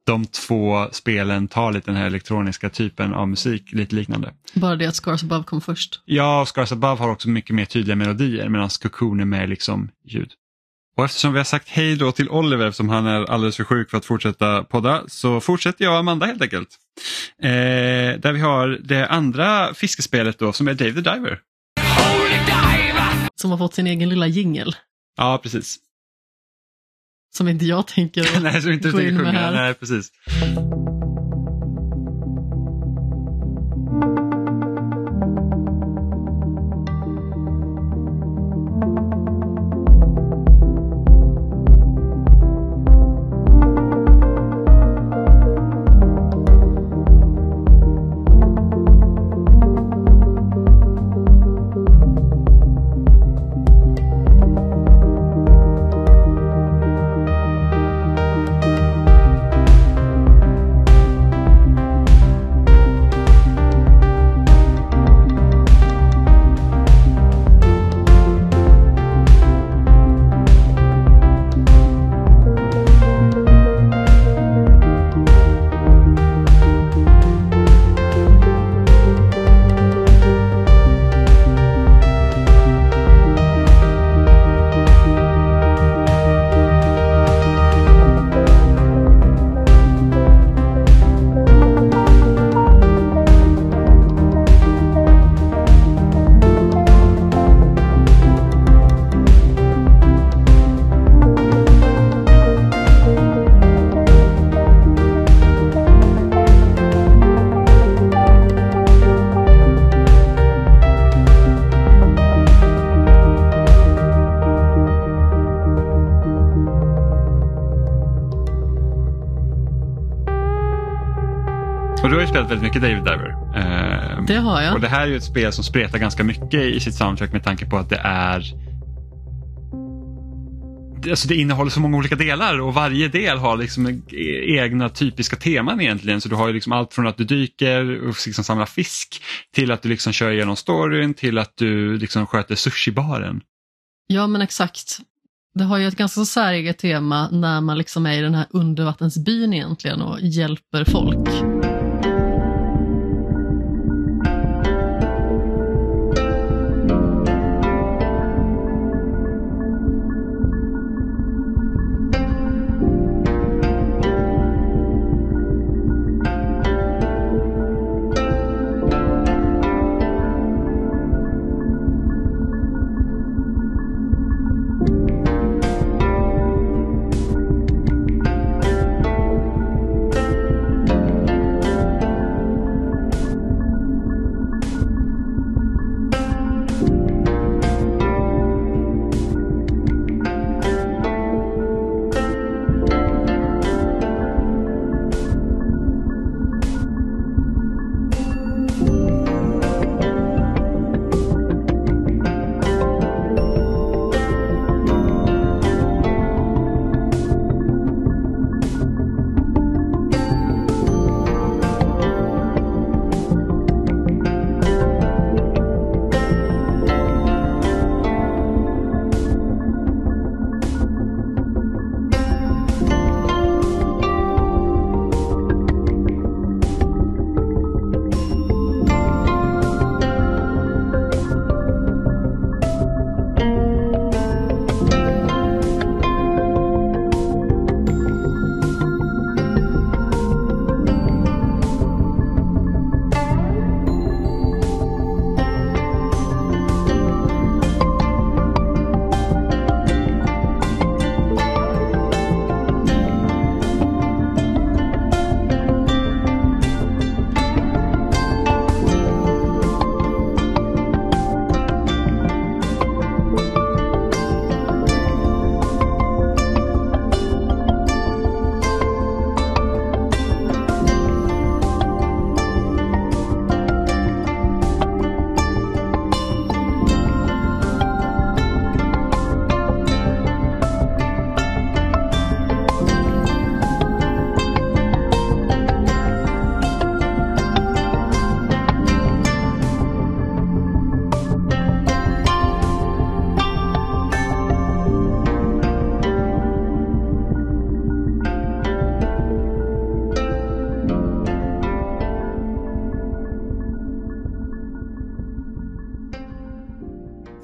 de två spelen tar lite den här elektroniska typen av musik, lite liknande. Bara det att Scars Above kom först. Ja, Scars Above har också mycket mer tydliga melodier medan Cocoon är med liksom ljud. Och eftersom vi har sagt hej då till Oliver som han är alldeles för sjuk för att fortsätta podda, så fortsätter jag och Amanda helt enkelt. Där vi har det andra fiskespelet då som är Dave the Diver. Som har fått sin egen lilla jingle. Ja, precis. Som inte jag tänker Nej, som inte du tänker sjunga. Nej, precis. Och du har ju spelat väldigt mycket Dave Diver. Det har jag. Och det här är ju ett spel som spretar ganska mycket i sitt soundtrack med tanke på att det är... Alltså det innehåller så många olika delar och varje del har liksom egna typiska teman egentligen. Så du har ju liksom allt från att du dyker och liksom samlar fisk till att du liksom kör igenom storyn till att du liksom sköter sushi-baren. Ja, men exakt. Det har ju ett ganska så säreget tema när man liksom är i den här undervattensbyn egentligen och hjälper folk.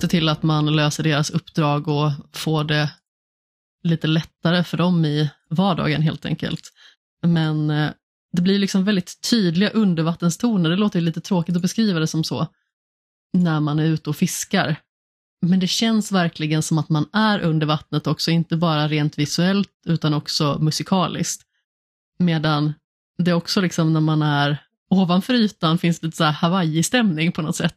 till att man löser deras uppdrag och får det lite lättare för dem i vardagen helt enkelt. Men det blir liksom väldigt tydliga undervattenstoner. Det låter lite tråkigt att beskriva det som så när man är ute och fiskar. Men det känns verkligen som att man är under vattnet också, inte bara rent visuellt utan också musikaliskt. Medan det också liksom när man är ovanför ytan finns lite så här Hawaii-stämning på något sätt.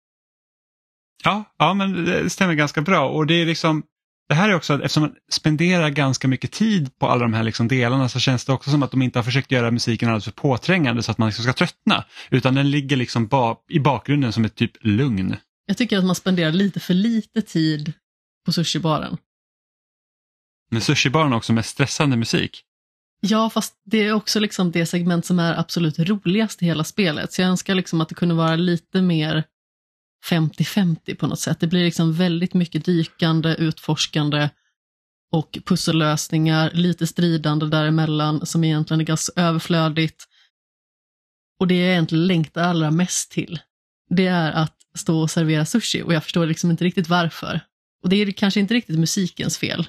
Ja, men det stämmer ganska bra. Och det är liksom, det här är också, eftersom man spenderar ganska mycket tid på alla de här liksom delarna, så känns det också som att de inte har försökt göra musiken alldeles för påträngande så att man liksom ska tröttna. Utan den ligger liksom i bakgrunden som ett typ lugn. Jag tycker att man spenderar lite för lite tid på sushibaren. Men sushibaren också med stressande musik. Ja, fast det är också liksom det segment som är absolut roligast i hela spelet. Så jag önskar liksom att det kunde vara lite mer 50-50 på något sätt. Det blir liksom väldigt mycket dykande, utforskande och pussellösningar, lite stridande däremellan som egentligen är ganska överflödigt. Och det jag egentligen längtar allra mest till, det är att stå och servera sushi, och jag förstår liksom inte riktigt varför. Och det är kanske inte riktigt musikens fel.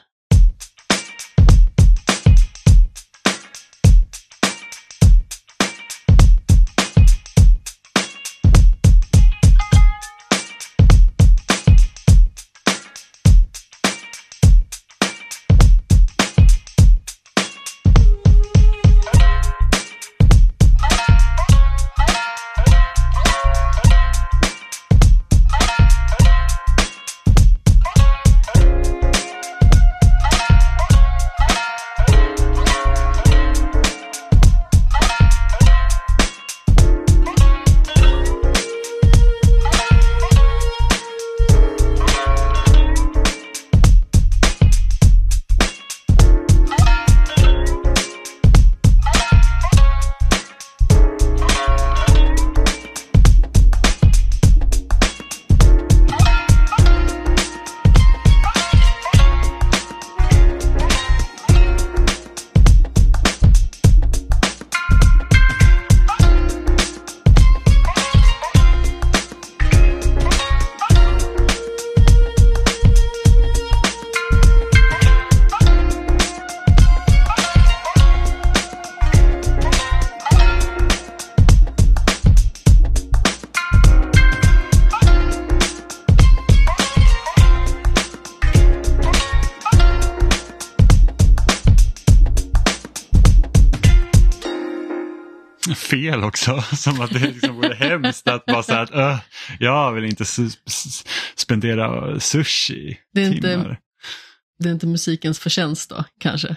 Fel också, som att det liksom vore hemskt att bara säga att jag vill inte spendera sushi timmar. Det är inte musikens förtjänst då, kanske.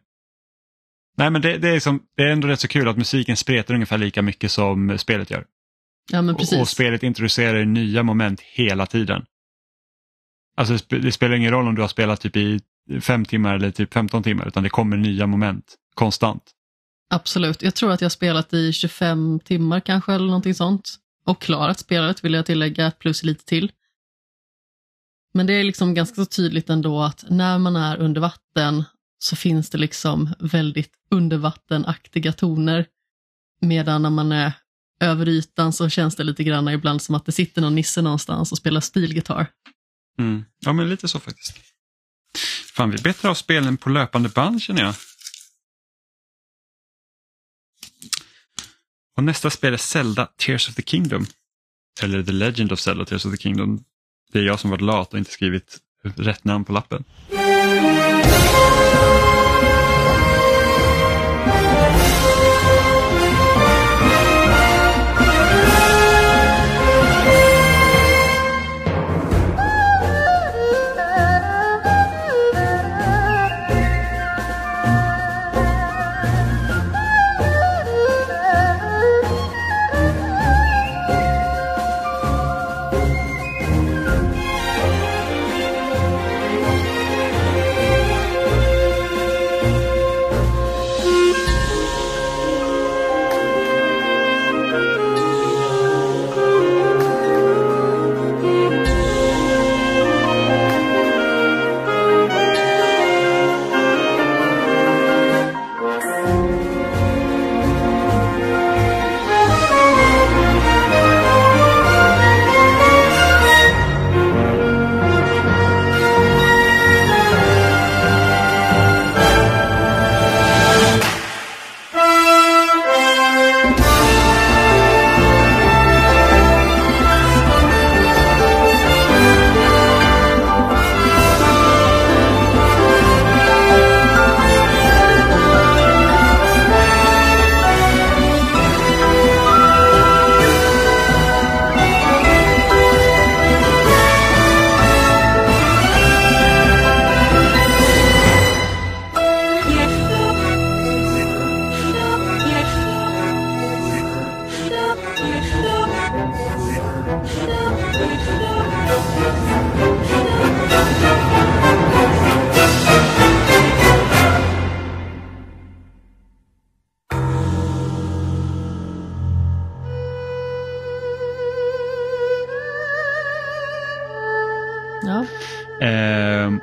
Nej, men det är ändå rätt så kul att musiken spretar ungefär lika mycket som spelet gör. Ja, men precis. Och spelet introducerar nya moment hela tiden. Alltså det spelar ingen roll om du har spelat typ i 5 timmar eller typ 15 timmar, utan det kommer nya moment konstant. Absolut. Jag tror att jag har spelat i 25 timmar kanske eller någonting sånt. Och klarat spelet vill jag tillägga, plus lite till. Men det är liksom ganska så tydligt ändå att när man är under vatten så finns det liksom väldigt undervattenaktiga toner. Medan när man är över ytan så känns det lite grann ibland som att det sitter någon nisse någonstans och spelar stilgitarr. Ja, men lite så faktiskt. Fan, vi betar av spelen på löpande band, känner jag. Och nästa spel är Zelda Tears of the Kingdom. Eller The Legend of Zelda Tears of the Kingdom. Det är jag som varit lat och inte skrivit rätt namn på lappen.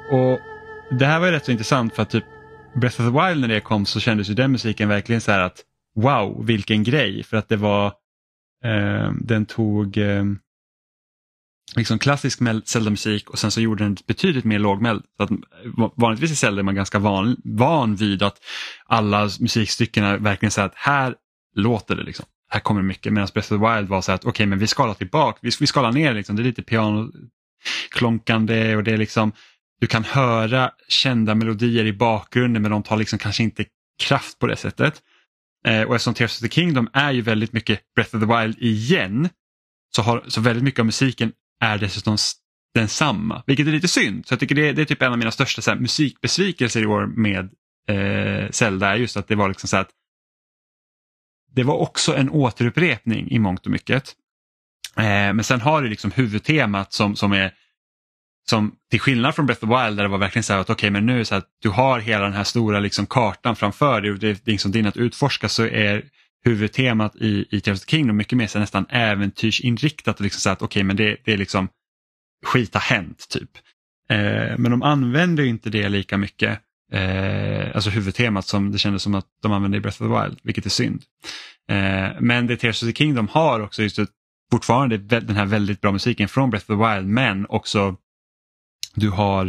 Och det här var ju rätt så intressant för att typ Breath of the Wild när det kom så kändes ju den musiken verkligen så här att wow, vilken grej. För att det var, den tog liksom klassisk Zelda-musik och sen så gjorde den betydligt mer lågmäld. Så att vanligtvis i Zelda är man ganska van vid att alla musikstyckena verkligen säger att här låter det liksom. Här kommer mycket. Medan Breath of the Wild var så att okej, men vi skalar tillbaka. Vi skalar ner liksom. Det är lite pianoklonkande och det är liksom, du kan höra kända melodier i bakgrunden men de tar liksom kanske inte kraft på det sättet. Och eftersom Tears of the Kingdom är ju väldigt mycket Breath of the Wild igen så väldigt mycket av musiken är dessutom densamma, vilket är lite synd. Så jag tycker det är typ en av mina största så här, musikbesvikelser i år med Zelda är just att det var liksom så att det var också en återupprepning i mångt och mycket. Men sen har du liksom huvudtemat som är som till skillnad från Breath of the Wild där det var verkligen så här att okej, men nu är det så att du har hela den här stora liksom kartan framför dig och det är liksom din att utforska, så är huvudtemat i Tears of the Kingdom mycket mer så nästan äventyrsinriktat och liksom så att okej, men det är liksom skit har hänt typ. Men de använder ju inte det lika mycket, alltså huvudtemat som det kändes som att de använde i Breath of the Wild, vilket är synd. Men det Tears of the Kingdom har också just fortfarande den här väldigt bra musiken från Breath of the Wild, men också du har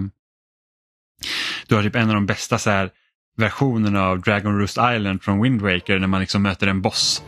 typ en av de bästa så här versionerna av Dragon Roost Island från Wind Waker när man liksom möter en boss.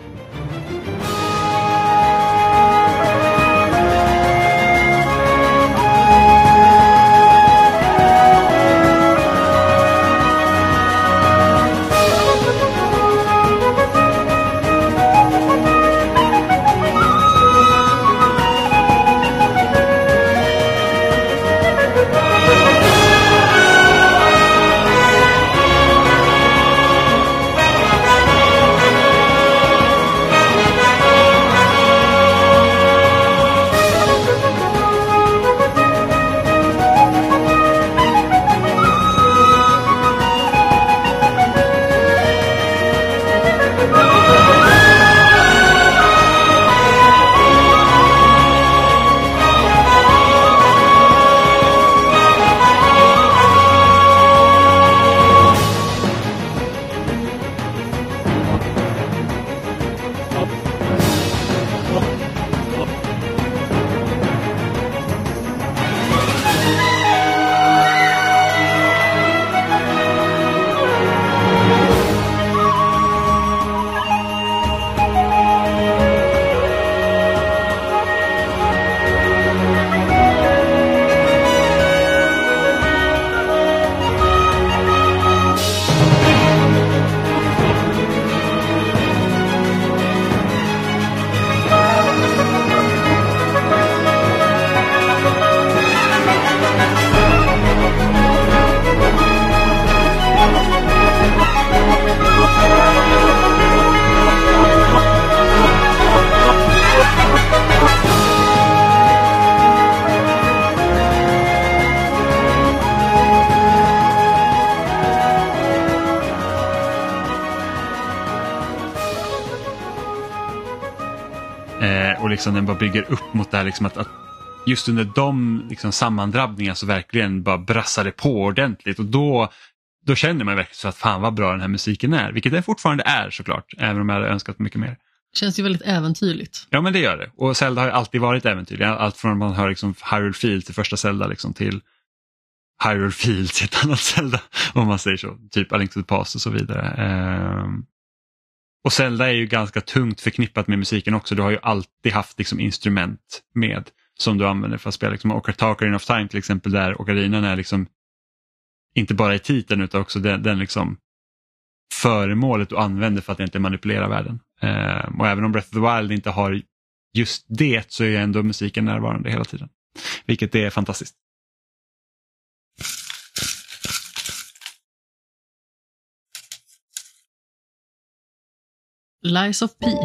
Och liksom den bara bygger upp mot det här liksom att just under de liksom sammandrabbningar så verkligen bara brassar det på ordentligt, och då känner man verkligen så att fan vad bra den här musiken är, vilket den fortfarande är såklart, även om jag hade önskat mycket mer. Känns ju väldigt äventyrligt. Ja, men det gör det, och Zelda har ju alltid varit äventyrligt, allt från man hör liksom Hyrule Field till första Zelda liksom till Hyrule Field till ett annat Zelda, om man säger så, typ A Link to the Past och så vidare. Och Zelda är ju ganska tungt förknippat med musiken också. Du har ju alltid haft liksom instrument med som du använder för att spela. Liksom Ocarina of Time till exempel, där Ocarinan är liksom inte bara i titeln utan också den liksom föremålet du använder för att inte manipulera världen. Och även om Breath of the Wild inte har just det, så är ändå musiken närvarande hela tiden. Vilket är fantastiskt. Lies of P.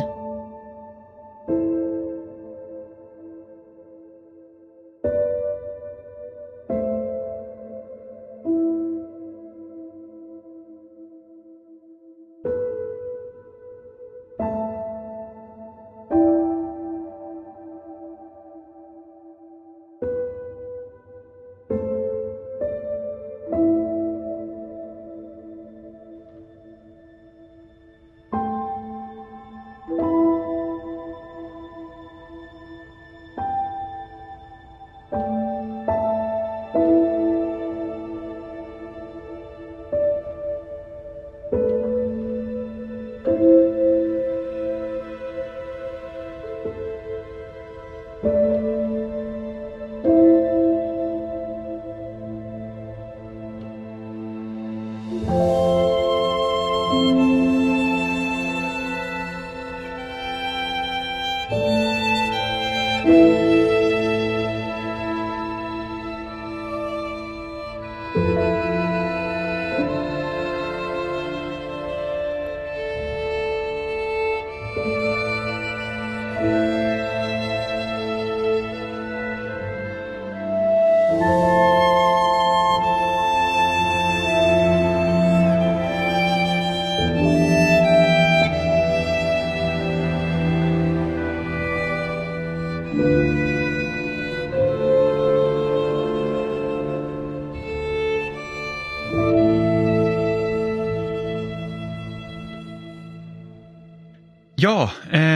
Ja,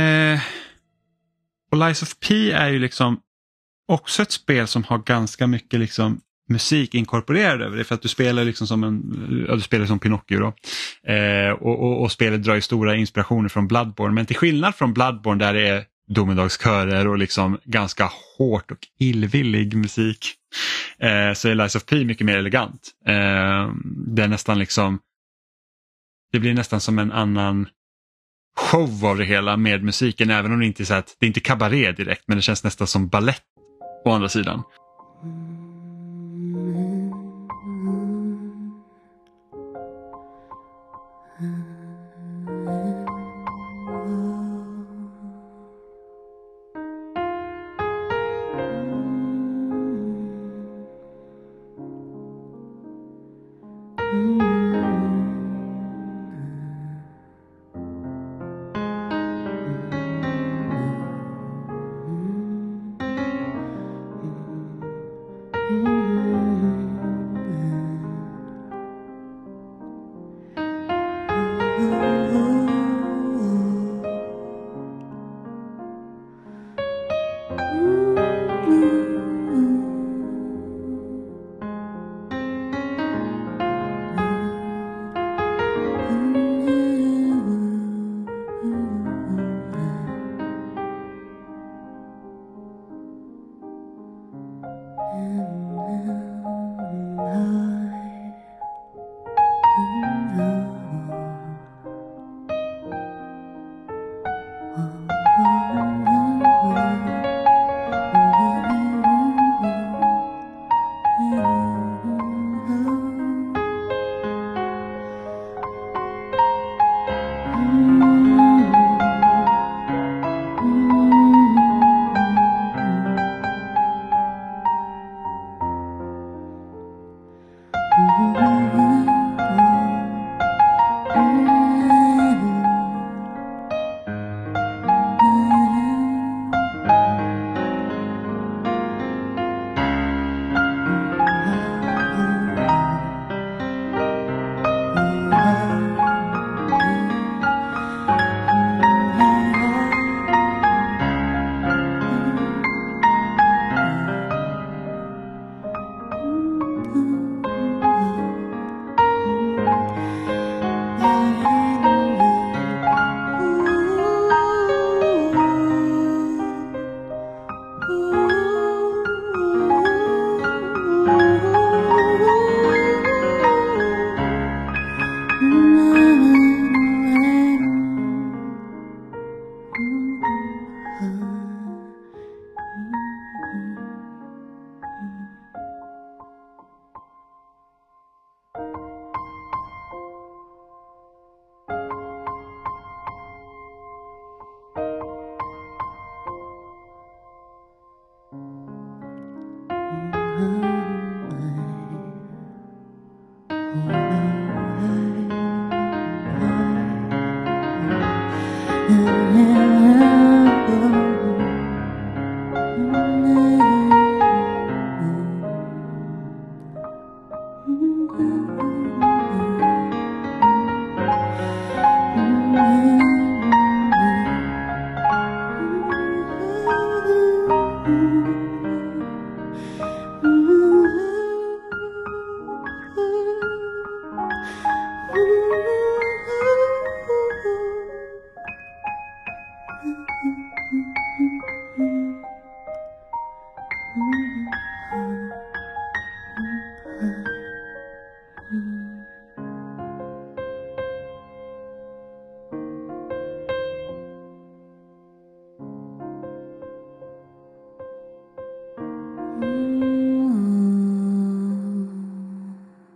och Lies of P är ju liksom också ett spel som har ganska mycket liksom musik inkorporerad över det, för att du spelar liksom du spelar som Pinocchio då. Och spelet drar ju stora inspirationer från Bloodborne, men till skillnad från Bloodborne där det är domedagskörer och liksom ganska hårt och illvillig musik, så är Lies of P mycket mer elegant. Det är nästan liksom, det blir nästan som en annan show av det hela med musiken, även om det inte är så att det är inte kabaré direkt, men det känns nästan som ballett å andra sidan.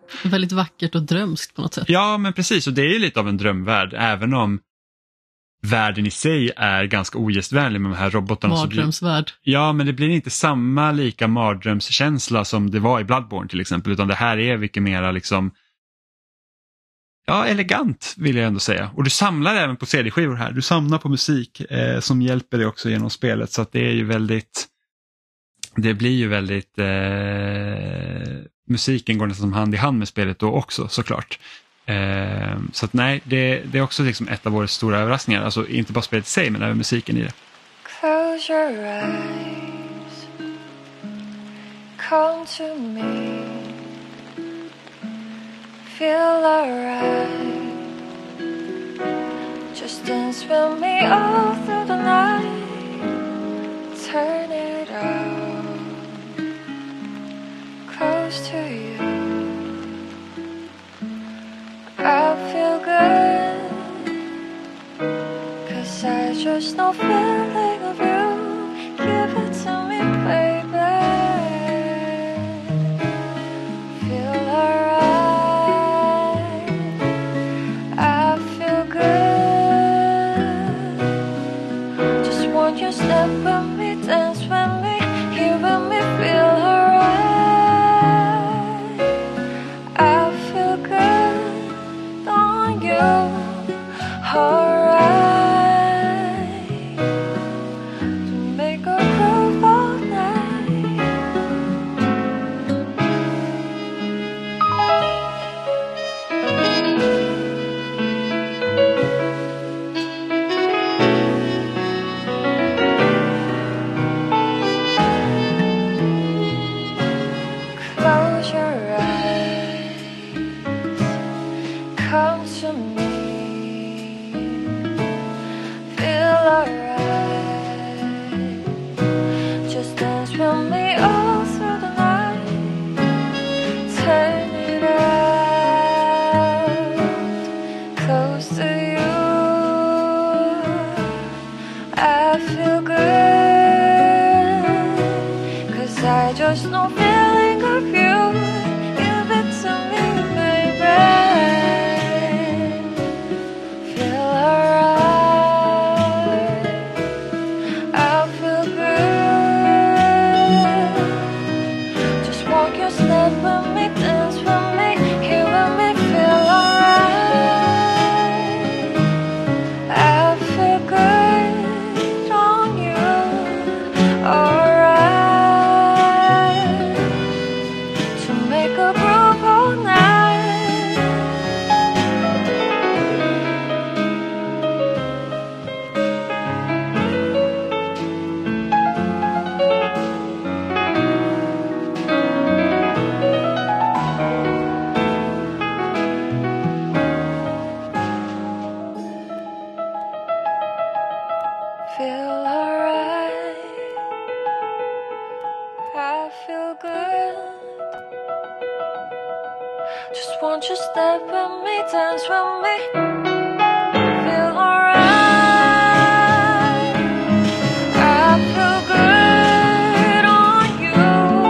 Väldigt vackert och drömskt på något sätt. Ja, men precis. Och det är ju lite av en drömvärld, även om världen i sig är ganska ogästvänlig med de här robotarna. Mardrömsvärld. Ja, men det blir inte samma lika mardrömskänsla som det var i Bloodborne till exempel, utan det här är mycket mera liksom elegant vill jag ändå säga. Och du samlar även på CD-skivor här. Du samlar på musik som hjälper dig också genom spelet, så att det är ju väldigt musiken går nästan hand i hand med spelet då också, såklart. Så att nej, det är också liksom ett av våra stora överraskningar. Alltså inte bara spelet i sig, men även musiken i det. Close your eyes, come to me, feel alright, just dance with me all through the night, turn it out, close to you, I feel good, 'cause I just know feeling of you, give it to me baby, feel alright, I feel good, just want you step with me, dance with me, here with me, feel alright, I feel good on you, alright, to make a groove all night. Close your eyes, come to me, feel alright, just dance with me all through the night, turn it out, close to you, I feel good, 'cause I just know feeling of you, give it to me baby, feel alright, I feel good, just walk your step with me, dance with me, here with me, feel alright, I feel good on you, alright, to make a groove all night. Feel alright, I feel good, just want you step with me, dance with me, feel alright, I feel good on you,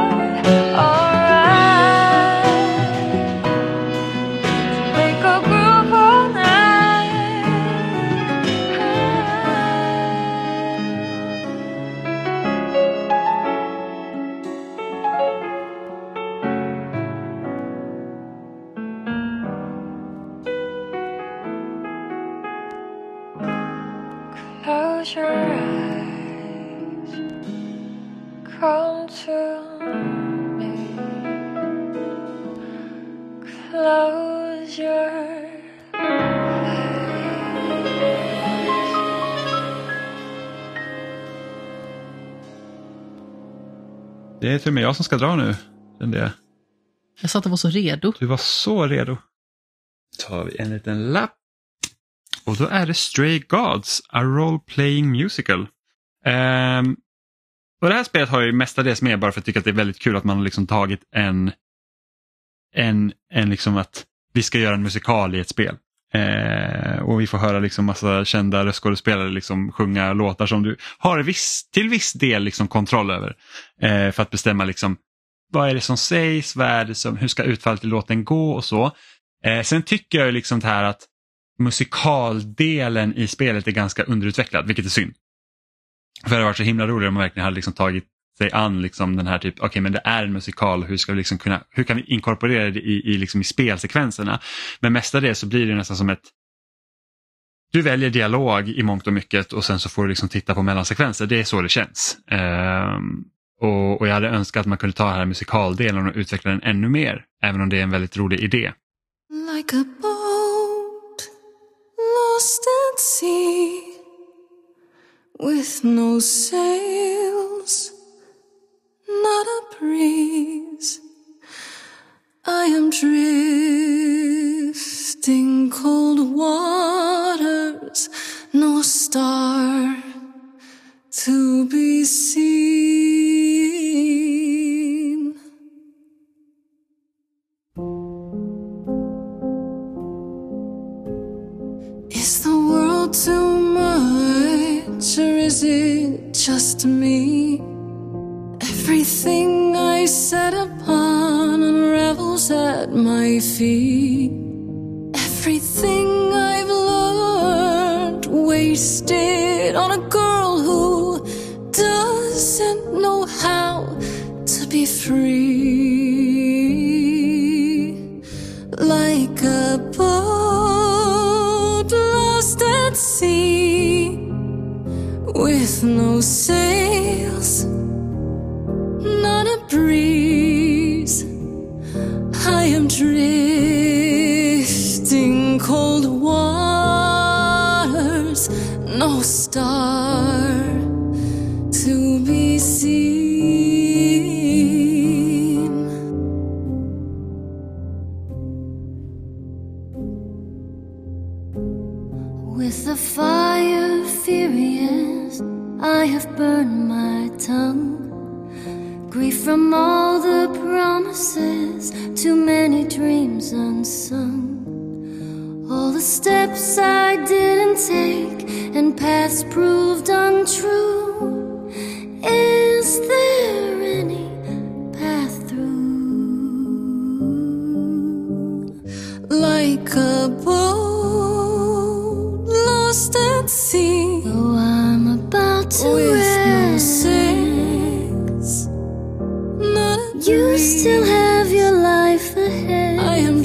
alright, to make a groove all night. Close your eyes, come to me, close your eyes. Det är till och med jag som ska dra nu. Jag satt och var så redo. Du var så redo. Tar vi en liten lapp. Och då är det Stray Gods, a role-playing musical. Och det här spelet har ju mestadels med bara för att jag tycker att det är väldigt kul att man har liksom tagit en liksom att vi ska göra en musikal i ett spel. Och vi får höra liksom massa kända röstskådespelare liksom sjunga låtar som du har till viss del liksom kontroll över. För att bestämma liksom vad är det som sägs, hur ska utfallet i låten gå och så. Sen tycker jag liksom det här att musikaldelen i spelet är ganska underutvecklad, vilket är synd. För det har varit så himla roligt om man verkligen hade liksom tagit sig an liksom den här typ, okej, men det är en musikal, hur kan vi inkorporera det i spelsekvenserna? Men mestadels så blir det nästan som du väljer dialog i mångt och mycket och sen så får du liksom titta på mellansekvenser. Det är så det känns. Och jag hade önskat att man kunde ta den här musikaldelen och utveckla den ännu mer, även om det är en väldigt rolig idé. Like a boat lost at sea with no sails, not a breeze. I am drifting cold waters, no star to be seen. Is the world too much, or is it just me? Everything I set upon unravels at my feet. Everything I've learned wasted on a girl who doesn't know how to be free. Like a boat lost at sea with no sails, not a breeze. I am drifting cold waters, no star to be seen. With the fire furious, I have burned my tongue. Grief from all the promises, too many dreams unsung. All the steps I didn't take and paths proved untrue. Is there any path through? Like a boat lost at sea, though I'm about to with no sails, not a you breeze. Still have your life ahead. I am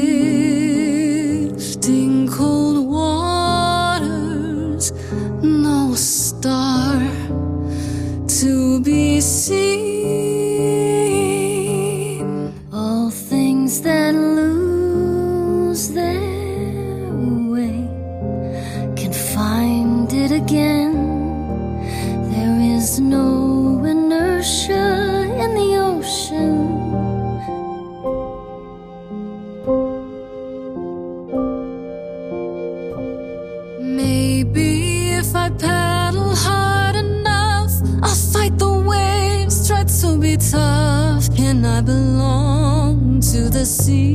drifting cold waters, no star to be seen. All things that lose their way can find it again. There is no inertia in the ocean. Maybe if I paddle hard enough, I'll fight the waves, try to be tough. Can I belong to the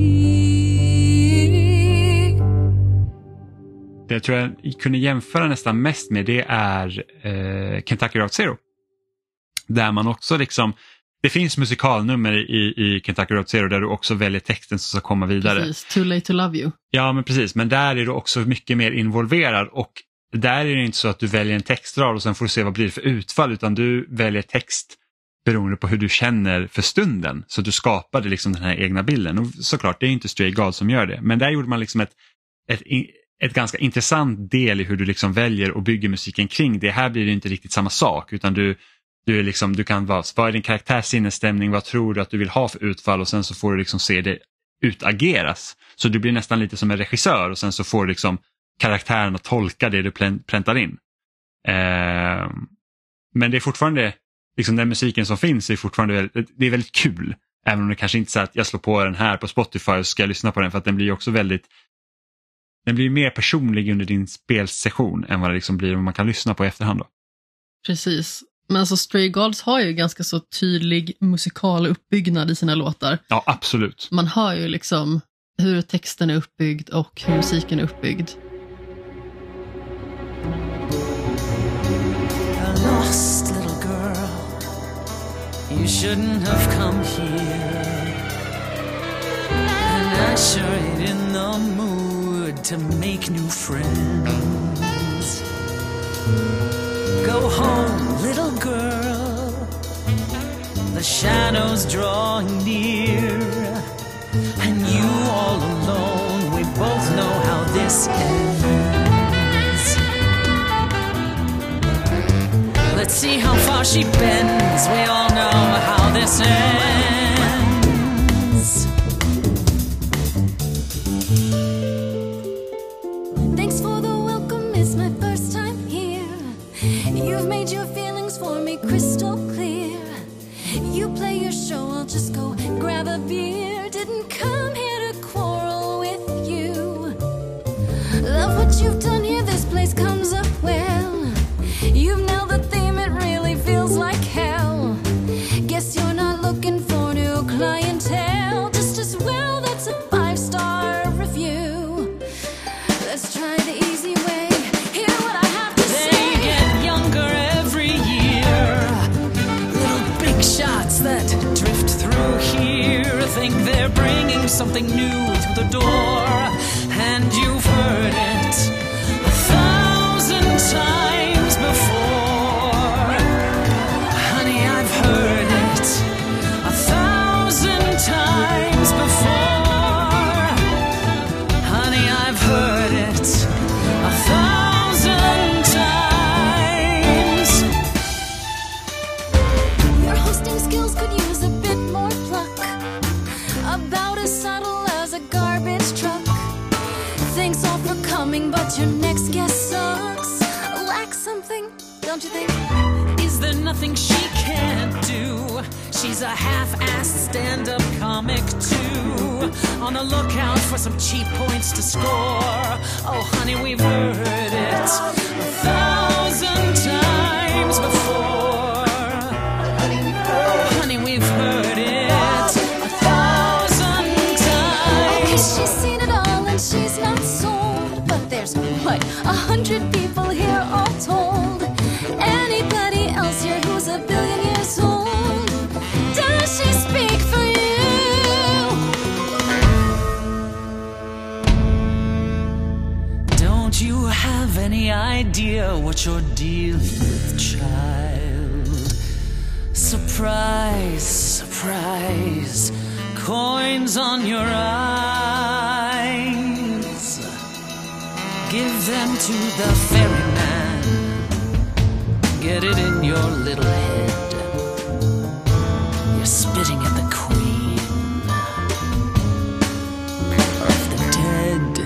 sea? Det jag tror jag kunde jämföra nästan mest med, det är Kentucky Route Zero. Där man också liksom, det finns musikalnummer i Kentucky Route Zero där du också väljer texten som ska komma vidare. Precis, Too Late to Love You. Ja, men precis, men där är du också mycket mer involverad, och där är det inte så att du väljer en textrad och sen får du se vad blir det för utfall, utan du väljer text beroende på hur du känner för stunden, så du skapade liksom den här egna bilden. Och såklart, det är inte Stray Gods som gör det, men där gjorde man liksom ett ganska intressant del i hur du liksom väljer och bygger musiken kring det. Här blir det inte riktigt samma sak, utan du är liksom, du kan vad är din karaktärs sinnesstämning, vad tror du att du vill ha för utfall, och sen så får du liksom se det utageras. Så du blir nästan lite som en regissör, och sen så får du liksom karaktären att tolka det du präntar in. Men det är fortfarande liksom, den musiken som finns är fortfarande det är väldigt kul, även om det kanske inte är så att jag slår på den här på Spotify och ska lyssna på den, för att den blir också den blir mer personlig under din spelsession än vad det liksom blir om man kan lyssna på i efterhand då. Precis. Men alltså Stray Gods har ju ganska så tydlig musikal uppbyggnad i sina låtar. Ja, absolut. Man hör ju liksom hur texten är uppbyggd och hur musiken är uppbyggd. A lost little girl You shouldn't have come here. And I sure ain't in the mood to make new friends. Go home, little girl. The shadows drawing near. And you all alone. We both know how this ends. Let's see how far she bends. We all know how this ends. Thanks for the welcome, it's my first time here. You've made your feelings for me crystal clear. You play your show, I'll just go grab a beer. Didn't come here to quarrel with you. Love what you've done here, this place comes up well. You've nailed the theme, it really feels like hell. Guess you're not looking for new clientele. Just as well, that's a 5-star review. Let's try the easy way. Hear what I have to say. They get younger every year. Little big shots that drift through here. Think they're bringing something new to the door. And you've heard it 1,000 times before. Honey, I've heard it 1,000 times before. Honey, I've heard it 1,000 times. Your hosting skills could use a bit more pluck. About as subtle as a garbage truck. Thanks all for coming, but your next guest sucks. Lacks something, don't you think? Is there nothing she can't do? She's a half-assed stand-up comic too. On the lookout for some cheap points to score. Oh honey, we've heard it 1,000 times before. Honey, we've heard it 1,000 times. Okay, she's seen it all and she's not sold. But there's, what, 100 people here all told. Anybody else here who's a billion years old? Does she speak for you? Don't you have any idea what you're dealing with, child? Surprise, surprise, coins on your eyes. Give them to the ferryman. Get it in your little head. You're spitting at the queen of the dead.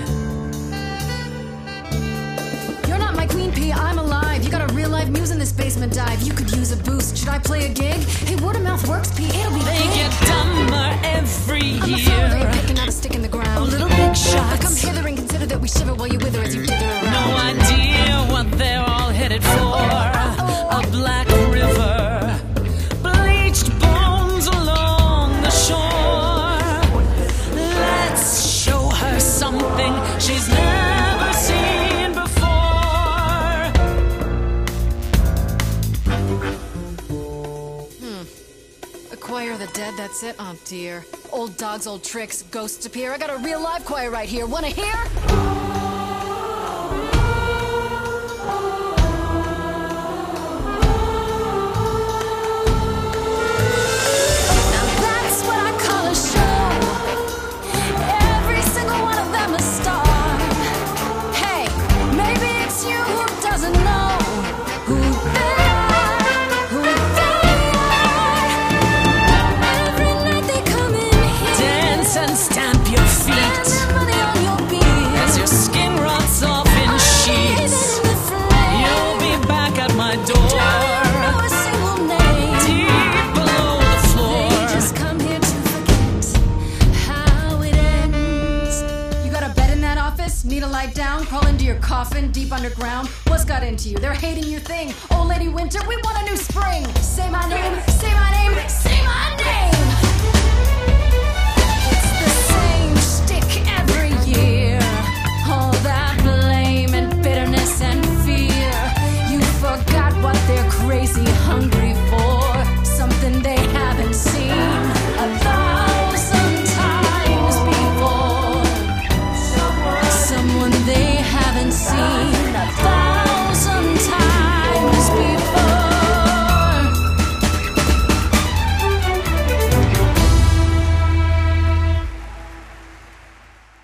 You're not my queen pea, I'm alive. You got a real life muse in this basement dive. You could use a boost. Should I play a gig? Hey, word of mouth works, P. It'll be They big. get dumber every I'm a year. furry picking out a stick in the ground. Little big shots. Come hither and consider that we shiver while you wither as you dither around. No idea what they're all headed for. A black river, bleached bones along the shore. Let's show her something she's never seen before. Choir of the dead, that's it? Oh dear. Old dogs, old tricks, ghosts appear. I got a real live choir right here. Wanna hear? Now that's what I call a show. Every single one of them a star. Hey, maybe it's you who doesn't know who they are, who they are. Every night they come in here. Dance and stamp your feet Spend money on your beer. as your skin rots off in sheets. In the flame. You'll be back at my Don't door, know a single name. deep below the They floor. just come here to forget how it ends. You got a bed in that office? Need a light down? Crawl into your coffin deep underground? What's got into you? They're hating your thing. Old Lady Winter, we want a new spring. Say my name, say my name, say my name. It's the same shtick every year. All that blame and bitterness and fear. You forgot what they're crazy hungry for. Something they have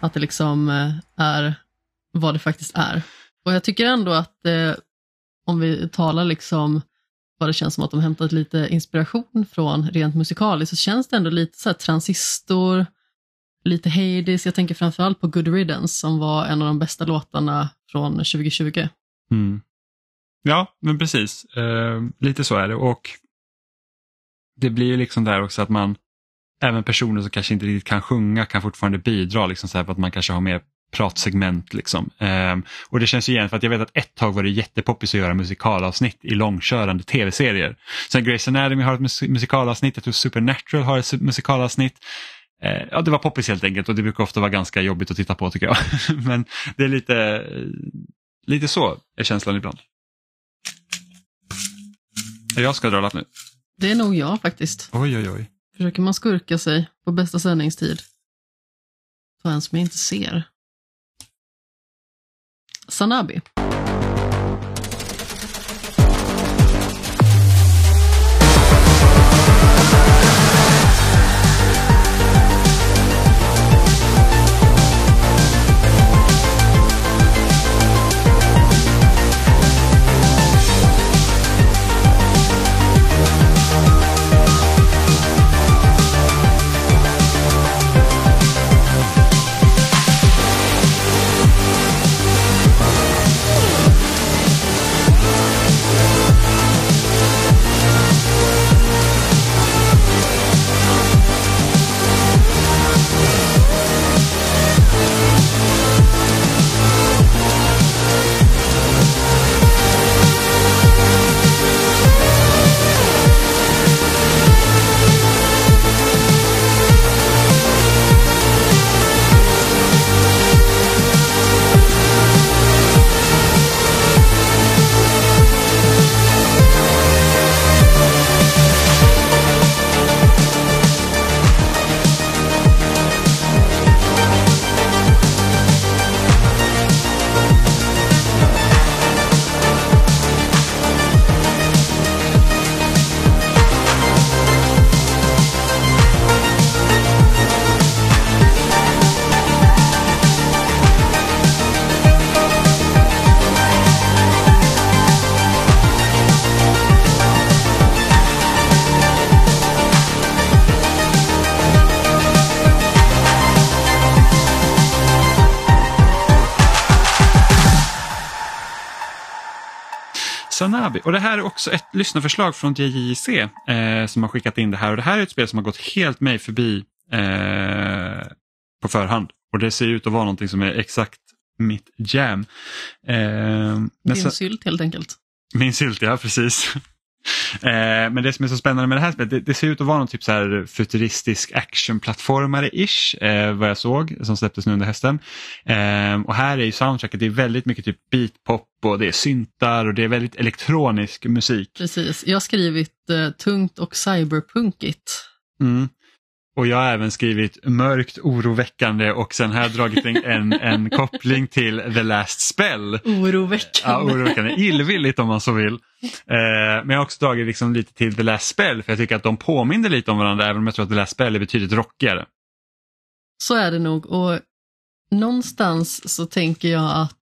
att det liksom är vad det faktiskt är. Och jag tycker ändå att om vi talar liksom vad det känns som att de hämtat lite inspiration från rent musikaliskt, så känns det ändå lite så här Transistor, lite Hades. Jag tänker framförallt på Good Riddance som var en av de bästa låtarna från 2020. Mm. Ja, men precis. Lite så är det. Och det blir ju liksom där också att man, även personer som kanske inte riktigt kan sjunga kan fortfarande bidra liksom så här, för att man kanske har mer pratsegment liksom. Och det känns ju igen för att jag vet att ett tag var det jättepoppis att göra musikalavsnitt i långkörande tv-serier. Sen Grey's Anatomy har ett musikalavsnitt, jag tror Supernatural har ett musikalavsnitt. Ja, det var poppis helt enkelt och det brukar ofta vara ganska jobbigt att titta på tycker jag. Men det är lite så är känslan ibland. Jag ska dra lapp nu. Det är nog jag faktiskt. Oj. Försöker man skurka sig på bästa sändningstid. Så en som jag inte ser. Sanabi. Sanabi. Och det här är också ett lyssnarförslag från DJC som har skickat in det här. Och det här är ett spel som har gått helt mig förbi på förhand. Och det ser ut att vara någonting som är exakt mitt jam. Din sylt helt enkelt. Min sylt, ja precis. Men det som är så spännande med det här spelet, det ser ut att vara någon typ så här futuristisk actionplattformare-ish, vad jag såg, som släpptes nu under hösten. Och här är ju soundtracket, det är väldigt mycket typ beatpop och det är syntar och det är väldigt elektronisk musik. Precis, jag har skrivit tungt och cyberpunkigt. Mm. Och jag har även skrivit mörkt, oroväckande och sen har jag dragit en koppling till The Last Spell. Oroväckande. Ja, oroväckande. Illvilligt om man så vill. Men jag har också dragit liksom lite till The Last Spell för jag tycker att de påminner lite om varandra även om jag tror att The Last Spell är betydligt rockigare. Så är det nog och någonstans så tänker jag att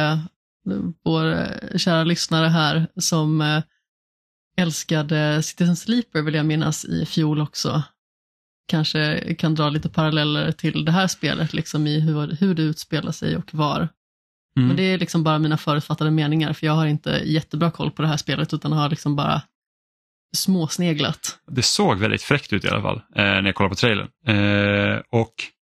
vår kära lyssnare här som älskade Citizen Sleeper vill jag minnas i fjol också. Kanske kan dra lite paralleller till det här spelet liksom i hur det utspelar sig och var. Mm. Men det är liksom bara mina förutfattade meningar för jag har inte jättebra koll på det här spelet utan har liksom bara småsneglat. Det såg väldigt fräckt ut i alla fall när jag kollade på trailern. Och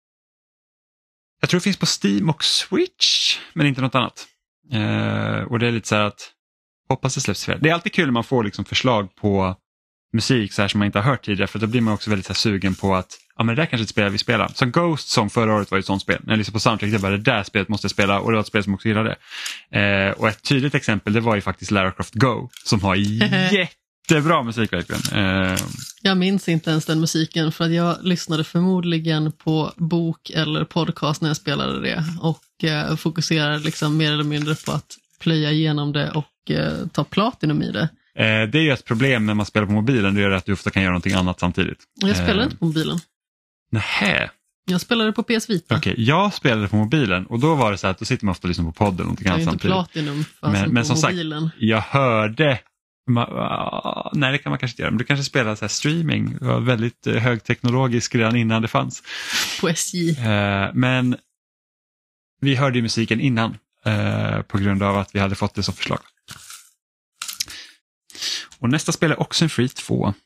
jag tror det finns på Steam och Switch men inte något annat. Och det är lite så här att hoppas det släpps fel. Det är alltid kul när man får liksom förslag på musik så här som man inte har hört tidigare för då blir man också väldigt så här sugen på att ja men det där kanske ett spel vi spelar. Så Ghost Song förra året var ett sånt spel. När jag lyssnade på soundtrack det var det där spelet måste jag spela och det var ett spel som också gillade det. Och ett tydligt exempel det var ju faktiskt Lara Croft Go som har jättebra musik verkligen. Jag minns inte ens den musiken för att jag lyssnade förmodligen på bok eller podcast när jag spelade det och fokuserade liksom mer eller mindre på att plöja igenom det och ta platinum i det. Det är ju ett problem när man spelar på mobilen, det gör att du ofta kan göra någonting annat samtidigt. Jag spelar inte på mobilen. Nähä. Jag spelade på PS Vita. Okej, jag spelade på mobilen och då var det så att då sitter man ofta liksom på podden och kan ju inte Platinum men som mobilen. Sagt, jag hörde nej, det kan man kanske inte göra, men du kanske spelar så här streaming. Det var väldigt högteknologisk redan innan det fanns. På SJ. Men vi hörde ju musiken innan på grund av att vi hade fått det som förslag. Och nästa spel är Oxenfree 2.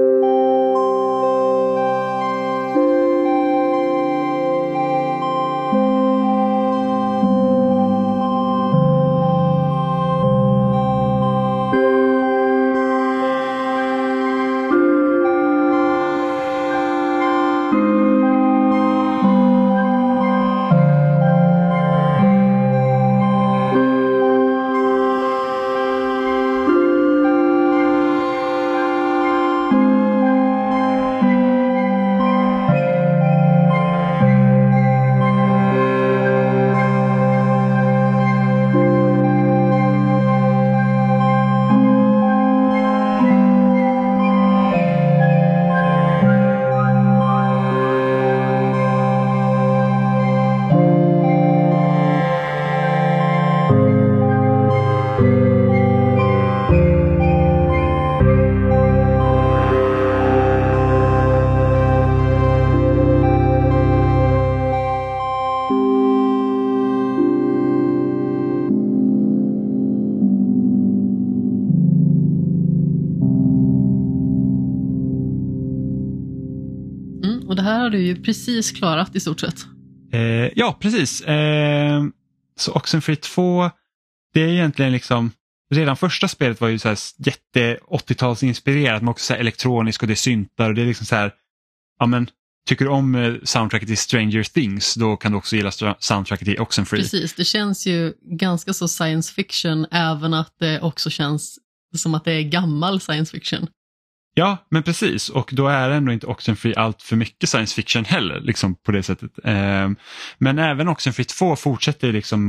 Och det här har du ju precis klarat i stort sett. Ja, precis. Så Oxenfree 2, det är egentligen liksom, redan första spelet var ju så här jätte 80-talsinspirerat, men också så här elektroniskt och det är syntar och det är liksom så här, ja men tycker du om soundtracket i Stranger Things, då kan du också gilla soundtracket i Oxenfree. Precis, det känns ju ganska så science fiction, även att det också känns som att det är gammal science fiction. Ja, men precis. Och då är ändå inte Oxenfree allt för mycket science fiction heller, liksom på det sättet. Men även Oxenfree 2 fortsätter liksom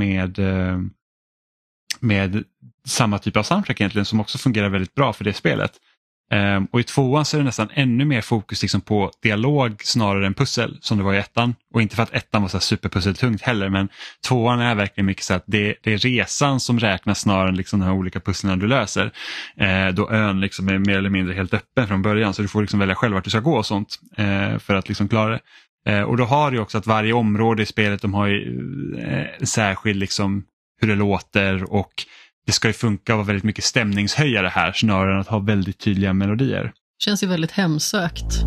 med samma typ av soundtrack egentligen, som också fungerar väldigt bra för det spelet. Och i 2:an så är det nästan ännu mer fokus liksom på dialog snarare än pussel som det var i 1:an. Och inte för att 1:an var så superpusseltungt heller, men 2:an är verkligen mycket så att det är resan som räknas snarare än liksom de här olika pusslarna du löser. Då ön liksom är mer eller mindre helt öppen från början, så du får liksom välja själv vart du ska gå och sånt för att liksom klara det. Och då har du också att varje område i spelet, de har ju särskild liksom hur det låter, och det ska ju funka och vara väldigt mycket stämningshöjare här snarare än att ha väldigt tydliga melodier. Känns ju väldigt hemsökt.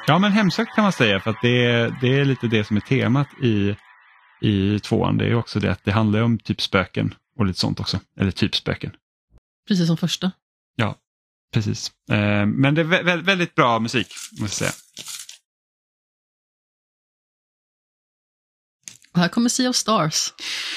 Ja, men hemsökt kan man säga, för att det är lite det som är temat i tvåan. Det är också det att det handlar om typ spöken och lite sånt också. Eller typ spöken. Precis som första. Ja, precis. Men det är väldigt bra musik, måste jag säga. Och här kommer Sea of Stars.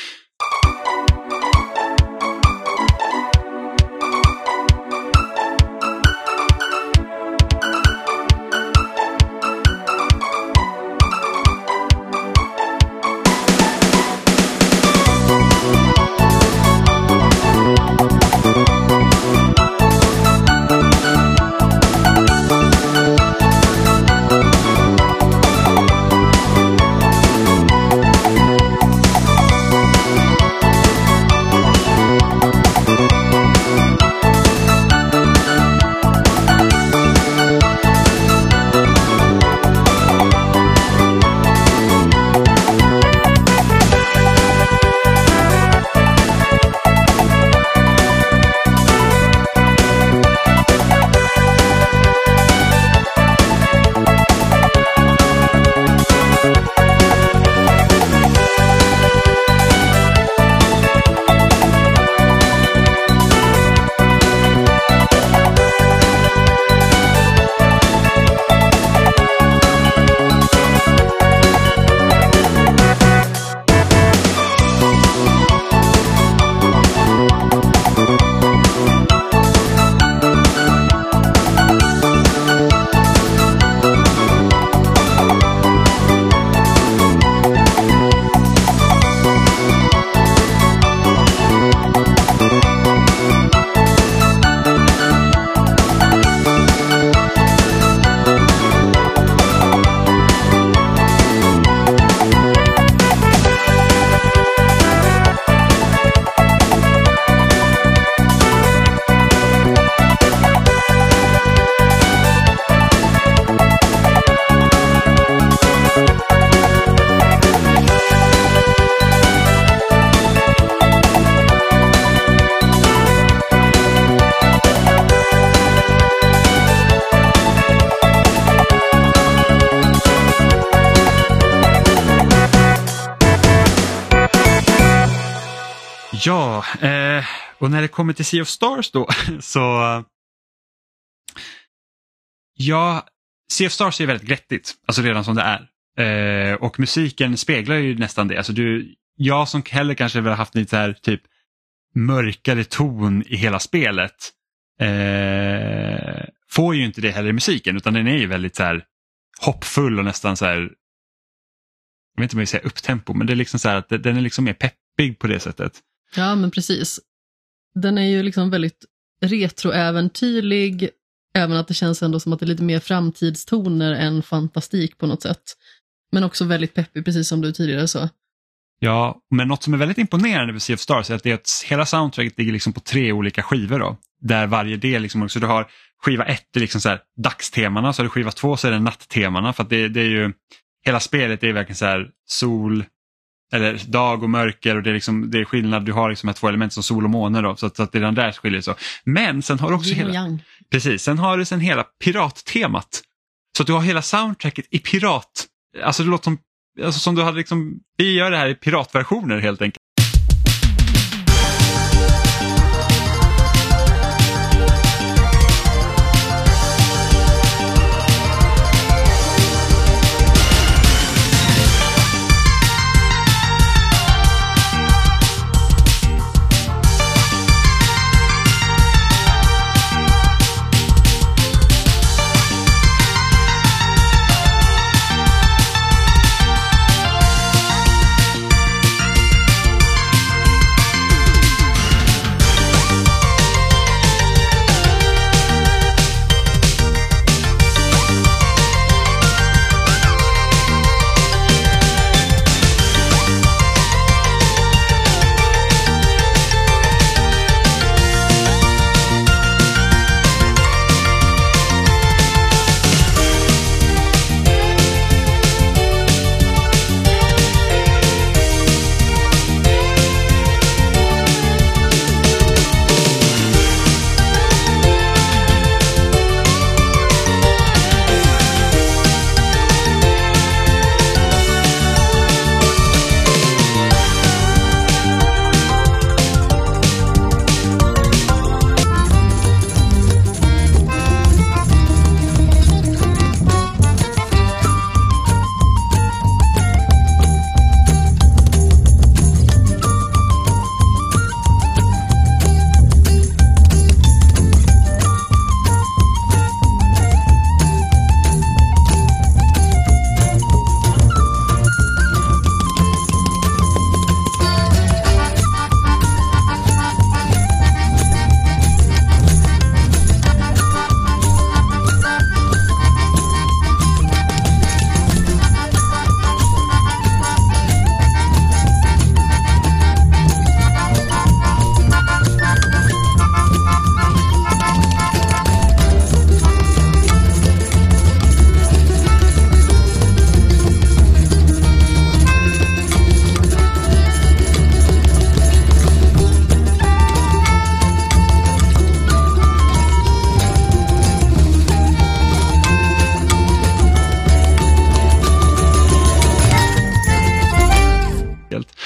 Ja, och när det kommer till Sea of Stars då så ja, Sea of Stars är väldigt glättigt, alltså redan som det är. Och musiken speglar ju nästan det. Alltså jag som heller kanske väl haft lite så här typ mörkare ton i hela spelet får ju inte det heller i musiken, utan den är ju väldigt så här hoppfull och nästan så här, jag vet inte om jag säger upptempo, men det är liksom så här att den är liksom mer peppig på det sättet. Ja, men precis. Den är ju liksom väldigt retroäventyrlig, även att det känns ändå som att det är lite mer framtidstoner än fantastik på något sätt. Men också väldigt peppig, precis som du tidigare sa. Ja, men något som är väldigt imponerande med Sea of Stars är att det är att hela soundtracket ligger liksom på 3 olika skivor då. Där varje del liksom, så du har skiva 1 är liksom så här dagstemana, så har du skiva 2 så är det natttemana, för att det är ju, hela spelet är verkligen så här sol eller dag och mörker, och det är skillnad, du har liksom här 2 element som sol och måne då, så att det är den där skiljer så. Men sen har du också sen har du hela pirattemat. Så att du har hela soundtracket i pirat. Alltså det låter som du hade liksom, vi gör det här i piratversioner helt enkelt.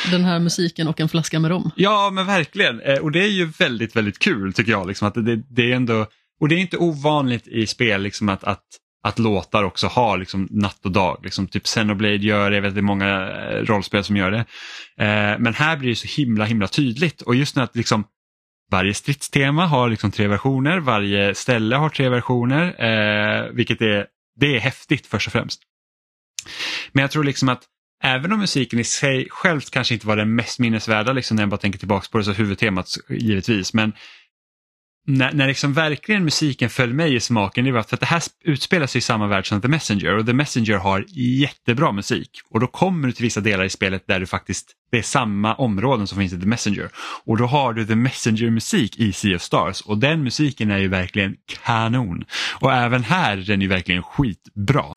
den här musiken och en flaska med rom. Ja, men verkligen. Och det är ju väldigt, väldigt kul tycker jag. Liksom, att det är ändå, och det är inte ovanligt i spel liksom, att låtar också har liksom, natt och dag. Liksom, typ Xenoblade gör det, jag vet att det är många rollspel som gör det. Men här blir det så himla tydligt. Och just nu att liksom, varje stridstema har liksom 3 versioner, varje ställe har 3 versioner, vilket det är häftigt först och främst. Men jag tror liksom att även om musiken i sig själv kanske inte var den mest minnesvärda liksom, när jag bara tänker tillbaka på det, så huvudtemat givetvis, men när liksom verkligen musiken föll mig i smaken, det var för att det här utspelar sig i samma värld som The Messenger, och The Messenger har jättebra musik, och då kommer du till vissa delar i spelet där du faktiskt, det är samma områden som finns i The Messenger, och då har du The Messenger musik i Sea of Stars, och den musiken är ju verkligen kanon, och även här är den ju verkligen skitbra.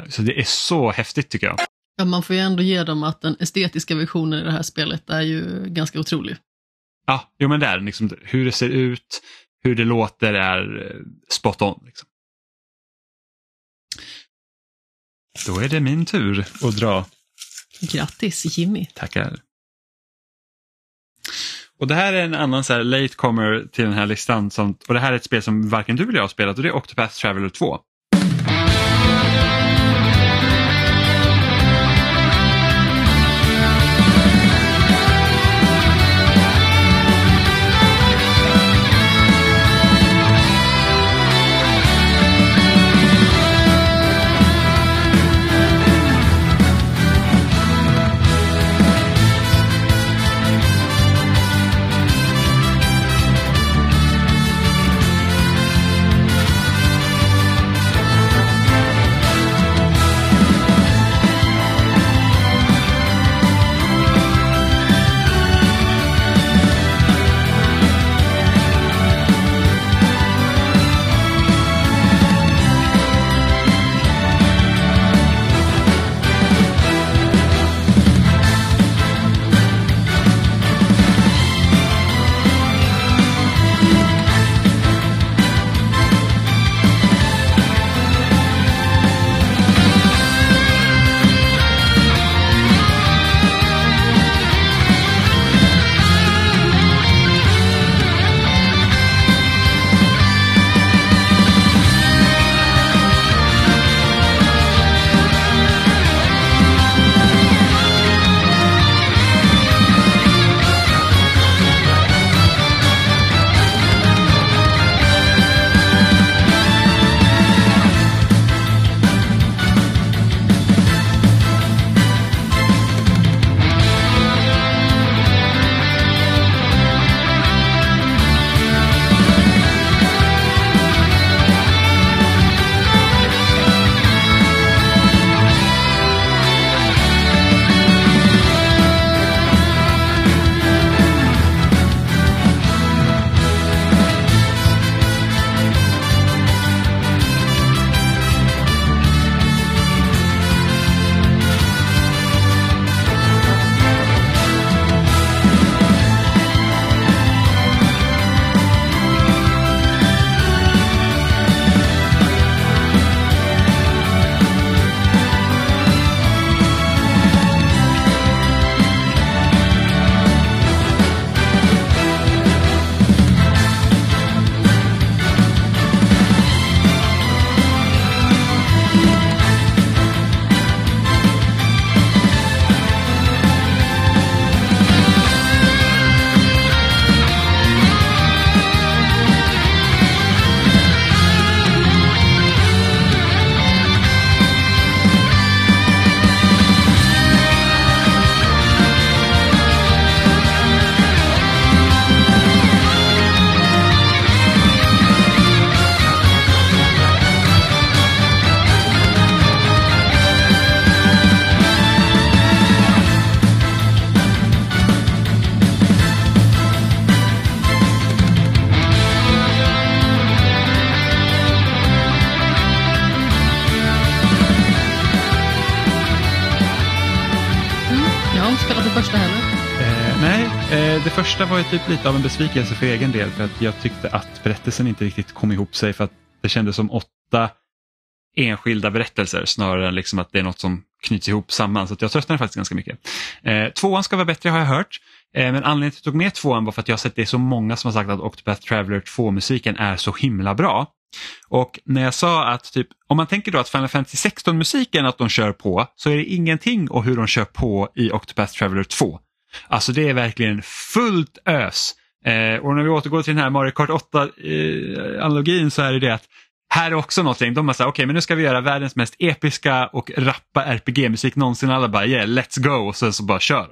Så det är så häftigt tycker jag. Ja, man får ju ändå ge dem att den estetiska versionen i det här spelet är ju ganska otrolig. Ja, jo men det är liksom, hur det ser ut, hur det låter är spot on. Liksom. Då är det min tur att dra. Grattis Jimmy. Tackar. Och det här är en annan så här latecomer till den här listan. Och det här är ett spel som varken du eller jag har spelat och det är Octopath Traveler 2. Det första var ju typ lite av en besvikelse för egen del för att jag tyckte att berättelsen inte riktigt kom ihop sig för att det kändes som 8 enskilda berättelser snarare än liksom att det är något som knyts ihop samman, så att jag tröttnade faktiskt ganska mycket. 2:an ska vara bättre har jag hört, men anledningen till att jag tog med 2:an var för att jag har sett det är så många som har sagt att Octopath Traveler 2-musiken är så himla bra. Och när jag sa att typ, om man tänker då att Final Fantasy 16-musiken att de kör på, så är det ingenting och hur de kör på i Octopath Traveler 2. Alltså det är verkligen fullt ös. Och när vi återgår till den här Mario Kart 8-analogin så är det att här är också någonting. De har sagt okej, men nu ska vi göra världens mest episka och rappa RPG-musik någonsin. Alla bara yeah, let's go, och så bara kör.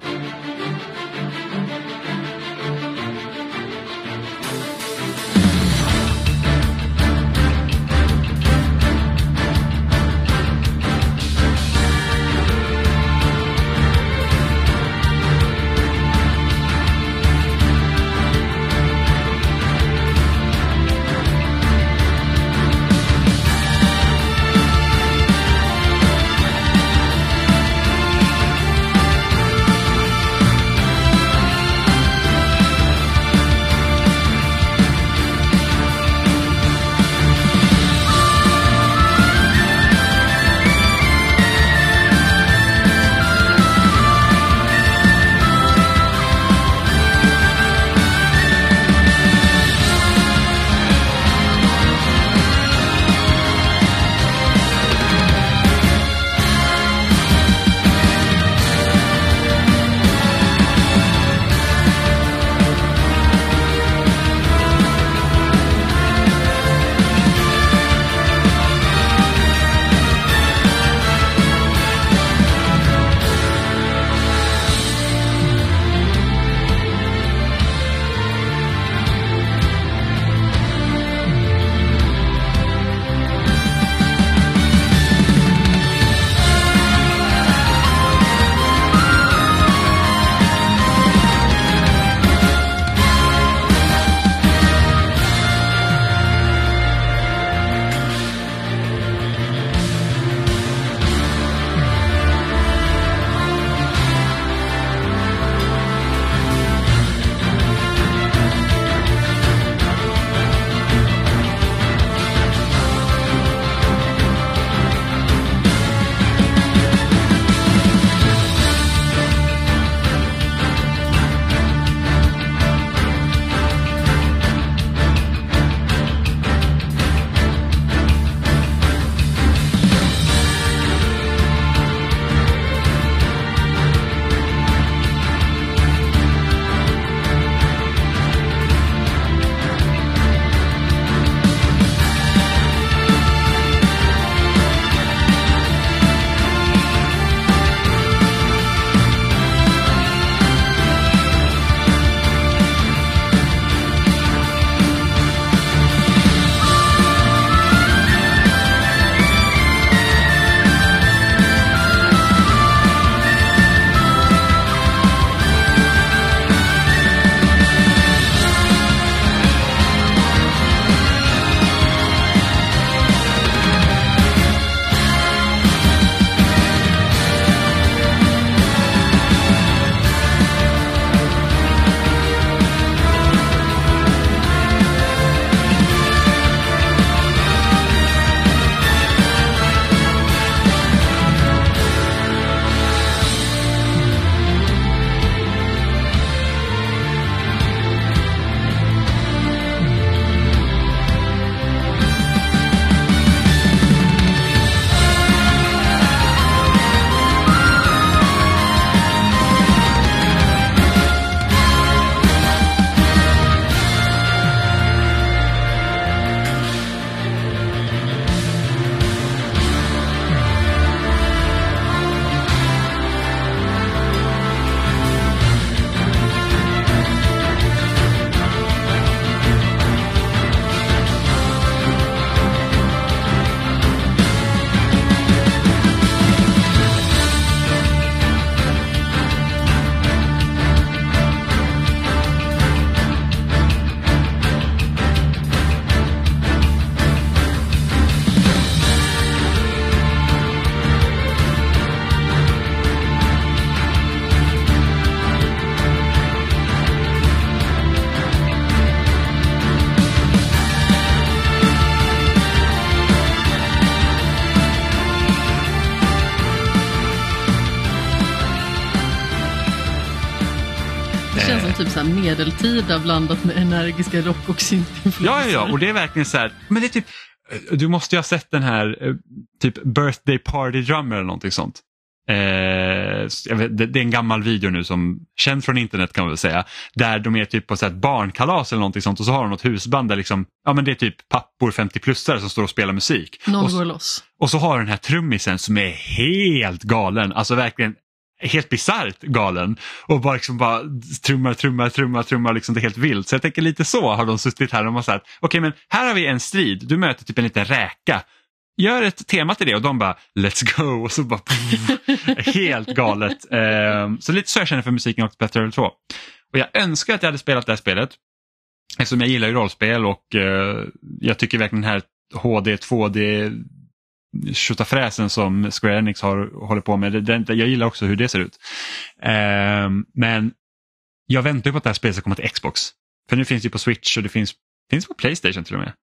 typ så här medeltida blandat med energiska rock- och syntinfluenser. Ja, och det är verkligen så här, men det är typ, du måste ju ha sett den här typ Birthday Party Drummer eller någonting sånt. Jag vet, det är en gammal video nu som känd från internet kan man väl säga, där de är typ på så här ett barnkalas eller någonting sånt och så har de något husband där liksom, ja men det är typ pappor 50-plussare som står och spelar musik. Någon går loss. Och så har den här trummisen som är helt galen, alltså verkligen helt bizarrt galen och bara liksom bara trummar liksom, det är helt vilt. Så jag tänker lite så har de suttit här och de har sagt, okej, men här har vi en strid, du möter typ en liten räka, gör ett tema till det, och de bara let's go, och så bara helt galet. Så lite så jag känner för musiken och Splatoon 2. Och jag önskar att jag hade spelat det här spelet, eftersom jag gillar ju rollspel och jag tycker verkligen den här HD 2D tjotafräsen som Square Enix håller på med, jag gillar också hur det ser ut. Men jag väntar på att det här spelet ska komma till Xbox, för nu finns det på Switch och det finns på PlayStation till och med.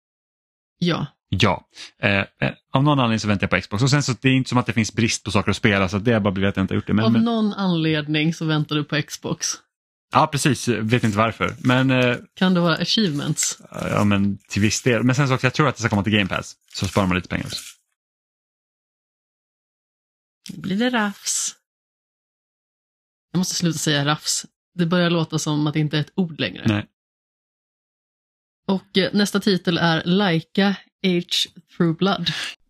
Ja. Av någon anledning så väntar jag på Xbox, och sen så det är inte som att det finns brist på saker att spela, så det är bara blivit att jag inte har gjort det. Men, av någon anledning så väntar du på Xbox. Ja, precis. Vet inte varför. Men, kan det vara achievements? Ja, men till viss del. Men sen så också, jag tror att det ska komma till Game Pass, så sparar man lite pengar också. Blir det rafs? Jag måste sluta säga rafs. Det börjar låta som att det inte är ett ord längre. Nej. Och nästa titel är Laika Age Through Blood.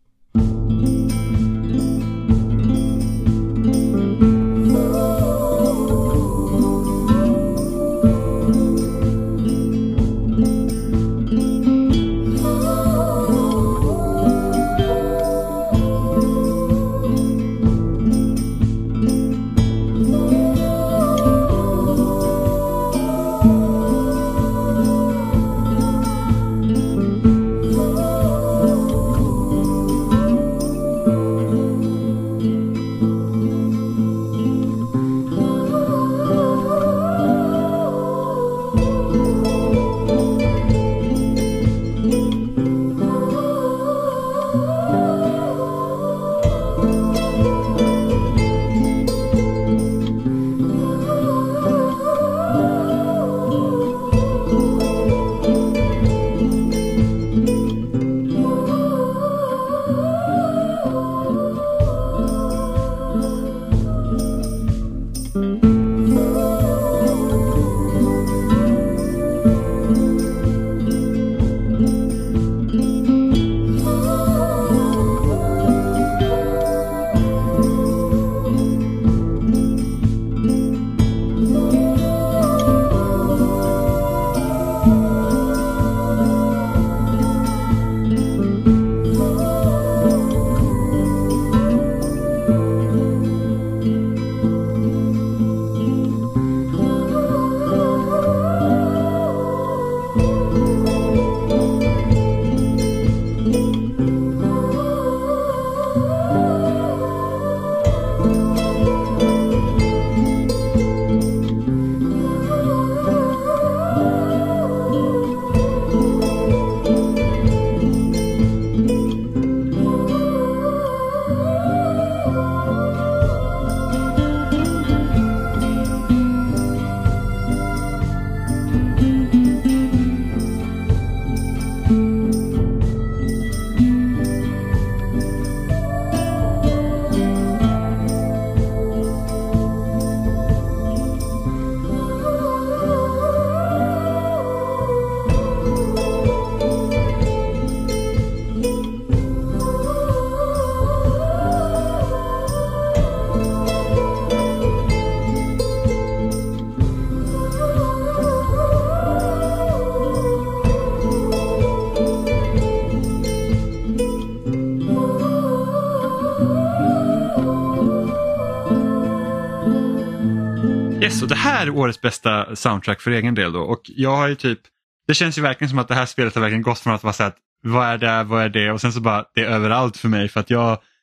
Yes, och det här är årets bästa soundtrack för egen del då. Och jag har ju typ, det känns ju verkligen som att det här spelet har verkligen gått från att vara så att vad är det? Och sen så bara, det är överallt för mig, för att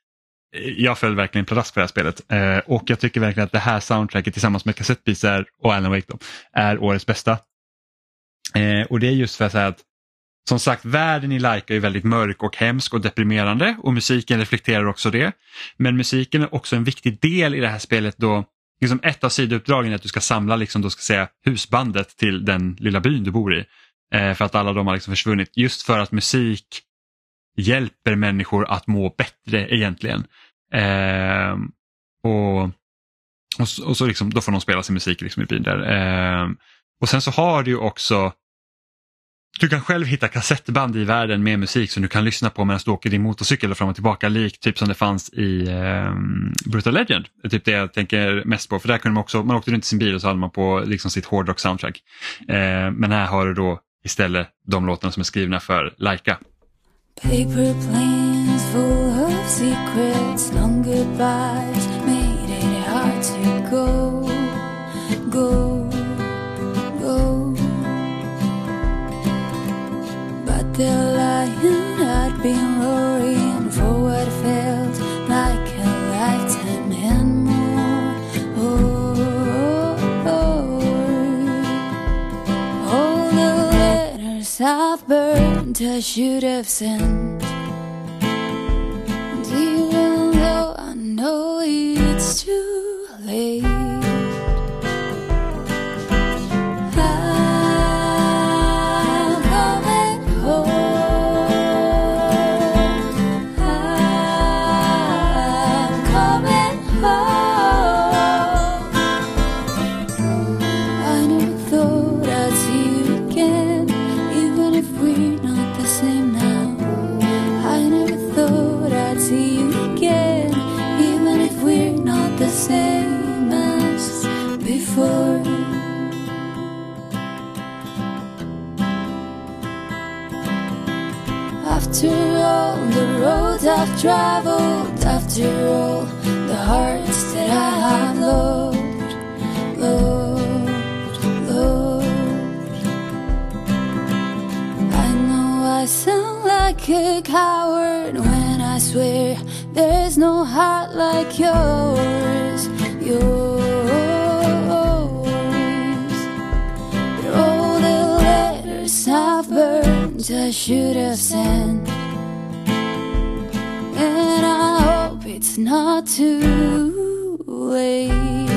jag föll verkligen pladask för det här spelet. Och jag tycker verkligen att det här soundtracket tillsammans med kassettpisar och Alan Wake då, är årets bästa. Och det är just för att säga att, som sagt, världen i Laika är väldigt mörk och hemsk och deprimerande, och musiken reflekterar också det. Men musiken är också en viktig del i det här spelet då liksom ett av sidouppdragen är att du ska samla liksom, då ska säga, husbandet till den lilla byn du bor i. För att alla de har liksom försvunnit. Just för att musik hjälper människor att må bättre egentligen. Och så liksom, då får de spela sin musik liksom i byn där. Och sen så har du ju också, du kan själv hitta kassettband i världen med musik som du kan lyssna på medan du åker din motorcykel fram och tillbaka, likt typ som det fanns i Brutal Legend. Det är typ det jag tänker mest på, för där kunde man åkte runt i sin bil och så hade man på liksom sitt hårdrock soundtrack. Men här har du då istället de låtarna som är skrivna för Laika. Paper planes full of secrets, long goodbyes made it hard to go, go, go. But the lion had been roaring for what felt like a lifetime and more. Oh, oh, oh. All the letters I've burned I should have sent. And even though I know it's too late, I'm coming home. I'm coming home. I never thought I'd see you again, even if we're not the same now. I never thought I'd see you again, even if we're not the same as before. After all the roads I've traveled, after all the hearts that I have loved, loved, loved, I know I sound like a coward when I swear there's no heart like yours, yours. But all the letters I've burned I should have sent, and I hope it's not too late.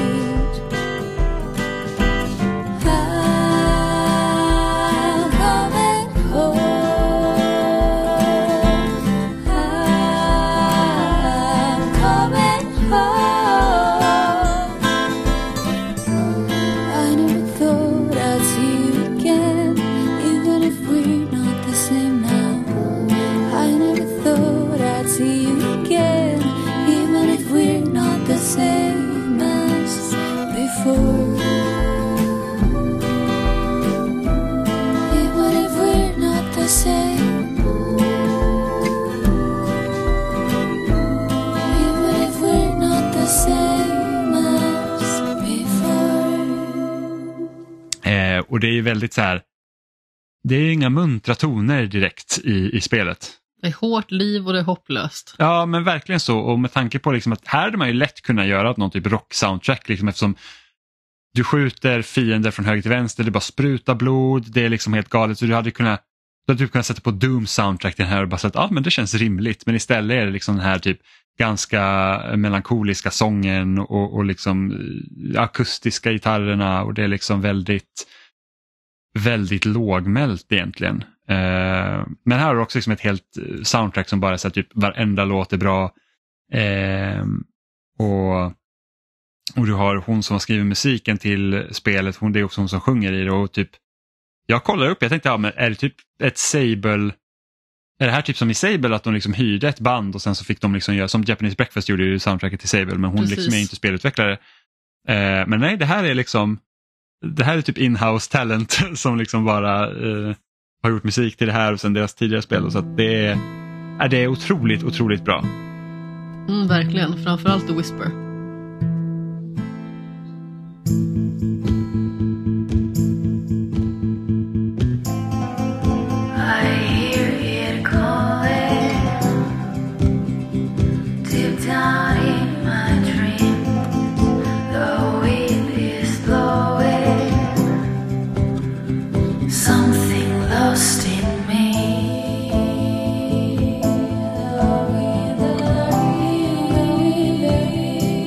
I'm coming home. I'm coming home. I never thought I'd see you again, even if we're not the same now. I never thought I'd see you again, even if we're not the same as before. Even if we're not the same, even if we're not the same as before. Och det är ju väldigt så här, det är inga muntra toner direkt i spelet. Det är hårt liv och det är hopplöst. Ja, men verkligen så. Och med tanke på liksom att här hade man ju lätt kunnat göra någon typ rock-soundtrack liksom, eftersom du skjuter fiender från höger till vänster, det bara sprutar blod, det är liksom helt galet. Så du hade kunnat sätta på Doom-soundtrack till den här och bara säga att men det känns rimligt. Men istället är det liksom den här typ ganska melankoliska sången och liksom akustiska gitarrerna, och det är liksom väldigt, väldigt lågmält egentligen. Men här har du också liksom ett helt soundtrack som bara så typ varenda låt är bra, och du har hon som har skrivit musiken till spelet, det är också hon som sjunger i det, och typ jag kollar upp, jag tänkte ja, men är det typ ett Sable, är det här typ som i Sable att de liksom hyrde ett band och sen så fick de liksom göra, som Japanese Breakfast gjorde ju soundtracket till Sable, men hon Precis. liksom är inte spelutvecklare, men nej, det här är liksom, det här är typ in-house talent som liksom bara har gjort musik till det här och sen deras tidigare spel, så att det är otroligt, otroligt bra. Verkligen, framförallt The Whisper. I hear it calling deep down in my dream. The wind is blowing something lost in me. The wind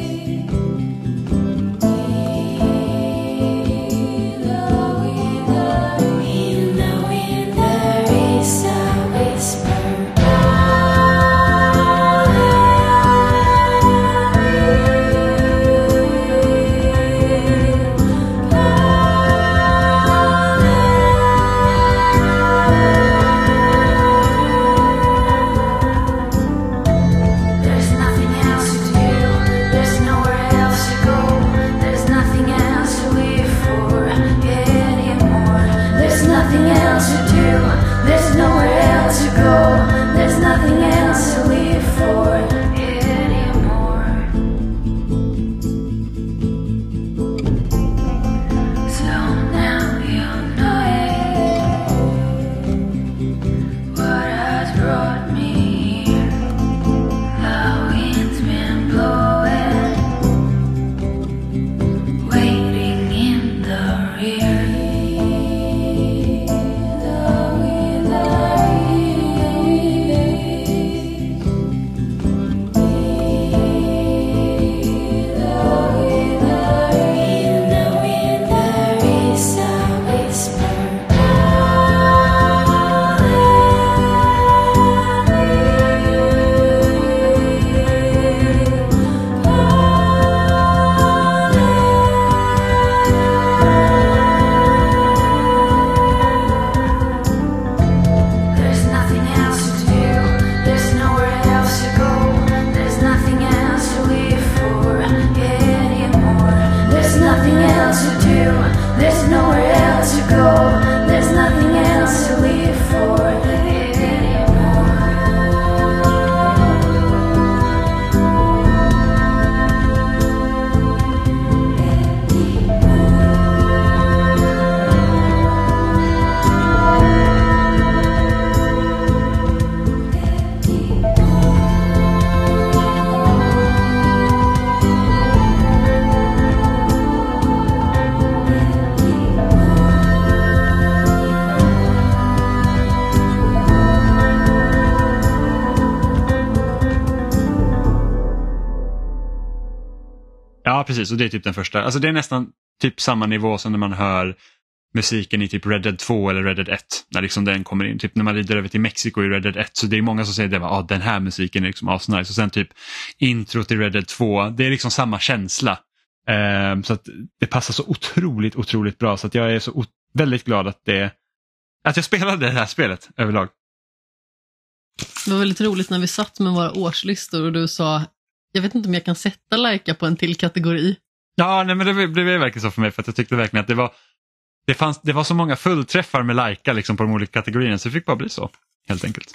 precis, och det är typ den första. Alltså det är nästan typ samma nivå som när man hör musiken i typ Red Dead 2 eller Red Dead 1. När liksom den kommer in. Typ när man rider över till Mexiko i Red Dead 1. Så det är många som säger att den här musiken är liksom asnice. Och sen typ intro till Red Dead 2. Det är liksom samma känsla. Så att det passar så otroligt bra. Så att jag är så väldigt glad att jag spelade det här spelet överlag. Det var väldigt roligt när vi satt med våra årslistor och du sa, jag vet inte om jag kan sätta Laika på en till kategori. Ja, nej, men det blev verkligen så för mig, för att jag tyckte verkligen att det var så många fullträffar med Laika liksom på de olika kategorierna, så det fick bara bli så, helt enkelt.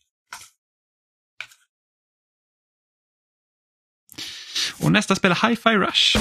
Och nästa spel är Hi-Fi Rush.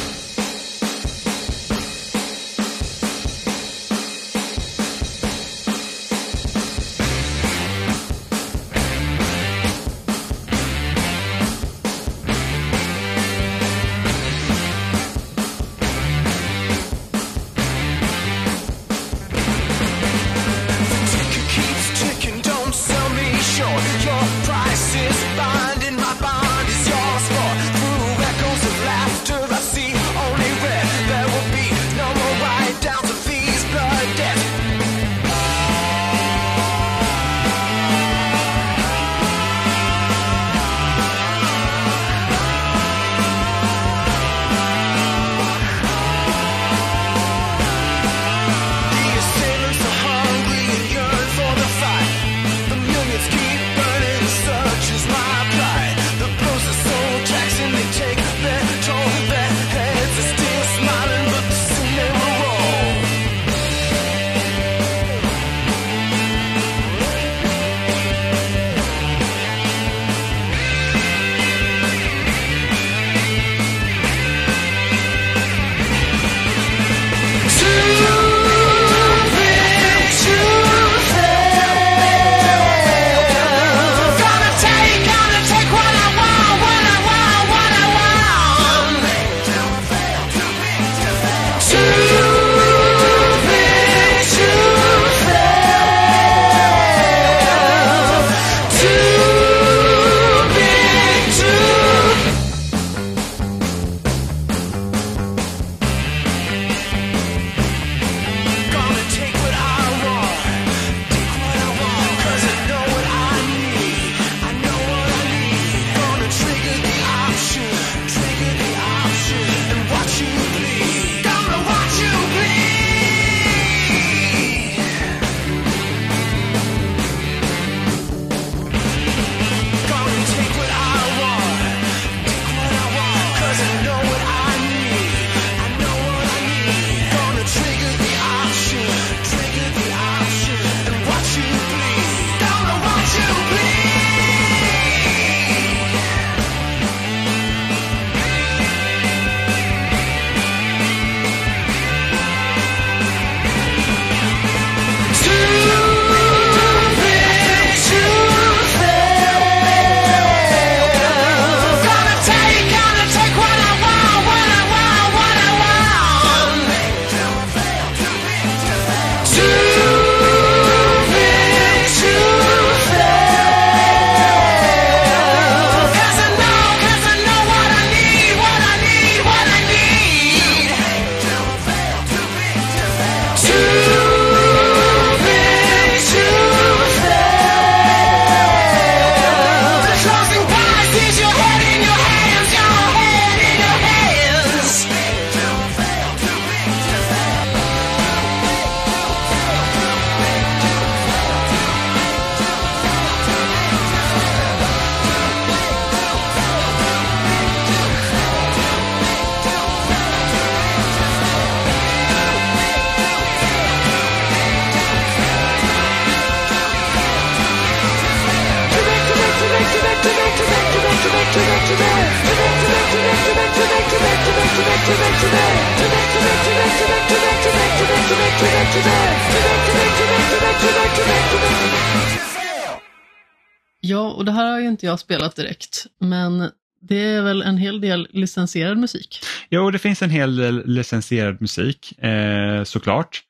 Ja, och det här har ju inte jag spelat direkt, men det är väl en hel del licensierad musik? Jo, det finns en hel del licensierad musik, såklart.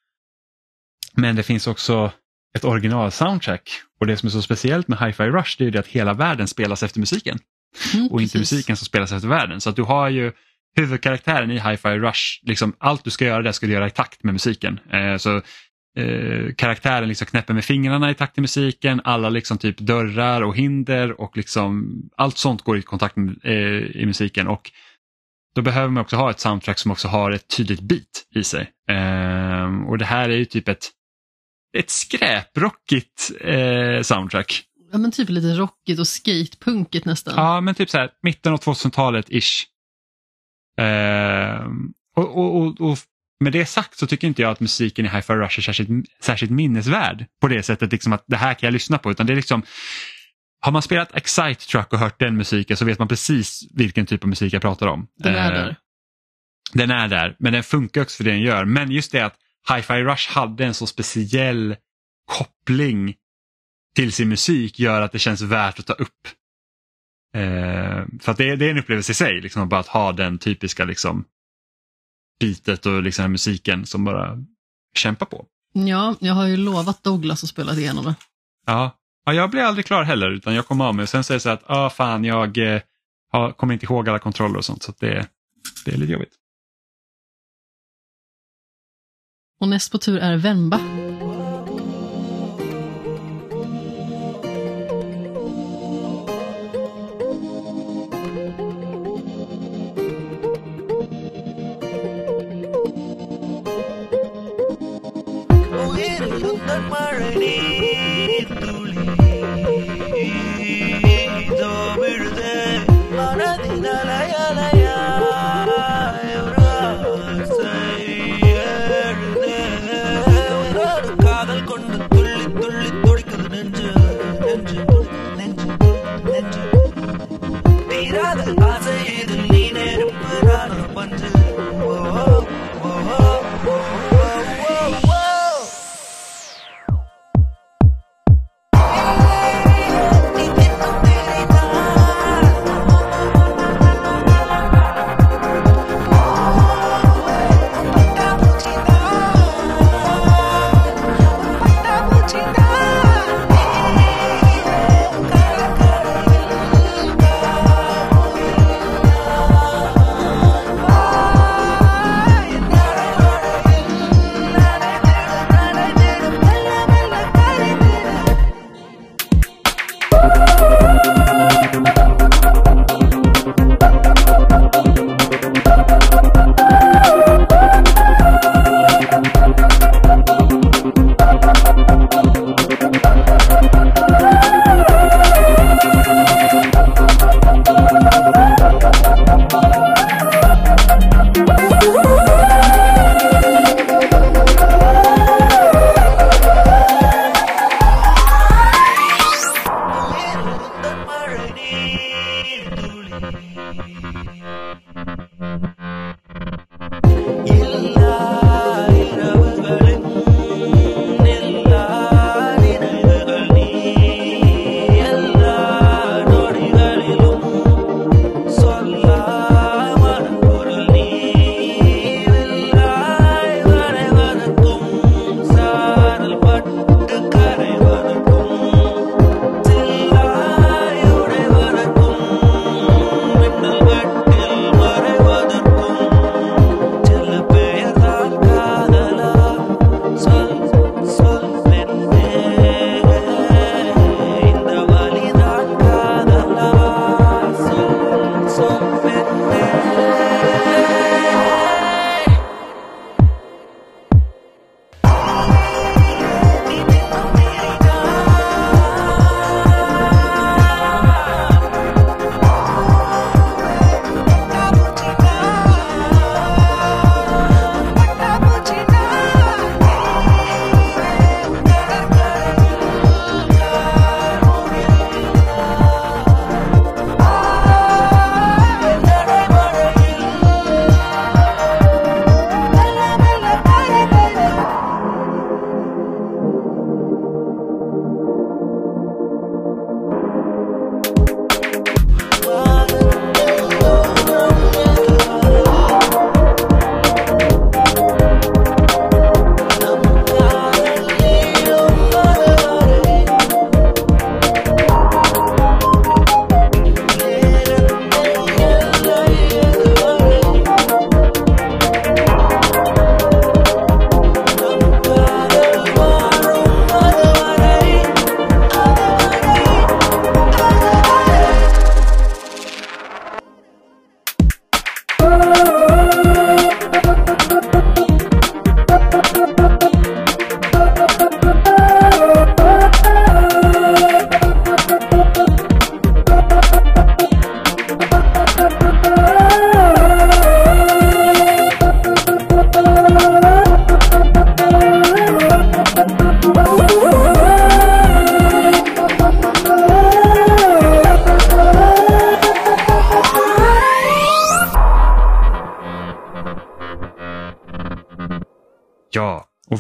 Men det finns också ett original soundtrack. Och det som är så speciellt med Hi-Fi Rush, det är ju det att hela världen spelas efter musiken. Och inte musiken som spelas efter världen. Så att du har ju huvudkaraktären i Hi-Fi Rush, liksom, allt du ska göra där ska du göra i takt med musiken. Karaktären liksom knäpper med fingrarna i takt med musiken, alla liksom typ dörrar och hinder och liksom allt sånt går i kontakt med, i musiken, och då behöver man också ha ett soundtrack som också har ett tydligt beat i sig. Och det här är ju typ ett skräprockigt soundtrack. Ja, men typ lite rockigt och skatepunkigt nästan. Ja, men typ så här mitten av 2000-talet ish. Och med det sagt så tycker inte jag att musiken i Hi-Fi Rush är särskilt minnesvärd på det sättet liksom att det här kan jag lyssna på, utan det är liksom, har man spelat Excite Truck och hört den musiken så vet man precis vilken typ av musik jag pratar om. Den är där. Den är där, men den funkar också för det den gör. Men just det att Hi-Fi Rush hade en så speciell koppling till sin musik gör att det känns värt att ta upp. För att det är en upplevelse i sig, liksom, bara att ha den typiska liksom bitet och liksom musiken som bara kämpar på. Ja, jag har ju lovat Douglas att spela igenom det. Ja, jag blir aldrig klar heller, utan jag kommer av mig och sen säger så att fan, jag kommer inte ihåg alla kontroller och sånt, så att det är lite jobbigt. Och näst på tur är Venba.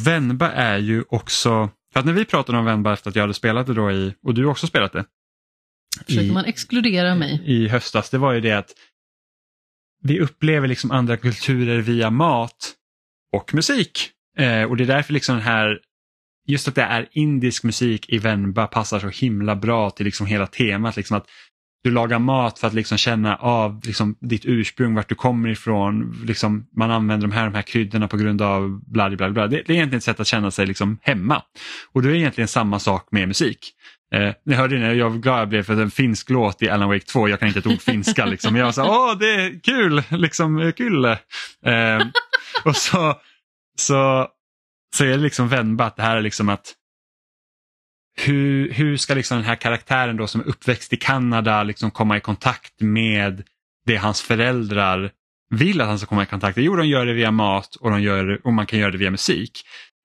Venba är ju också, för att när vi pratade om Venba efter att jag hade spelat det då och du också spelat det. Försöker man exkludera mig? I höstas, det var ju det att vi upplever liksom andra kulturer via mat och musik. Och det är därför liksom den här, just att det är indisk musik i Venba passar så himla bra till liksom hela temat. Liksom att du lagar mat för att liksom känna av liksom ditt ursprung, vart du kommer ifrån. Liksom man använder de här kryddorna på grund av bla bla bla. Det är egentligen ett sätt att känna sig liksom hemma. Och det är egentligen samma sak med musik. Ni hörde när jag var glad jag blev för en finsk låt i Alan Wake 2. Jag kan inte ett ord finska liksom. Jag var så åh det är kul, liksom kul. Och så är det liksom Venba att det här är liksom att hur ska liksom den här karaktären då som är uppväxt i Kanada liksom komma i kontakt med det hans föräldrar vill att han ska komma i kontakt med? Jo, de gör det via mat och man kan göra det via musik.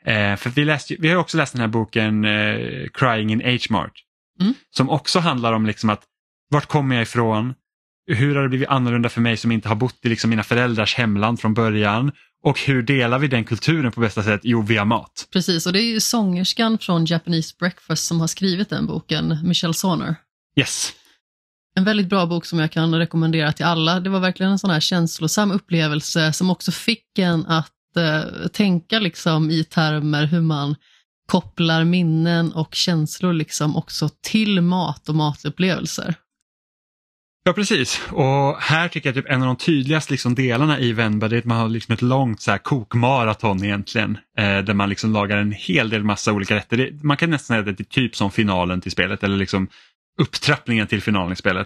För vi har också läst den här boken Crying in H-Mart som också handlar om liksom att vart kommer jag ifrån? Hur har det blivit annorlunda för mig som inte har bott i liksom mina föräldrars hemland från början? Och hur delar vi den kulturen på bästa sätt? Jo, via mat. Precis, och det är ju sångerskan från Japanese Breakfast som har skrivit den boken, Michelle Sonner. Yes. En väldigt bra bok som jag kan rekommendera till alla. Det var verkligen en sån här känslosam upplevelse som också fick en att tänka liksom i termer hur man kopplar minnen och känslor liksom också till mat och matupplevelser. Ja, precis. Och här tycker jag typ en av de tydligaste liksom delarna i Venba är att man har liksom ett långt så här kokmaraton egentligen. Där man liksom lagar en hel del massa olika rätter. Man kan nästan säga att det är typ som finalen till spelet eller liksom upptrappningen till finalen i spelet.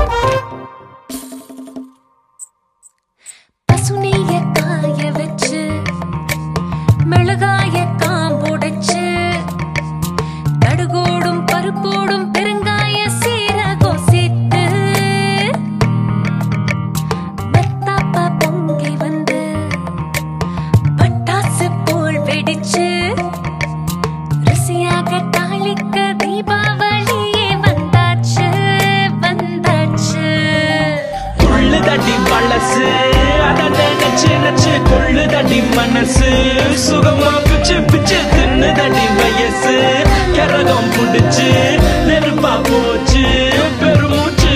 பசுனைய காய வச்சு தடி வயசு கரகம் புடிச்சு நெருப்பா போச்சு பெருமூச்சு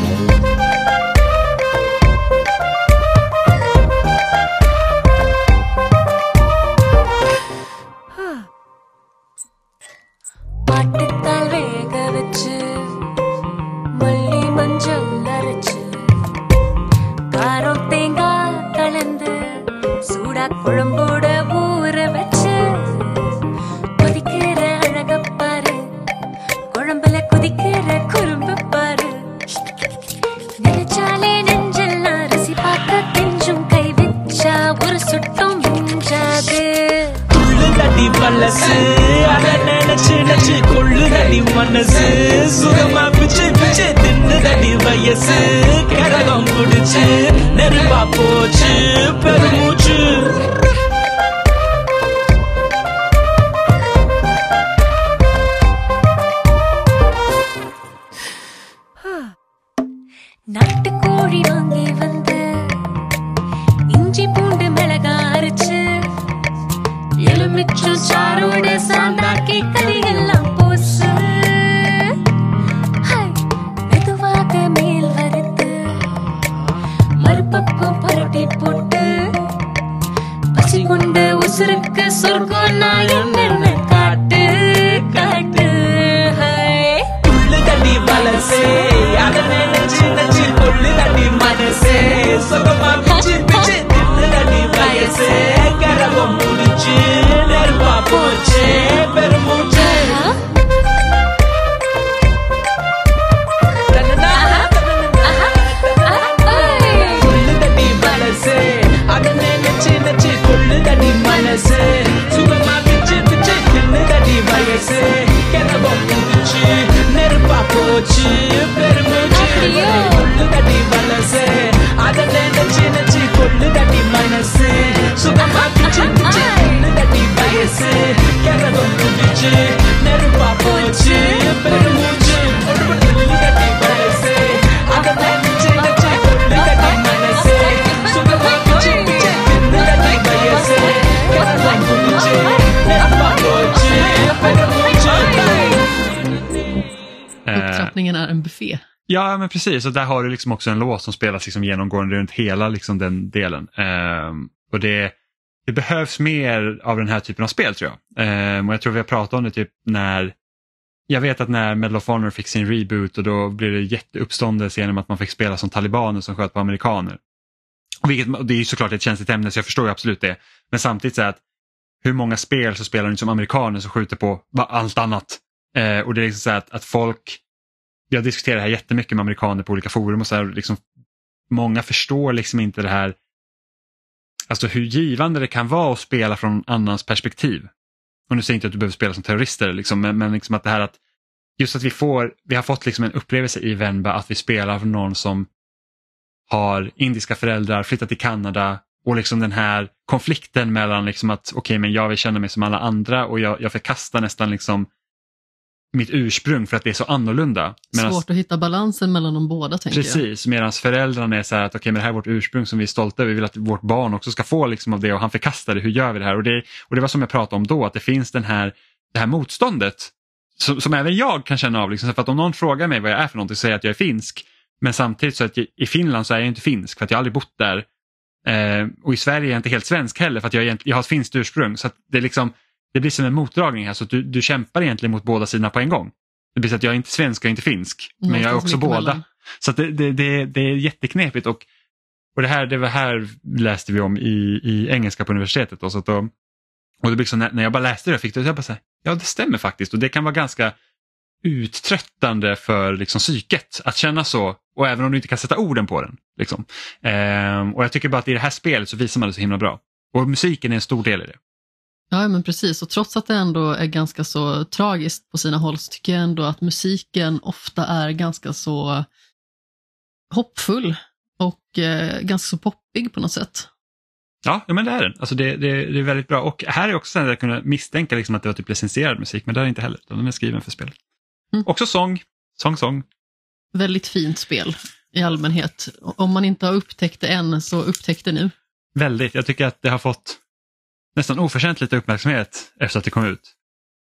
பாட்டுத்தால் வேக வச்சு மல்லி மஞ்சள் அரைச்சு காரம் தேங்காய் கலந்து சூடா குழம்போட ஊற வச்சு கொதிக்கிற அழகப்பாரு குழம்புல குதிக்கிற குறும்பு பாரு நினைச்சாலே நெஞ்செல்லாம் ருசி பார்க்க கெஞ்சும் கை வச்சா ஒரு சுட்டம் மிஞ்சாது கொள்ளுதடி பல்லசு அத நினைச்சு நினைச்சு கொள்ளுதடி மனசு சுகமா பிச்சு பிச்சு தின்னுதடி வயசு கரகம் புடிச்சு நெருப்பா போச்சு பெருமூச்சு நாட்டுக்கோழி வாங்கி வந்து இஞ்சி பூண்டு மிளகா அரைச்சு எலுமிச்சு சாரோட சாந்தாக்கி கறியெல்லாம் போசு மெதுவாக மேல் வறுத்து மறுபக்கம் புரட்டி போட்டு பசி கொண்டு உசுருக்கு சொர்க்கம் நான் என்னென்ன காட்டு காட்டு கொள்ளுதடி வலசே அத நினைச்சு நினைச்சு கொள்ளுதடி மனசே சுகமா பிச்சு பிச்சு தின்னுதடி வயசே கரகம் முடிச்சு நெருப்பா போச்சு பெருமூச்சு கொள்ளுதடி வலசே அத நினைச்சு நினைச்சு கொள்ளுதடி மனசே சுகமா பிச்சு பிச்சு தின்னுதடி வயசே கரகம் முடிச்சு நெருப்பா போச்சு பெருமூச்சு கொள்ளுதடி வலசே அத நினைச்சு நினைச்சு கொள்ளுதடி மனசே சுகமா பிச்சு பிச்சு தின்னுதடி வயசே கரகம் முடிச்சு நெருப்பா போச்சு பெருமூச்சு கொள்ளுதடி வலசே அத நினைச்சு நினைச்சு கொள்ளுதடி மனசே சுகமா பிச்சு பிச்சு தின்னுதடி வயசே கரகம் முடிச்சு நெருப்பா போச்சு பெருமூச்சு. Upptrappningen är en buffé. Ja, men precis. Och där har du liksom också en låt som spelas liksom genomgående runt hela liksom den delen. Och det behövs mer av den här typen av spel, tror jag. Och jag tror vi har pratat om det typ när... Jag vet att när Medal of Honor fick sin reboot och då blev det jätteuppståndelse genom att man fick spela som talibaner som sköt på amerikaner. Och det är ju såklart ett känsligt ämne, så jag förstår ju absolut det. Men samtidigt så att hur många spel så spelar ni som amerikaner som skjuter på allt annat. Och det är liksom så att folk... Jag diskuterar det här jättemycket med amerikaner på olika forum och så här, liksom, många förstår liksom inte det här, alltså hur givande det kan vara att spela från annans perspektiv. Och nu säger jag inte att du behöver spela som terrorister liksom, men liksom att det här att just att vi har fått liksom en upplevelse i Venba att vi spelar för någon som har indiska föräldrar, flyttat till Kanada, och liksom den här konflikten mellan liksom att okej, men jag vill känna mig som alla andra och jag förkastar nästan liksom mitt ursprung för att det är så annorlunda. Svårt att hitta balansen mellan de båda, tänker jag. Precis, medan föräldrarna är så här att okej, men det här är vårt ursprung som vi är stolta över. Vi vill att vårt barn också ska få liksom av det, och han förkastar det. Hur gör vi det här? Och det var som jag pratade om då, att det finns det här motståndet som även jag kan känna av. Liksom, för att om någon frågar mig vad jag är för någonting så säger jag att jag är finsk. Men samtidigt så att i Finland så är jag inte finsk för att jag aldrig bott där. Och i Sverige är jag inte helt svensk heller för att jag har ett finskt ursprung. Så att det är liksom... Det blir som en motdragning här, så att du kämpar egentligen mot båda sidorna på en gång. Det blir så att jag är inte svensk och inte finsk, men jag är också båda. Mellan. Så att det är jätteknepigt, och det här läste vi om i engelska på universitetet. Och det blir så när jag bara läste det fick jag bara säga, ja, det stämmer faktiskt, och det kan vara ganska uttröttande för liksom psyket att känna så, och även om du inte kan sätta orden på den liksom. Och jag tycker bara att i det här spelet så visar man det så himla bra, och musiken är en stor del i det. Ja, men precis. Och trots att det ändå är ganska så tragiskt på sina håll, så tycker jag ändå att musiken ofta är ganska så hoppfull och ganska så poppig på något sätt. Ja, men det är den. Alltså det är väldigt bra. Och här är också att jag kunde misstänka liksom att det var typ licensierad musik, men det är inte heller. Den är skriven för spelet. Också sång. Väldigt fint spel i allmänhet. Om man inte har upptäckt det än, så upptäck det nu. Väldigt. Jag tycker att det har fått nästan oförtjänt lite uppmärksamhet efter att det kom ut.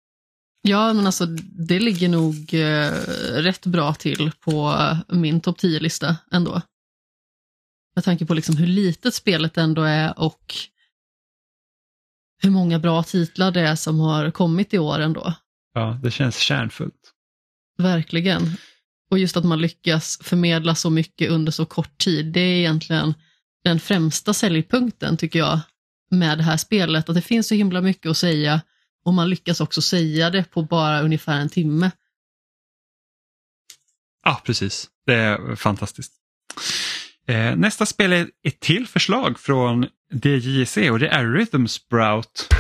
Ja, men alltså det ligger nog rätt bra till på min topp 10-lista ändå. Jag tänker på liksom hur litet spelet ändå är och hur många bra titlar det är som har kommit i år ändå. Ja, det känns kärnfullt. Verkligen. Och just att man lyckas förmedla så mycket under så kort tid, det är egentligen den främsta säljpunkten tycker jag med det här spelet. Att det finns så himla mycket att säga och man lyckas också säga det på bara ungefär en timme. Ja, precis. Det är fantastiskt. Nästa spel är ett till förslag från DJC och det är Rhythm Sprout.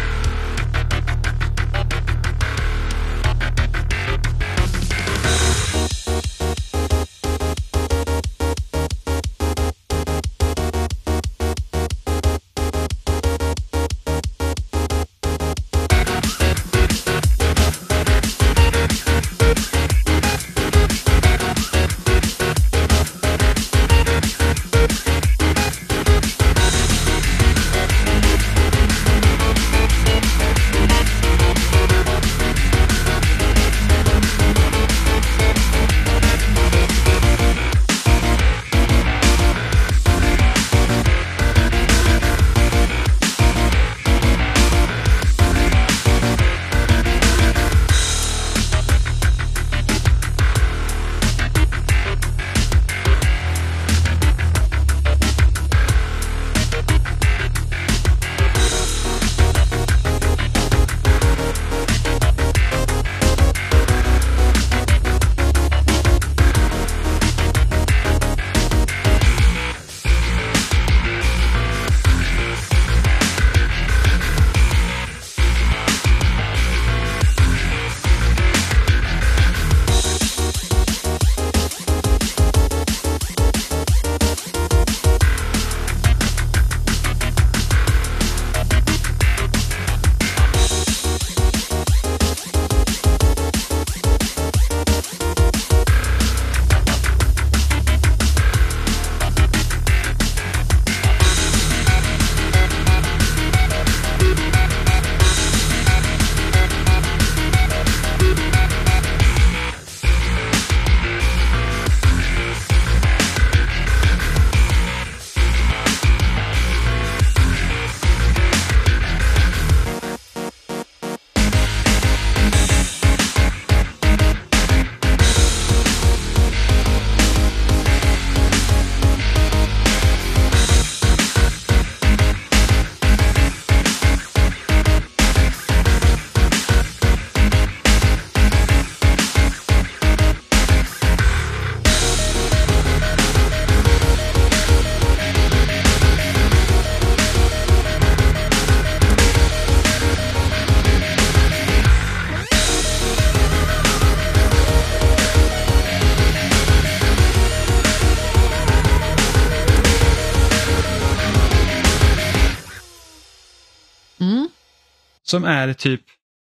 Som är typ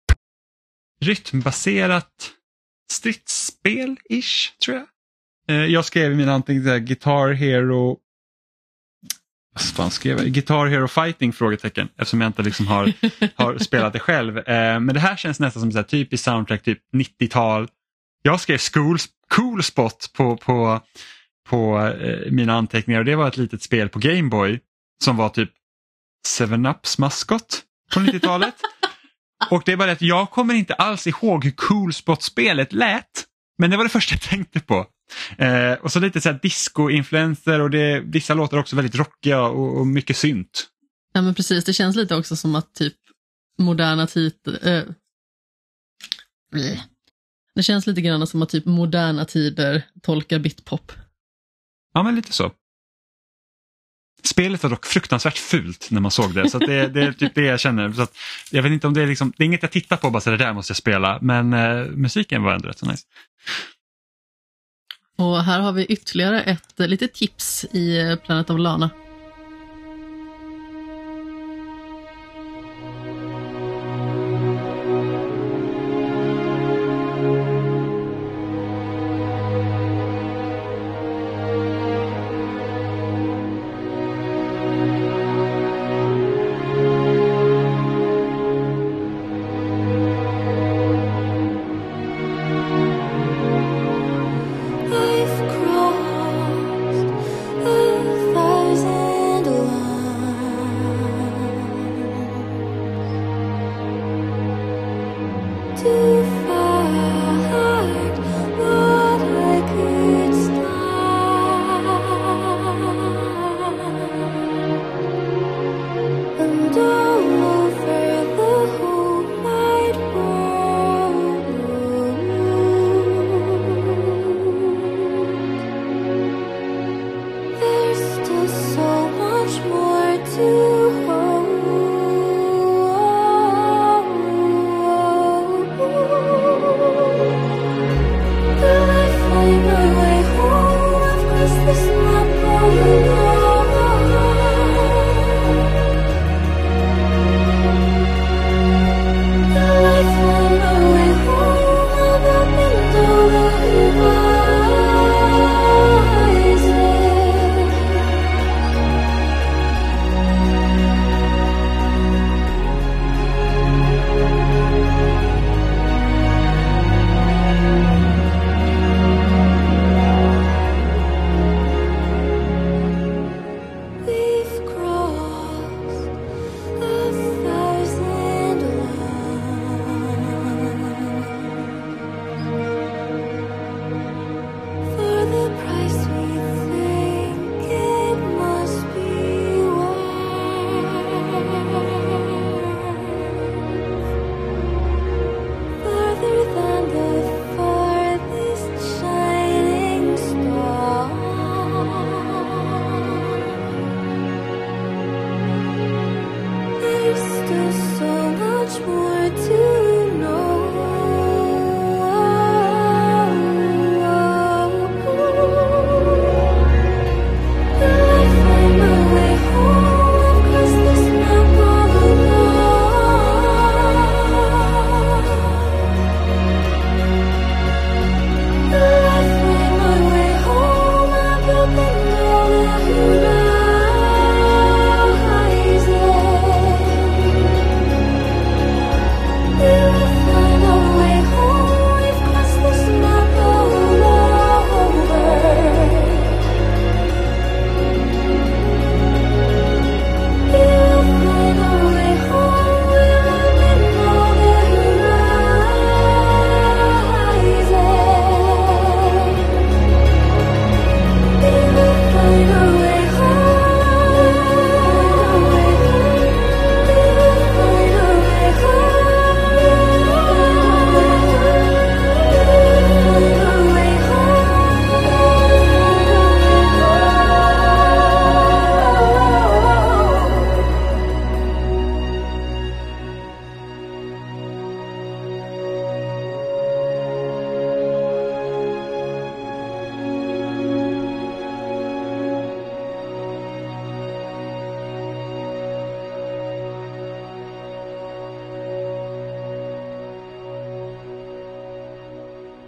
rytmbaserat stridsspel-ish, tror jag. Jag skrev i mina anteckningar Guitar Hero... Vad fan skrev jag? Guitar Hero Fighting? Frågetecken. Eftersom jag inte liksom har spelat det själv. Men det här känns nästan som en typisk soundtrack, typ 90-tal. Jag skrev Cool Spot på mina anteckningar. Och det var ett litet spel på Game Boy som var typ 7-Ups maskot på 90-talet. Och det är bara att jag kommer inte alls ihåg hur Cool Spot-spelet lät. Men det var det första jag tänkte på. Och så lite så här disco-influencer och vissa låtar också väldigt rockiga och mycket synt. Ja men precis, det känns lite också som att typ moderna tider... Det känns lite grann som att typ moderna tider tolkar bitpop. Ja men lite så. Spelet var dock fruktansvärt fult när man såg det. Så att det är typ det jag känner. Så att jag vet inte om det är liksom, det är inget jag tittar på bara så det där måste jag spela. Men musiken var ändå rätt så nice. Och här har vi ytterligare ett litet tips i Planet of Lana.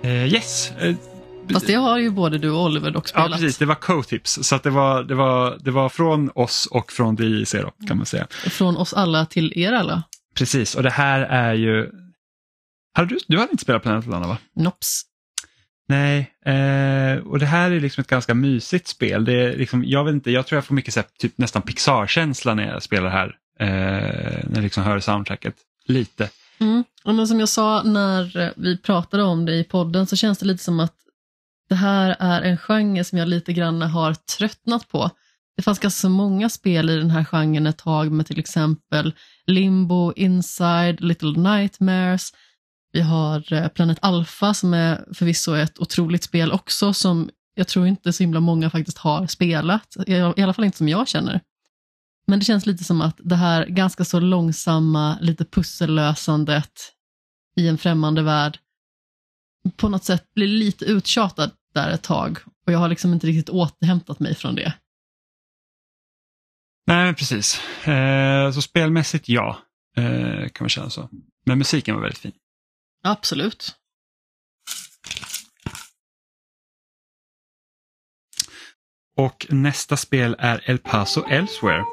Yes. Fast det har ju både du och Oliver dock spelat. Ja, precis. Det var co-tips. Så att det var från oss och från DIC då, kan man säga. Från oss alla till er alla. Precis, och det här är ju... Du hade inte spelat Planet Lana, va? Nops. Nej, och det här är liksom ett ganska mysigt spel. Det är liksom, jag vet inte, jag tror jag får mycket så här, typ nästan Pixar-känsla när jag spelar här. När jag liksom hör soundtracket. Lite. Ja, men som jag sa när vi pratade om det i podden, så känns det lite som att det här är en genre som jag lite grann har tröttnat på. Det fanns ganska många spel i den här genren ett tag, med till exempel Limbo, Inside, Little Nightmares. Vi har Planet Alpha som är förvisso ett otroligt spel också, som jag tror inte så himla många faktiskt har spelat. I alla fall inte som jag känner. Men det känns lite som att det här ganska så långsamma, lite pussellösandet i en främmande värld på något sätt blir lite uttjatad där ett tag. Och jag har liksom inte riktigt återhämtat mig från det. Nej, men precis. Så spelmässigt ja, kan man känna så. Men musiken var väldigt fin. Absolut. Och nästa spel är El Paso Elsewhere.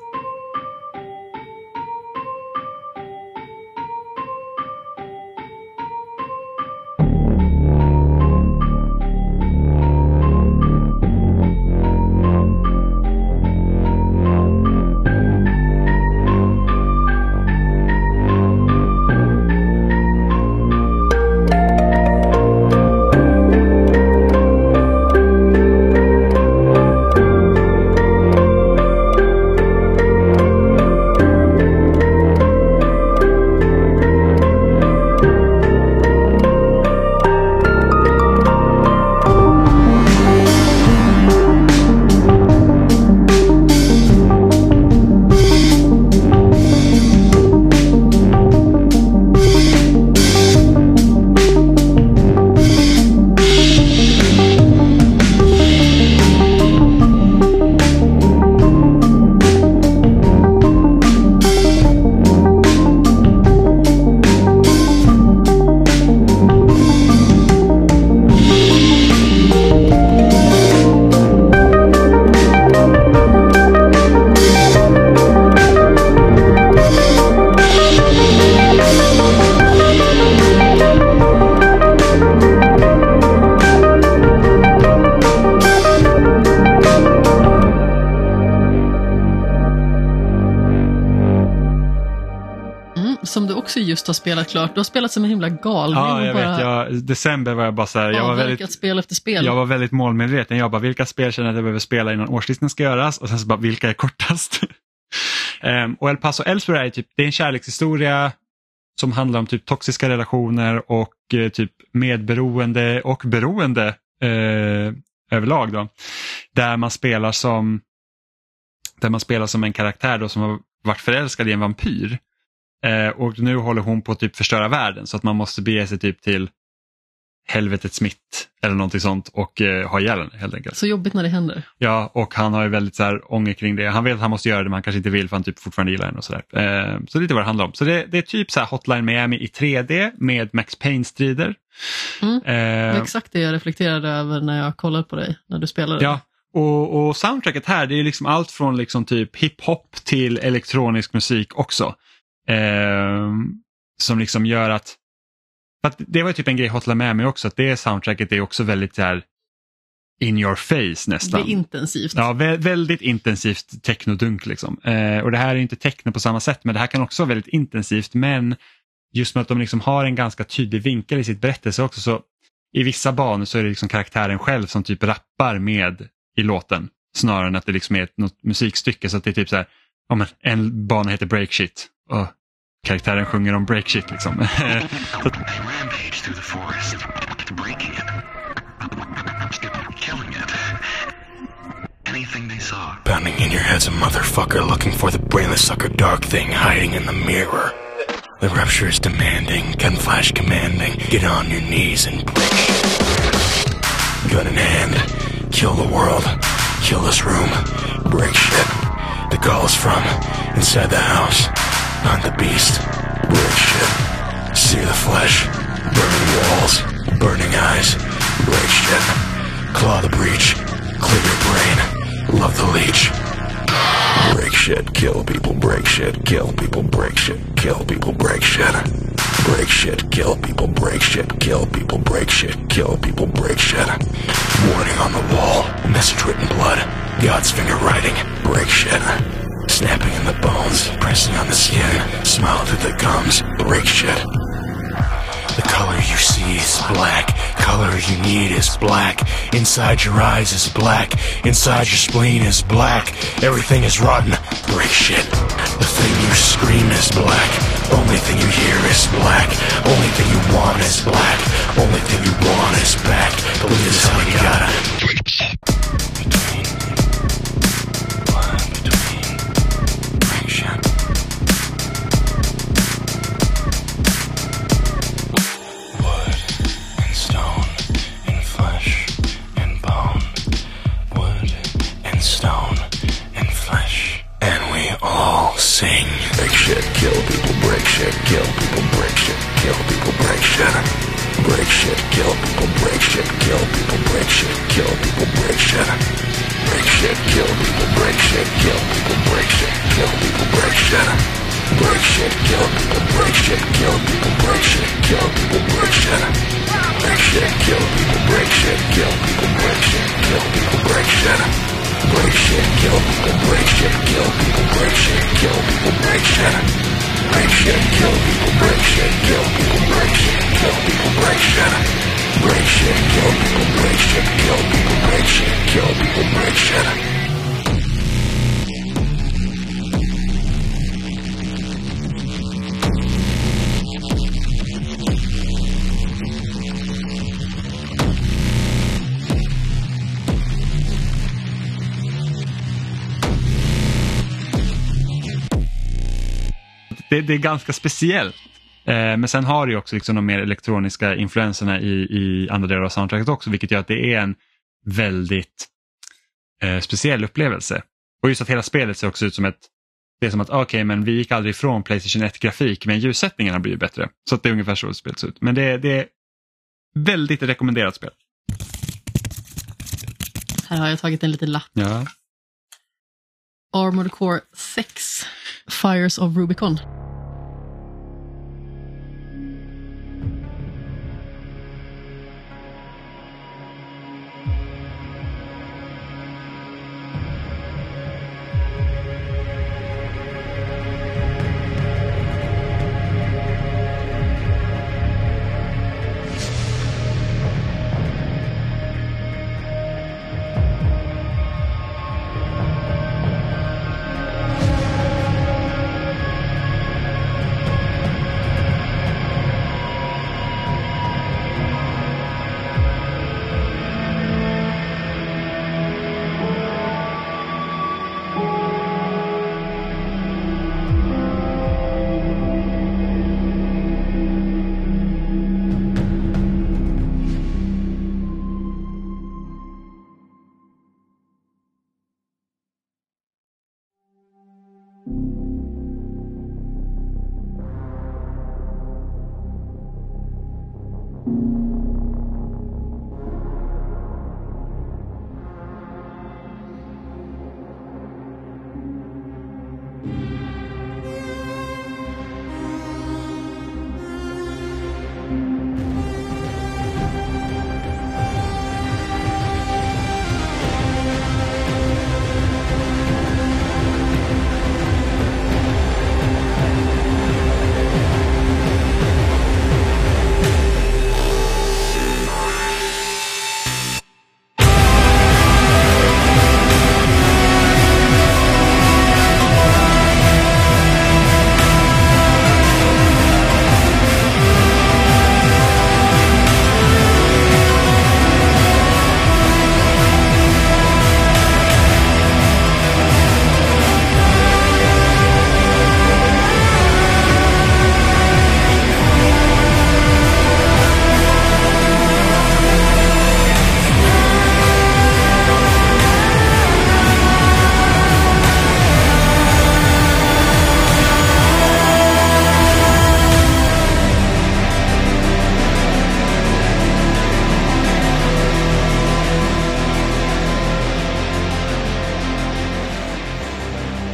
Som du också just har spelat klart. Du har spelat som en himla galning. Ja, jag vet. December var jag bara så här. Jag var väldigt, spel efter spel. Jag var väldigt målmedveten. Jag bara, vilka spel känner jag att jag behöver spela innan årslistan ska göras? Och sen så bara, vilka är kortast? Och El Paso Elsewhere är typ, det är en kärlekshistoria som handlar om typ toxiska relationer och typ medberoende och beroende överlag då. Där man spelar som en karaktär då som har varit förälskad i en vampyr. Och nu håller hon på att typ förstöra världen, så att man måste bege sig typ till helvetets mitt eller någonting sånt och ha ihjäl henne helt enkelt. Så jobbigt när det händer. Ja, och han har ju väldigt så här ånger kring det. Han vet att han måste göra det, men han kanske inte vill för han typ fortfarande gillar henne och sådär. Så det är lite vad det handlar om. Så det är typ så här Hotline Miami i 3D med Max Payne-strider. Exakt det jag reflekterade över när jag kollade på dig när du spelade. Ja, och soundtracket här, det är liksom allt från liksom typ hiphop till elektronisk musik också. Som liksom gör att det var typ en grej Hotline Miami också, att det soundtracket är också väldigt så här in your face nästan. Det är intensivt. Ja, väldigt intensivt technodunk liksom. Och det här är inte techno på samma sätt, men det här kan också vara väldigt intensivt, men just med att de liksom har en ganska tydlig vinkel i sitt berättelse också, så i vissa banor så är det liksom karaktären själv som typ rappar med i låten, snarare än att det liksom är något musikstycke, så att det är typ så här, en bana heter Break Shit och karaktären sjunger om break shit liksom. Rampage through the forest, breaking it, killing it, anything they saw. Pounding in your head's a motherfucker looking for the brainless sucker dark thing hiding in the mirror. The rupture is demanding, gun flash commanding, get on your knees and break shit. Gun in hand, kill the world, kill this room, break shit. The call is from inside the house. Hunt the beast, break shit, sear the flesh, burning walls, burning eyes, shit. Claw the breach. Clear your brain. Love the leech. Break shit, kill people, break shit, kill people, break shit, kill people, break shit. Break shit, kill people, break shit, kill people, break shit, kill people, break shit. Warning on the wall, message written blood, God's finger writing, break shit. Snapping in the bones, pressing on the skin, smile through the gums, break shit. The color you see is black, color you need is black. Inside your eyes is black, inside your spleen is black. Everything is rotten, break shit. The thing you scream is black, only thing you hear is black. Only thing you want is black, only thing you want is back. Believe this how you gotta break shit. Between break shit. Stone and flesh and bone, wood and stone and flesh, and we all sing. Break shit, kill people, break shit, kill people, break shit, kill people, break shit. Break shit, kill people, break shit, kill people, break shit, kill people, break shit. Break shit, kill people, break shit, kill people, break shit, kill people, break shit. Break shit, kill people, break shit, kill people, break shit, kill people, break shit. Break shit, kill people, break shit, kill people, break shit, kill people, break shit. Break shit, kill people, break shit, kill people, break shit, kill people, break shit. Break shit, kill people, break shit, kill people, break shit, kill people, break shit. Break shit, kill people, break shit, kill people, break shit, kill people, break shit. Det är ganska speciellt. Men sen har det ju också liksom de mer elektroniska influenserna i andra delar av soundtracket också, vilket gör att det är en väldigt speciell upplevelse. Och just att hela spelet ser också ut som det är som att okej, men vi gick aldrig ifrån PlayStation 1-grafik, men ljussättningen har blivit bättre. Så att det är ungefär så det spelet ser ut. Men det är väldigt rekommenderat spel. Här har jag tagit en liten lapp. Ja. Armored Core 6, Fires of Rubicon.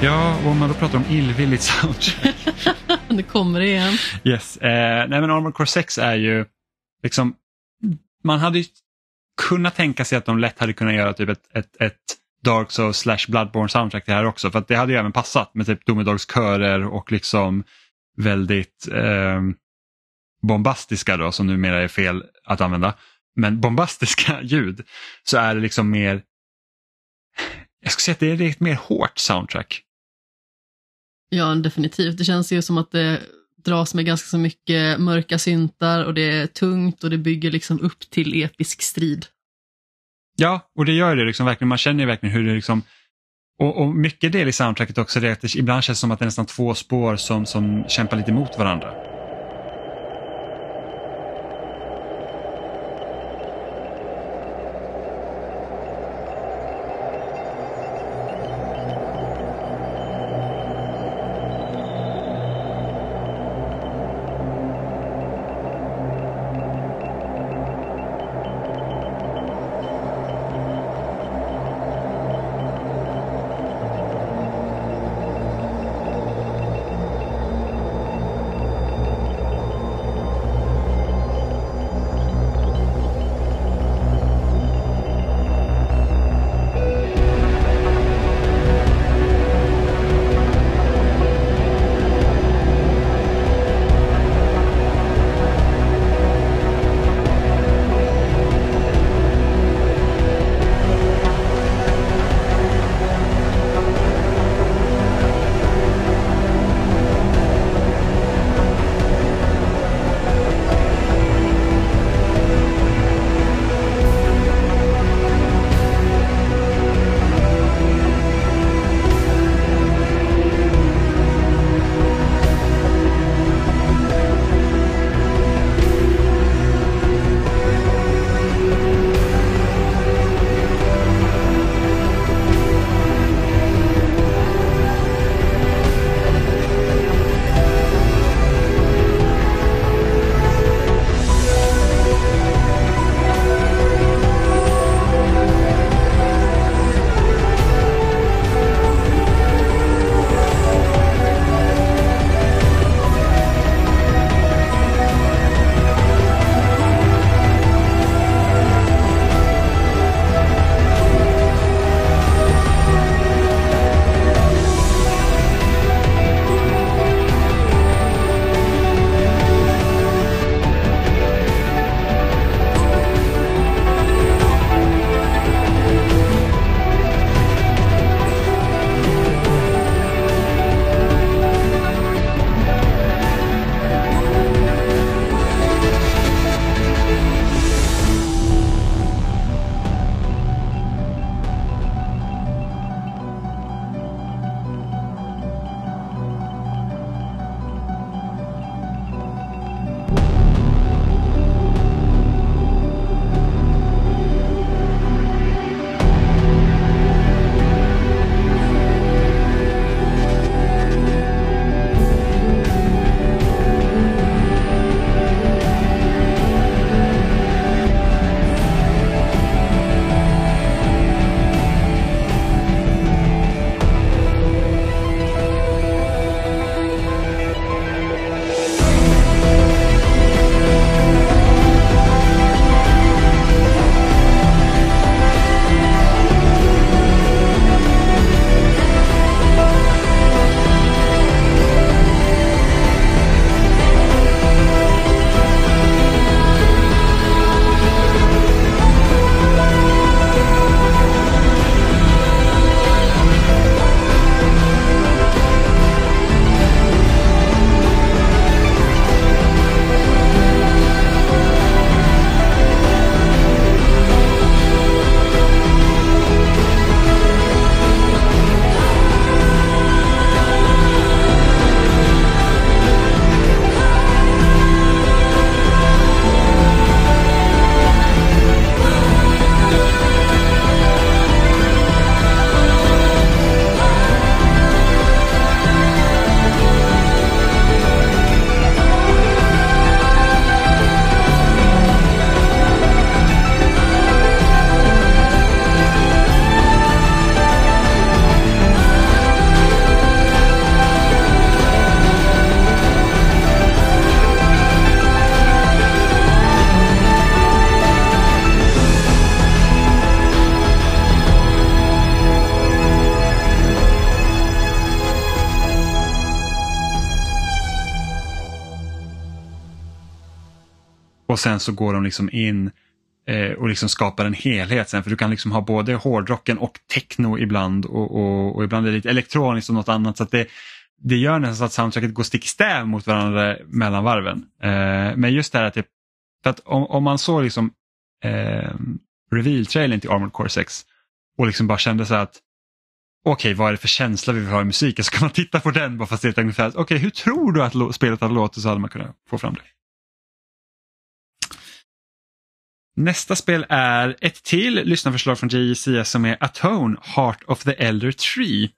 Ja, och om man då pratar om illvilligt soundtrack. Det kommer igen. Yes. Nej, men Armored Core 6 är ju liksom, man hade ju kunnat tänka sig att de lätt hade kunnat göra typ ett Dark Souls / Bloodborne soundtrack det här också, för att det hade ju även passat med typ domedagskörer och liksom väldigt bombastiska då, som numera är fel att använda, men bombastiska ljud, så är det liksom mer, jag skulle säga att det är ett mer hårt soundtrack. Ja, definitivt. Det känns ju som att det dras med ganska så mycket mörka syntar och det är tungt och det bygger liksom upp till episk strid. Ja, och det gör det liksom verkligen. Man känner ju verkligen hur det liksom, och mycket del i soundtracket också, det är att det ibland känns som att det är nästan två spår som kämpar lite mot varandra. Och sen så går de liksom in och liksom skapar en helhet sen. För du kan liksom ha både hårdrocken och techno ibland. Och ibland är det lite elektroniskt och något annat. Så att det gör nästan så att soundtracket går stick i stäv mot varandra mellan varven. Men just det här att för att om man såg liksom reveal-trailern till Armored Core 6 och liksom bara kände så att okej, vad är det för känsla vi vill ha i musiken, så kan man titta på den bara för att se ungefär, okej, hur tror du att spelet hade låtit, så hade man kunnat få fram det. Nästa spel är ett till lyssnarförslag från JCS som är Atone, Heart of the Elder Tree.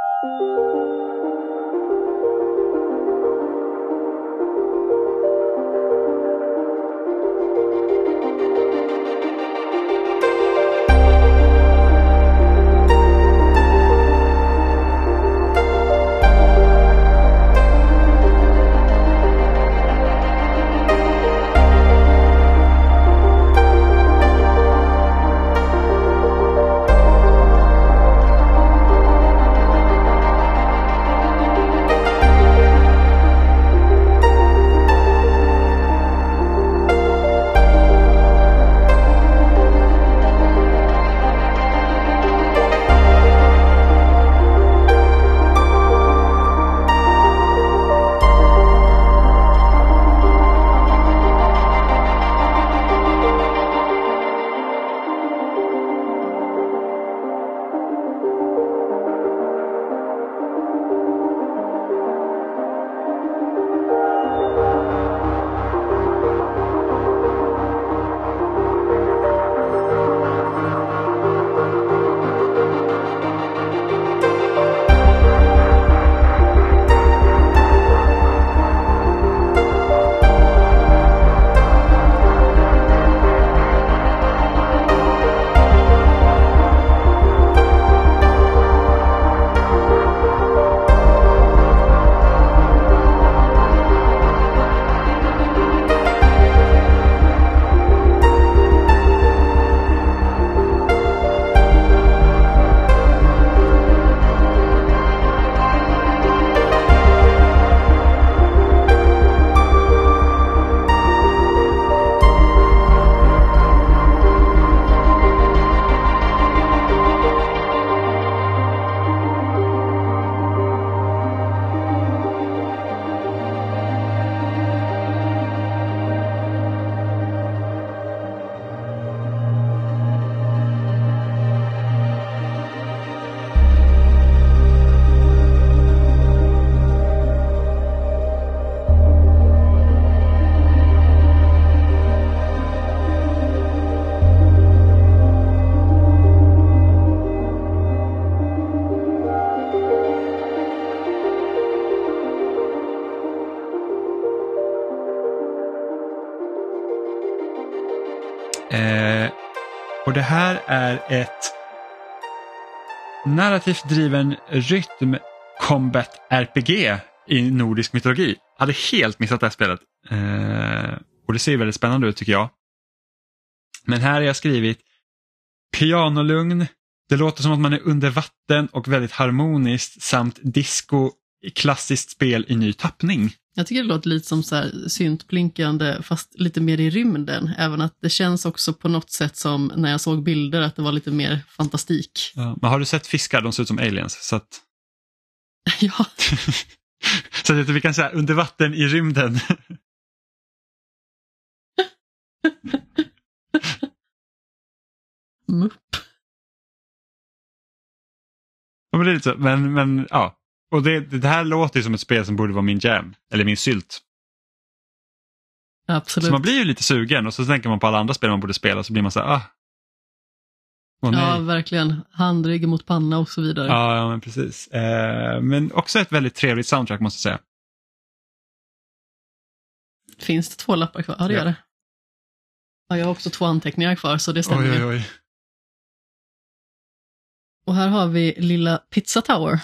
Och det här är ett narrativt driven rytm combat RPG i nordisk mytologi. Jag hade helt missat det här spelet. Och det ser väldigt spännande ut tycker jag. Men här har jag skrivit pianolugn. Det låter som att man är under vatten och väldigt harmoniskt samt disco, klassiskt spel i ny tappning. Jag tycker det låter lite som så här syntblinkande fast lite mer i rymden. Även att det känns också på något sätt som när jag såg bilder att det var lite mer fantastik. Ja, men har du sett fiskar? De ser ut som aliens. Så att... Ja. Så att vi kan säga under vatten i rymden. Mupp. Ja, men det är lite så. Men ja. Och det här låter ju som ett spel som borde vara min jam. Eller min sylt. Absolut. Så man blir ju lite sugen. Och så tänker man på alla andra spel man borde spela. Så blir man så här, ja, verkligen. Handrygg mot panna och så vidare. Ja, men precis. Men också ett väldigt trevligt soundtrack måste jag säga. Finns det 2 lappar kvar? Ja, det gör det. Ja, jag har också 2 anteckningar kvar, så det stämmer. Oj. Och här har vi lilla Pizza Tower.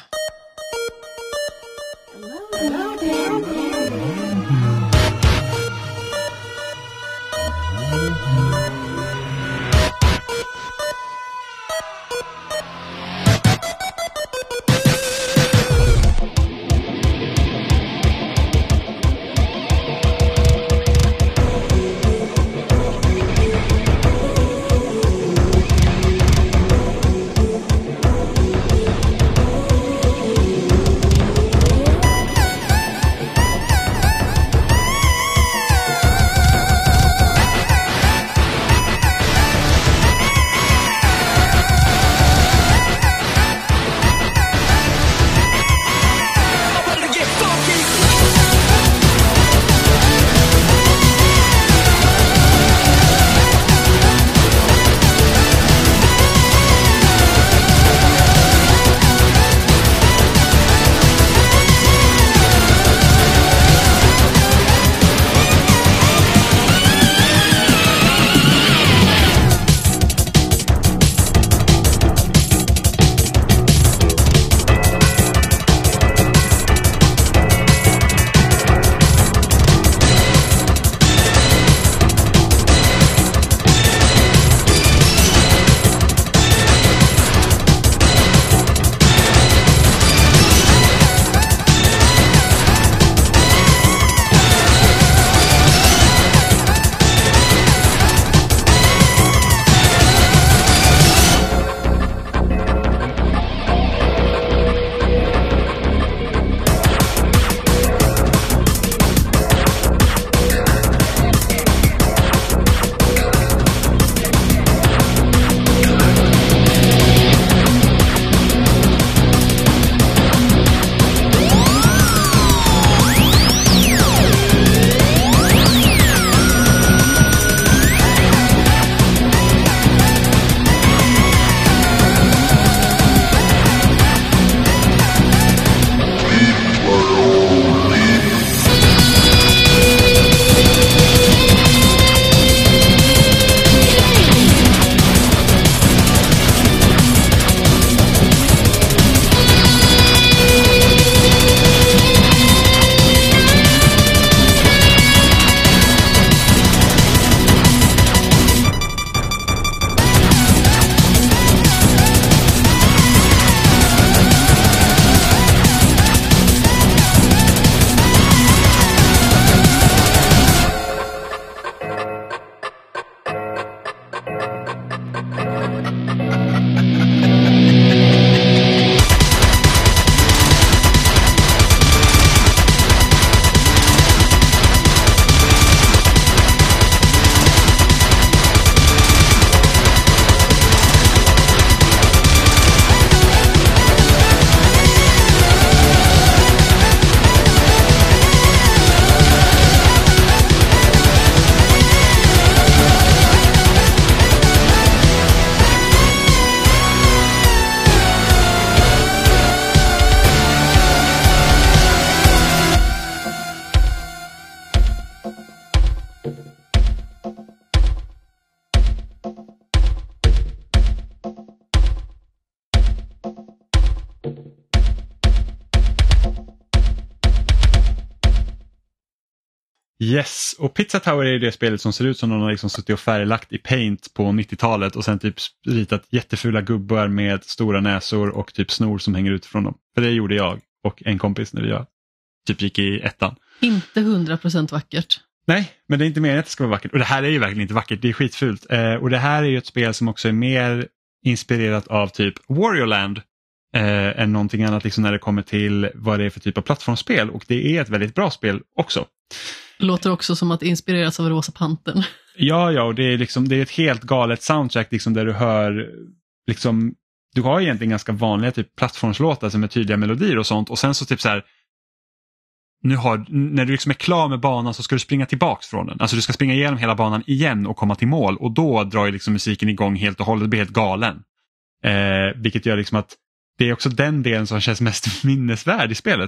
Yes, och Pizza Tower är ju det spelet som ser ut som någon har liksom suttit och färglagt i Paint på 90-talet och sen typ ritat jättefula gubbar med stora näsor och typ snor som hänger ut från dem. För det gjorde jag och en kompis när vi typ gick i ettan. Inte 100% vackert. Nej, men det är inte meningen att det ska vara vackert. Och det här är ju verkligen inte vackert, det är skitfult. Och det här är ju ett spel som också är mer inspirerat av typ Wario Land än någonting annat liksom när det kommer till vad det är för typ av plattformsspel. Och det är ett väldigt bra spel också. Låter också som att inspireras av Rosa Pantern. Ja, och det är liksom, det är ett helt galet soundtrack liksom, där du hör liksom, du har egentligen ganska vanliga typ plattformslåtar som är tydliga melodier och sånt, och sen så typ så här, när du liksom är klar med banan så ska du springa tillbaks från den. Alltså du ska springa igenom hela banan igen och komma till mål, och då drar ju liksom musiken igång helt och hållet, det blir helt galen. Vilket gör liksom att det är också den delen som känns mest minnesvärd i spelet.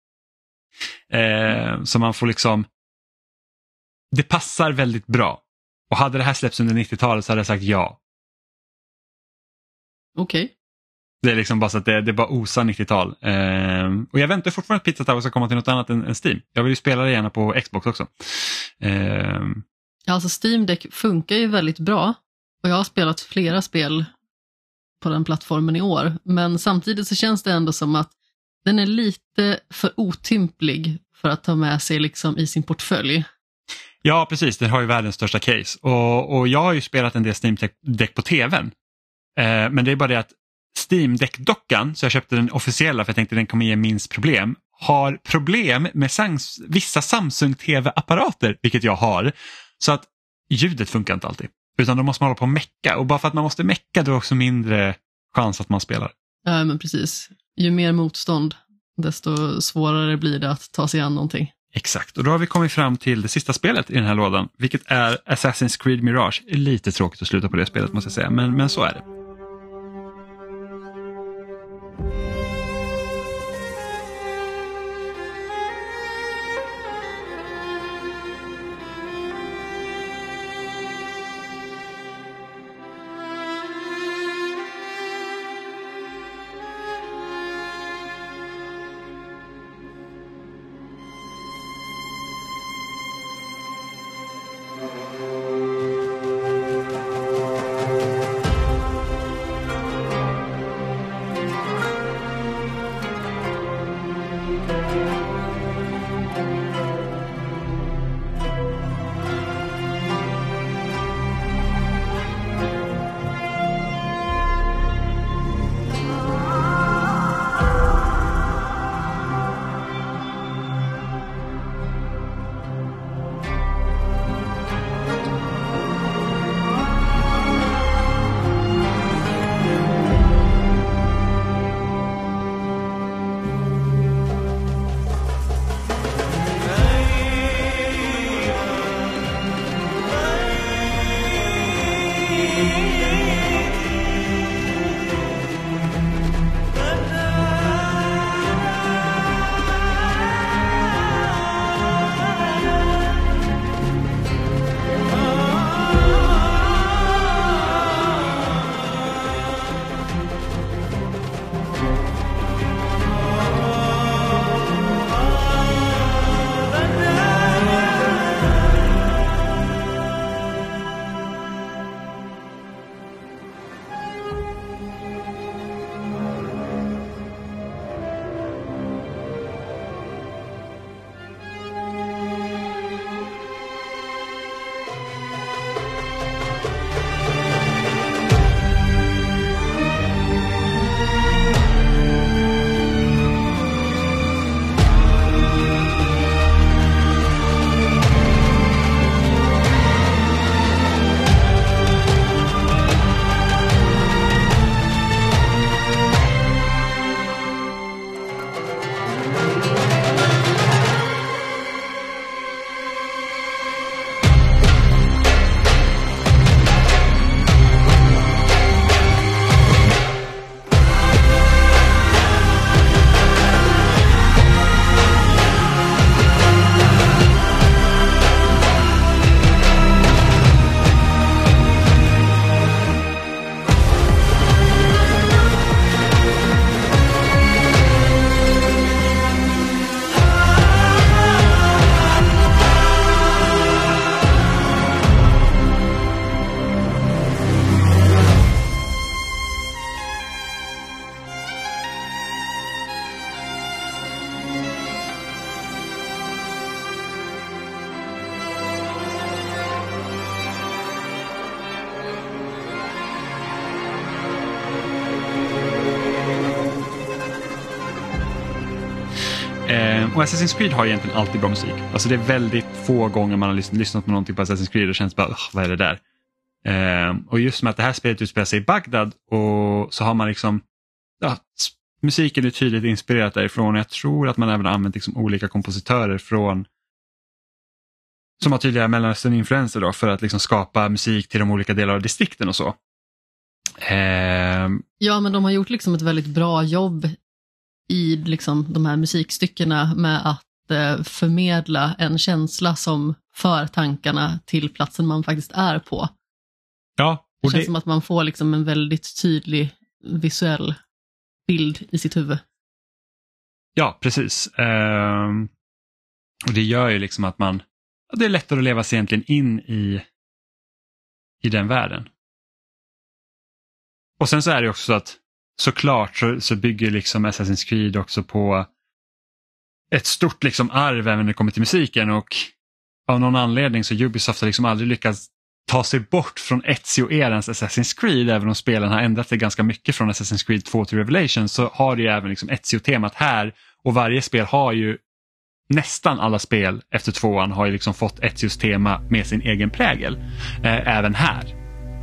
Så man får liksom, det passar väldigt bra. Och hade det här släppts under 90-talet så hade jag sagt ja. Okej. Det är liksom bara så att det bara osar 90-tal. Och jag väntar fortfarande att Pizza Tower ska komma till något annat än Steam. Jag vill ju spela det gärna på Xbox också. Ja, alltså Steam Deck funkar ju väldigt bra. Och jag har spelat flera spel på den plattformen i år. Men samtidigt så känns det ändå som att den är lite för otymplig för att ta med sig liksom i sin portfölj. Ja, precis. Den har ju världens största case. Och jag har ju spelat en del Steam Deck på tvn. Men det är bara det att Steam Deck-dockan, så jag köpte den officiella för jag tänkte den kommer ge minst problem, har problem med vissa Samsung TV-apparater, vilket jag har. Så att ljudet funkar inte alltid. Utan då måste man hålla på och mecka. Och bara för att man måste mecka, då är också mindre chans att man spelar. Ja, men precis. Ju mer motstånd, desto svårare blir det att ta sig an någonting. Exakt, och då har vi kommit fram till det sista spelet i den här lådan, vilket är Assassin's Creed Mirage. Lite tråkigt att sluta på det spelet måste jag säga, men så är det. Och Assassin's Creed har egentligen alltid bra musik. Alltså det är väldigt få gånger man har lyssnat på någonting på Assassin's Creed och känns bara, vad är det där? Och just med att det här spelet utspelar sig i Bagdad och så har man liksom, musiken är tydligt inspirerat därifrån. Och jag tror att man även har använt liksom olika kompositörer som har tydliga Mellanöstern-influenser då, för att liksom skapa musik till de olika delar av distrikten och så. Ja, men de har gjort liksom ett väldigt bra jobb i liksom de här musikstyckena med att förmedla en känsla som för tankarna till platsen man faktiskt är på. Ja, och det känns som att man får liksom en väldigt tydlig visuell bild i sitt huvud. Ja, precis. Och det gör ju liksom att det är lättare att leva sig egentligen in i den världen. Och sen så är det också så att såklart så bygger liksom Assassin's Creed också på ett stort liksom arv även när det kommer till musiken, och av någon anledning så Ubisoft har liksom aldrig lyckats ta sig bort från Ezio-erans Assassin's Creed. Även om spelen har ändrat sig ganska mycket från Assassin's Creed 2 till Revelation, så har det ju även liksom Ezio-temat här, och varje spel har ju, nästan alla spel efter 2:an har ju liksom fått Ezios tema med sin egen prägel, även här.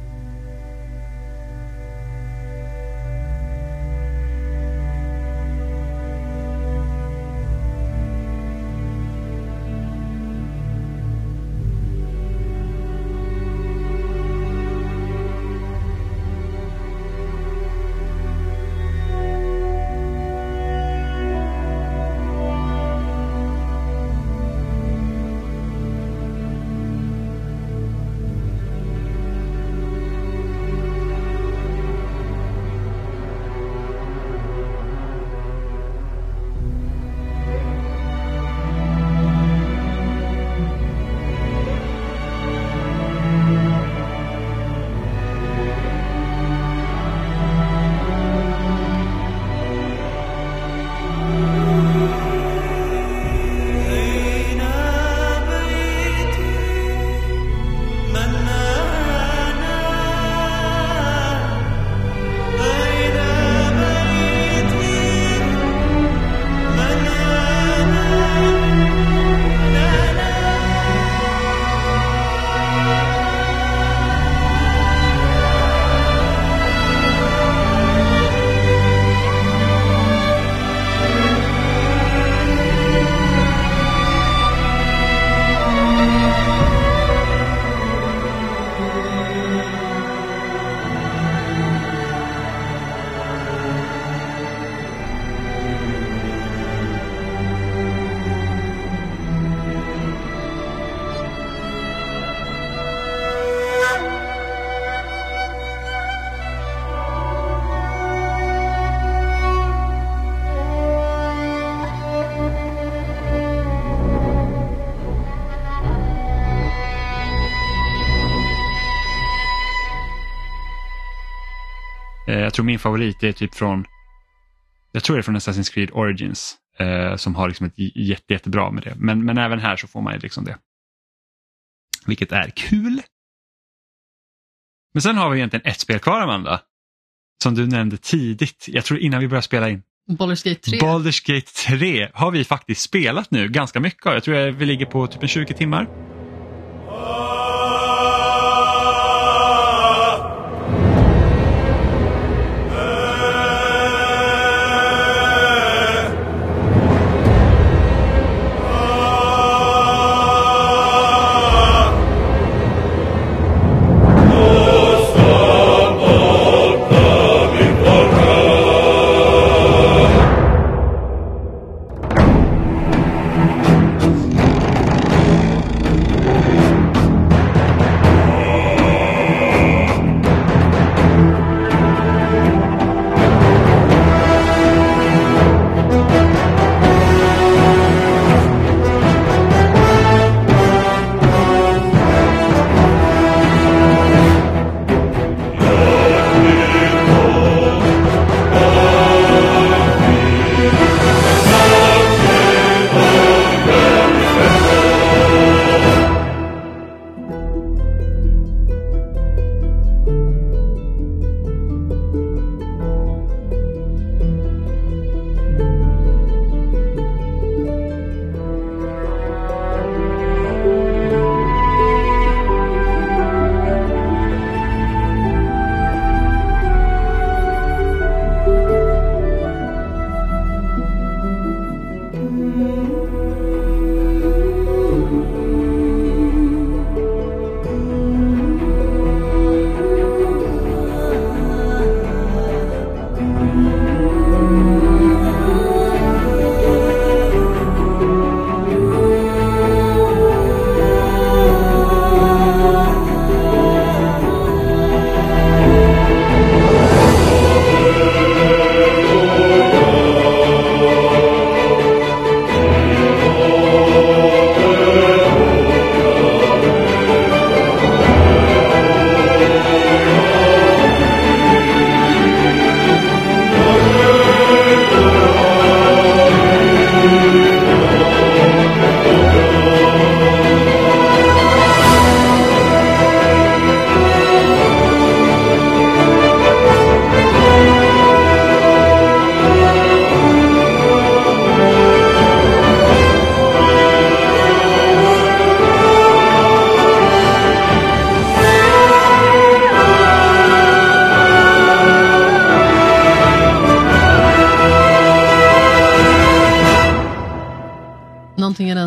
Jag tror min favorit är typ från Assassin's Creed Origins, som har liksom ett jättebra med det. Men även här så får man ju liksom det. Vilket är kul. Men sen har vi egentligen ett spel kvar, Amanda. Som du nämnde tidigt. Jag tror innan vi började spela in. Baldur's Gate 3. Baldur's Gate 3 har vi faktiskt spelat nu ganska mycket. Jag tror vi ligger på typ 20 timmar.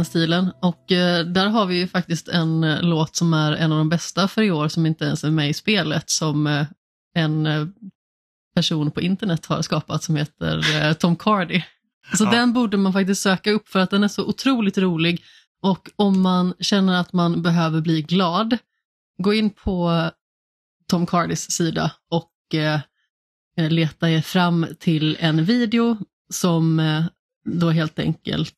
stilen. Och där har vi ju faktiskt en låt som är en av de bästa för i år, som inte ens är med i spelet, som en person på internet har skapat, som heter Tom Cardy. Så den borde man faktiskt söka upp, för att den är så otroligt rolig. Och om man känner att man behöver bli glad, gå in på Tom Cardys sida och leta er fram till en video som då helt enkelt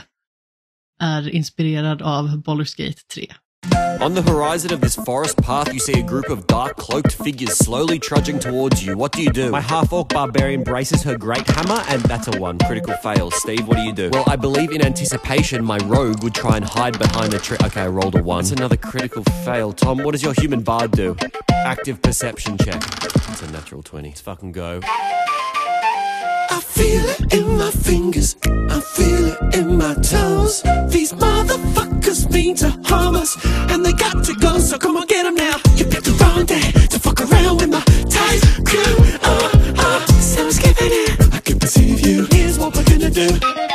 är inspirerad av Baldur's Gate 3. On the horizon of this forest path, you see a group of dark, cloaked figures slowly trudging towards you. What do? My half-orc barbarian braces her great hammer, and that's a 1. Critical fail. Steve, what do? Well, I believe in anticipation my rogue would try and hide behind a tree. Okay, I rolled a 1. That's another critical fail. Tom, what does your human bard do? Active perception check. It's a natural 20. Let's fucking go. I feel it in my fingers, I feel it in my toes. These motherfuckers mean to harm us, and they got to go, so come on, get them now. You picked the wrong day to fuck around with my tight crew. So I was giving it, I can perceive you. Here's what we're gonna do.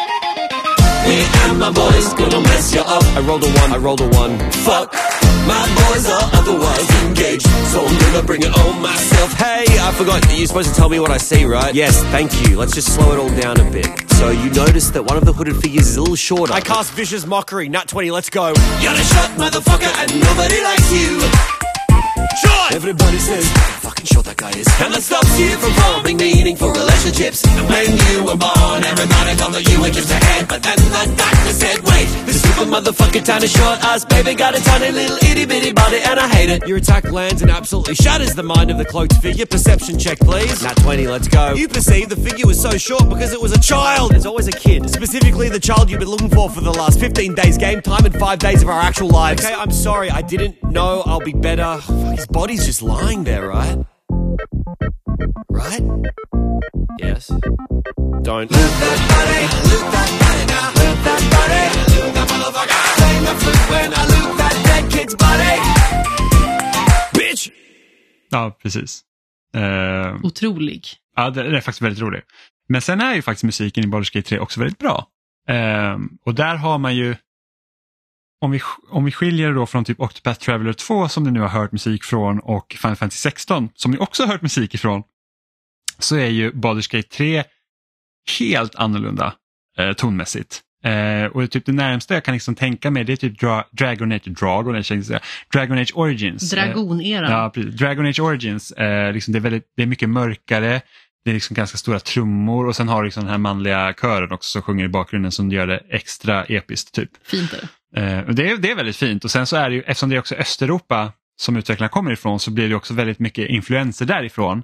Me and my boys gonna mess you up. I rolled a 1. Fuck, my boys are otherwise engaged, so I'm gonna bring it on myself. Hey, I forgot, you're supposed to tell me what I see, right? Yes, thank you. Let's just slow it all down a bit. So you notice that one of the hooded figures is a little shorter. I cast Vicious Mockery, nat 20, let's go. You're a shot motherfucker and nobody likes you. Shot! Everybody says, fucking short that guy is. And that stops you from forming meaningful relationships. And when you were born, everybody thought that you were just ahead. But then the doctor said, wait, this super motherfucking tiny short ass baby got a tiny little itty bitty body and I hate it. Your attack lands and absolutely shatters the mind of the cloaked figure. Perception check, please. Nat 20, let's go. You perceive the figure was so short because it was a child. It's always a kid. Specifically the child you've been looking for the last 15 days game time and 5 days of our actual lives. Okay, I'm sorry, I didn't know I'll be better. Fuck, his body's just lying there, right? Right? Yes. Don't. Loot that body now. Loot that body. Loot that motherfucker. Playing the flute when I loot that dead kid's body. Bitch! Ja, precis. Otrolig. Ja, det är faktiskt väldigt roligt. Men sen är ju faktiskt musiken i Baldur's Gate 3 också väldigt bra. Och där har man ju, om vi skiljer då från typ Octopath Traveler 2 som ni nu har hört musik från och Final Fantasy 16 som ni också har hört musik ifrån, så är ju Baldur's Gate 3 helt annorlunda tonmässigt. Och typ det närmaste jag kan liksom tänka mig, det är typ Dragon Age Origins. Dragoneran. Ja, precis. Dragon Age Origins. Liksom det är mycket mörkare. Det är liksom ganska stora trummor och sen har liksom den här manliga kören också som sjunger i bakgrunden som gör det extra episkt typ. Fint är det. Det är väldigt fint och sen så är det ju, eftersom det är också Östeuropa som utvecklarna kommer ifrån, så blir det också väldigt mycket influenser därifrån.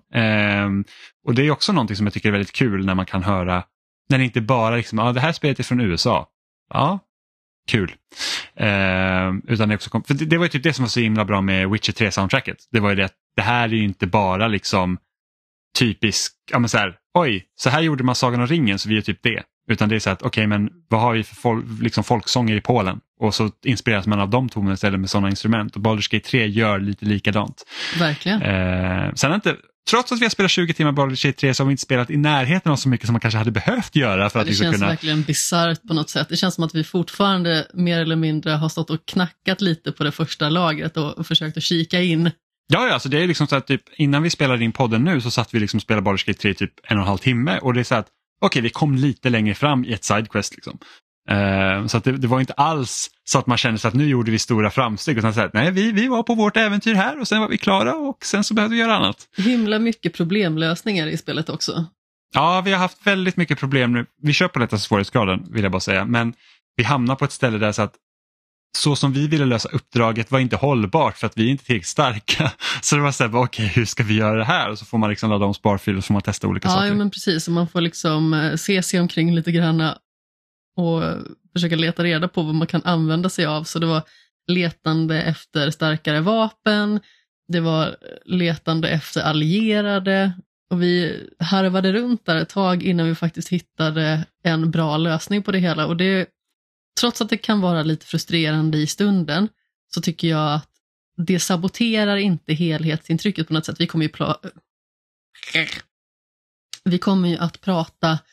Och det är också någonting som jag tycker är väldigt kul när man kan höra, när det inte bara liksom, det här spelet är från USA. Ja, kul. Utan det också för det var ju typ det som var så himla bra med Witcher 3-soundtracket. Det var ju det att det här är ju inte bara liksom typisk, ja men så här, oj, så här gjorde man Sagan om ringen så vi är typ det. Utan det är så att, okej, men vad har vi för liksom folksånger i Polen? Och så inspireras man av de tonerna istället med sådana instrument. Och Baldur's Gate 3 gör lite likadant. Verkligen. Sen inte, trots att vi har spelat 20 timmar Baldur's Gate 3 så har vi inte spelat i närheten av så mycket som man kanske hade behövt göra. För att det känns verkligen bizarrt på något sätt. Det känns som att vi fortfarande mer eller mindre har stått och knackat lite på det första lagret och försökt att kika in. Ja, alltså det är liksom så att typ, innan vi spelade in podden nu så satt vi liksom och spelade Baldur's Gate 3 typ 1,5 timme. Och det är så att okej, vi kom lite längre fram i ett sidequest liksom. Så att det var inte alls så att man kände sig att nu gjorde vi stora framsteg. Utan så att, nej, vi var på vårt äventyr här och sen var vi klara och sen så behövde vi göra annat. Himla mycket problemlösningar i spelet också. Ja, vi har haft väldigt mycket problem nu. Vi kör på lättaste svårighetsgraden vill jag bara säga. Men vi hamnar på ett ställe där så att så som vi ville lösa uppdraget var inte hållbart för att vi är inte tillräckligt starka. Så det var så här, okej, hur ska vi göra det här? Och så får man liksom ladda om sparfiler och så får man testa olika saker. Ja, men precis. Och man får liksom se sig omkring lite grann och försöka leta reda på vad man kan använda sig av. Så det var letande efter starkare vapen. Det var letande efter allierade. Och vi harvade runt där ett tag innan vi faktiskt hittade en bra lösning på det hela. Och det, trots att det kan vara lite frustrerande i stunden, så tycker jag att det saboterar inte helhetsintrycket på något sätt. Vi kommer ju att prata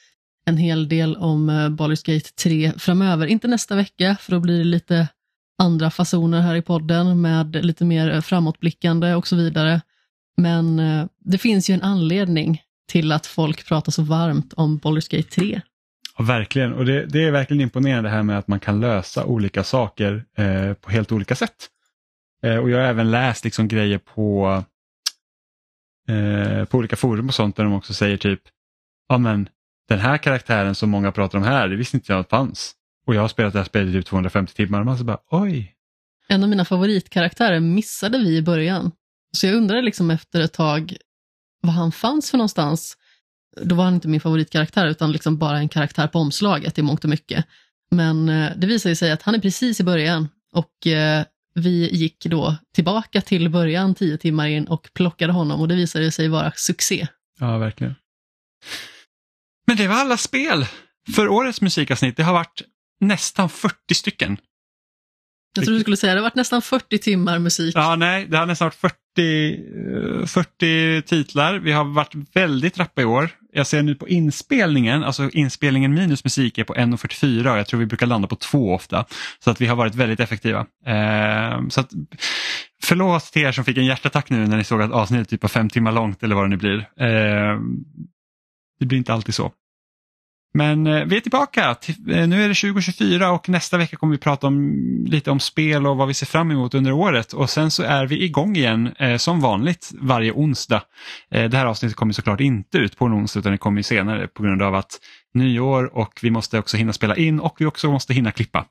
en hel del om Baldur's Gate 3 framöver. Inte nästa vecka, för då blir det lite andra fasoner här i podden med lite mer framåtblickande och så vidare. Men det finns ju en anledning till att folk pratar så varmt om Baldur's Gate 3. Ja, verkligen. Och det är verkligen imponerande här med att man kan lösa olika saker på helt olika sätt. Och jag har även läst liksom grejer på olika forum och sånt där de också säger typ, ja men den här karaktären som många pratar om här, det visste inte jag att fanns. Och jag har spelat det här spelet i typ 250 timmar och man så bara, oj. En av mina favoritkaraktärer missade vi i början. Så jag undrade liksom efter ett tag vad han fanns för någonstans. Då var han inte min favoritkaraktär utan liksom bara en karaktär på omslaget i mångt och mycket. Men det visade sig att han är precis i början och vi gick då tillbaka till början 10 timmar in och plockade honom och det visade sig vara succé. Ja, verkligen. Men det var alla spel för årets musikavsnitt. Det har varit nästan 40 stycken. Jag tror du skulle säga det har varit nästan 40 timmar musik. Ja, nej, det har nästan varit 40 titlar. Vi har varit väldigt rappa i år. Jag ser nu på inspelningen, alltså inspelningen minus musik är på 1:44 och jag tror vi brukar landa på 2 ofta. Så att vi har varit väldigt effektiva. Så att, förlåt till er som fick en hjärtattack nu när ni såg att avsnittet typ var 5 timmar långt eller vad det nu blir. Det blir inte alltid så. Men vi är tillbaka. Nu är det 2024 och nästa vecka kommer vi prata lite om spel och vad vi ser fram emot under året. Och sen så är vi igång igen som vanligt varje onsdag. Det här avsnittet kommer såklart inte ut på en onsdag utan det kommer senare på grund av att nyår och vi måste också hinna spela in och vi också måste hinna klippa.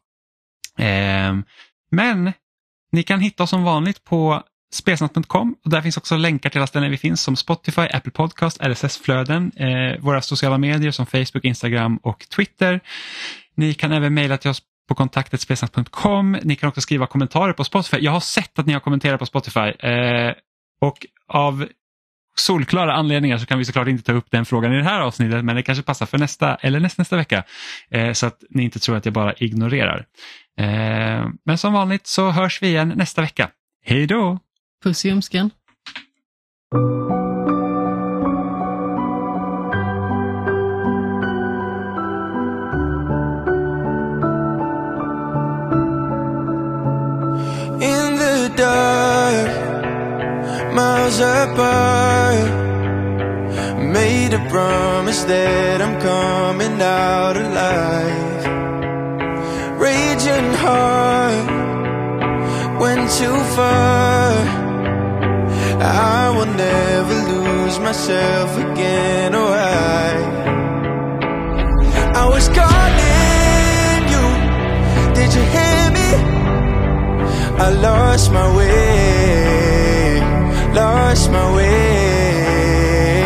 Men ni kan hitta oss som vanligt på spelsnack.com och där finns också länkar till alla ställen vi finns som Spotify, Apple Podcast, RSS-flöden, våra sociala medier som Facebook, Instagram och Twitter. Ni kan även mejla till oss på kontaktet.spelsnack.com. Ni kan också skriva kommentarer på Spotify. Jag har sett att ni har kommenterat på Spotify och av solklara anledningar så kan vi såklart inte ta upp den frågan i det här avsnittet men det kanske passar för nästa eller nästa vecka så att ni inte tror att jag bara ignorerar. Men som vanligt så hörs vi igen nästa vecka. Hej då! Puss i ömskan. In the dark, miles apart, made a promise that I'm coming out alive. Raging heart went too far. I will never lose myself again, or I was calling you, did you hear me? I lost my way, lost my way.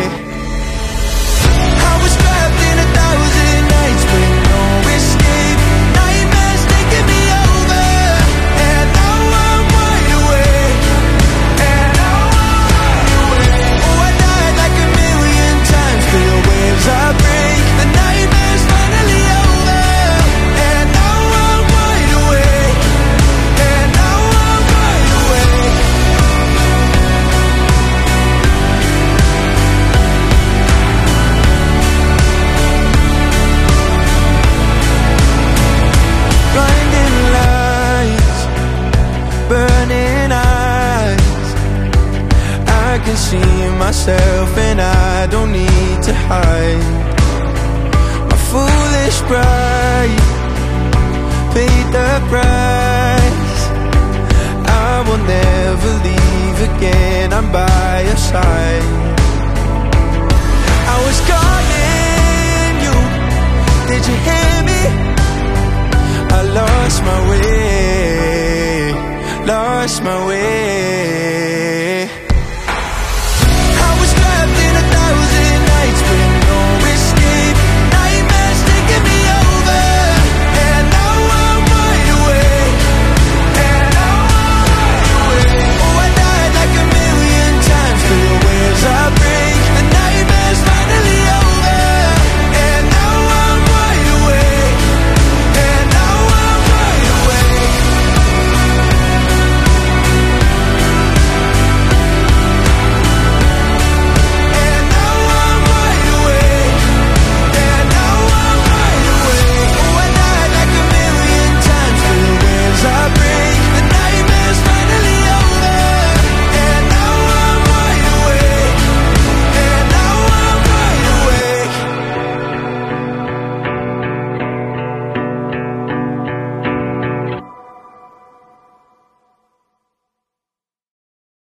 I was trapped in 1,000 nights with no escape. Nightmares taking me over, and now I'm wide awake. And now I'm wide awake. Oh, I died like 1,000,000 times, feel waves I break. The nightmare's finally over, and now I'm wide awake. And now I'm wide awake. Blinding lights, burning eyes. I can see myself and I don't need to hide. My foolish pride paid the price. I will never leave again, I'm by your side. I was calling you, did you hear me? I lost my way, lost my way.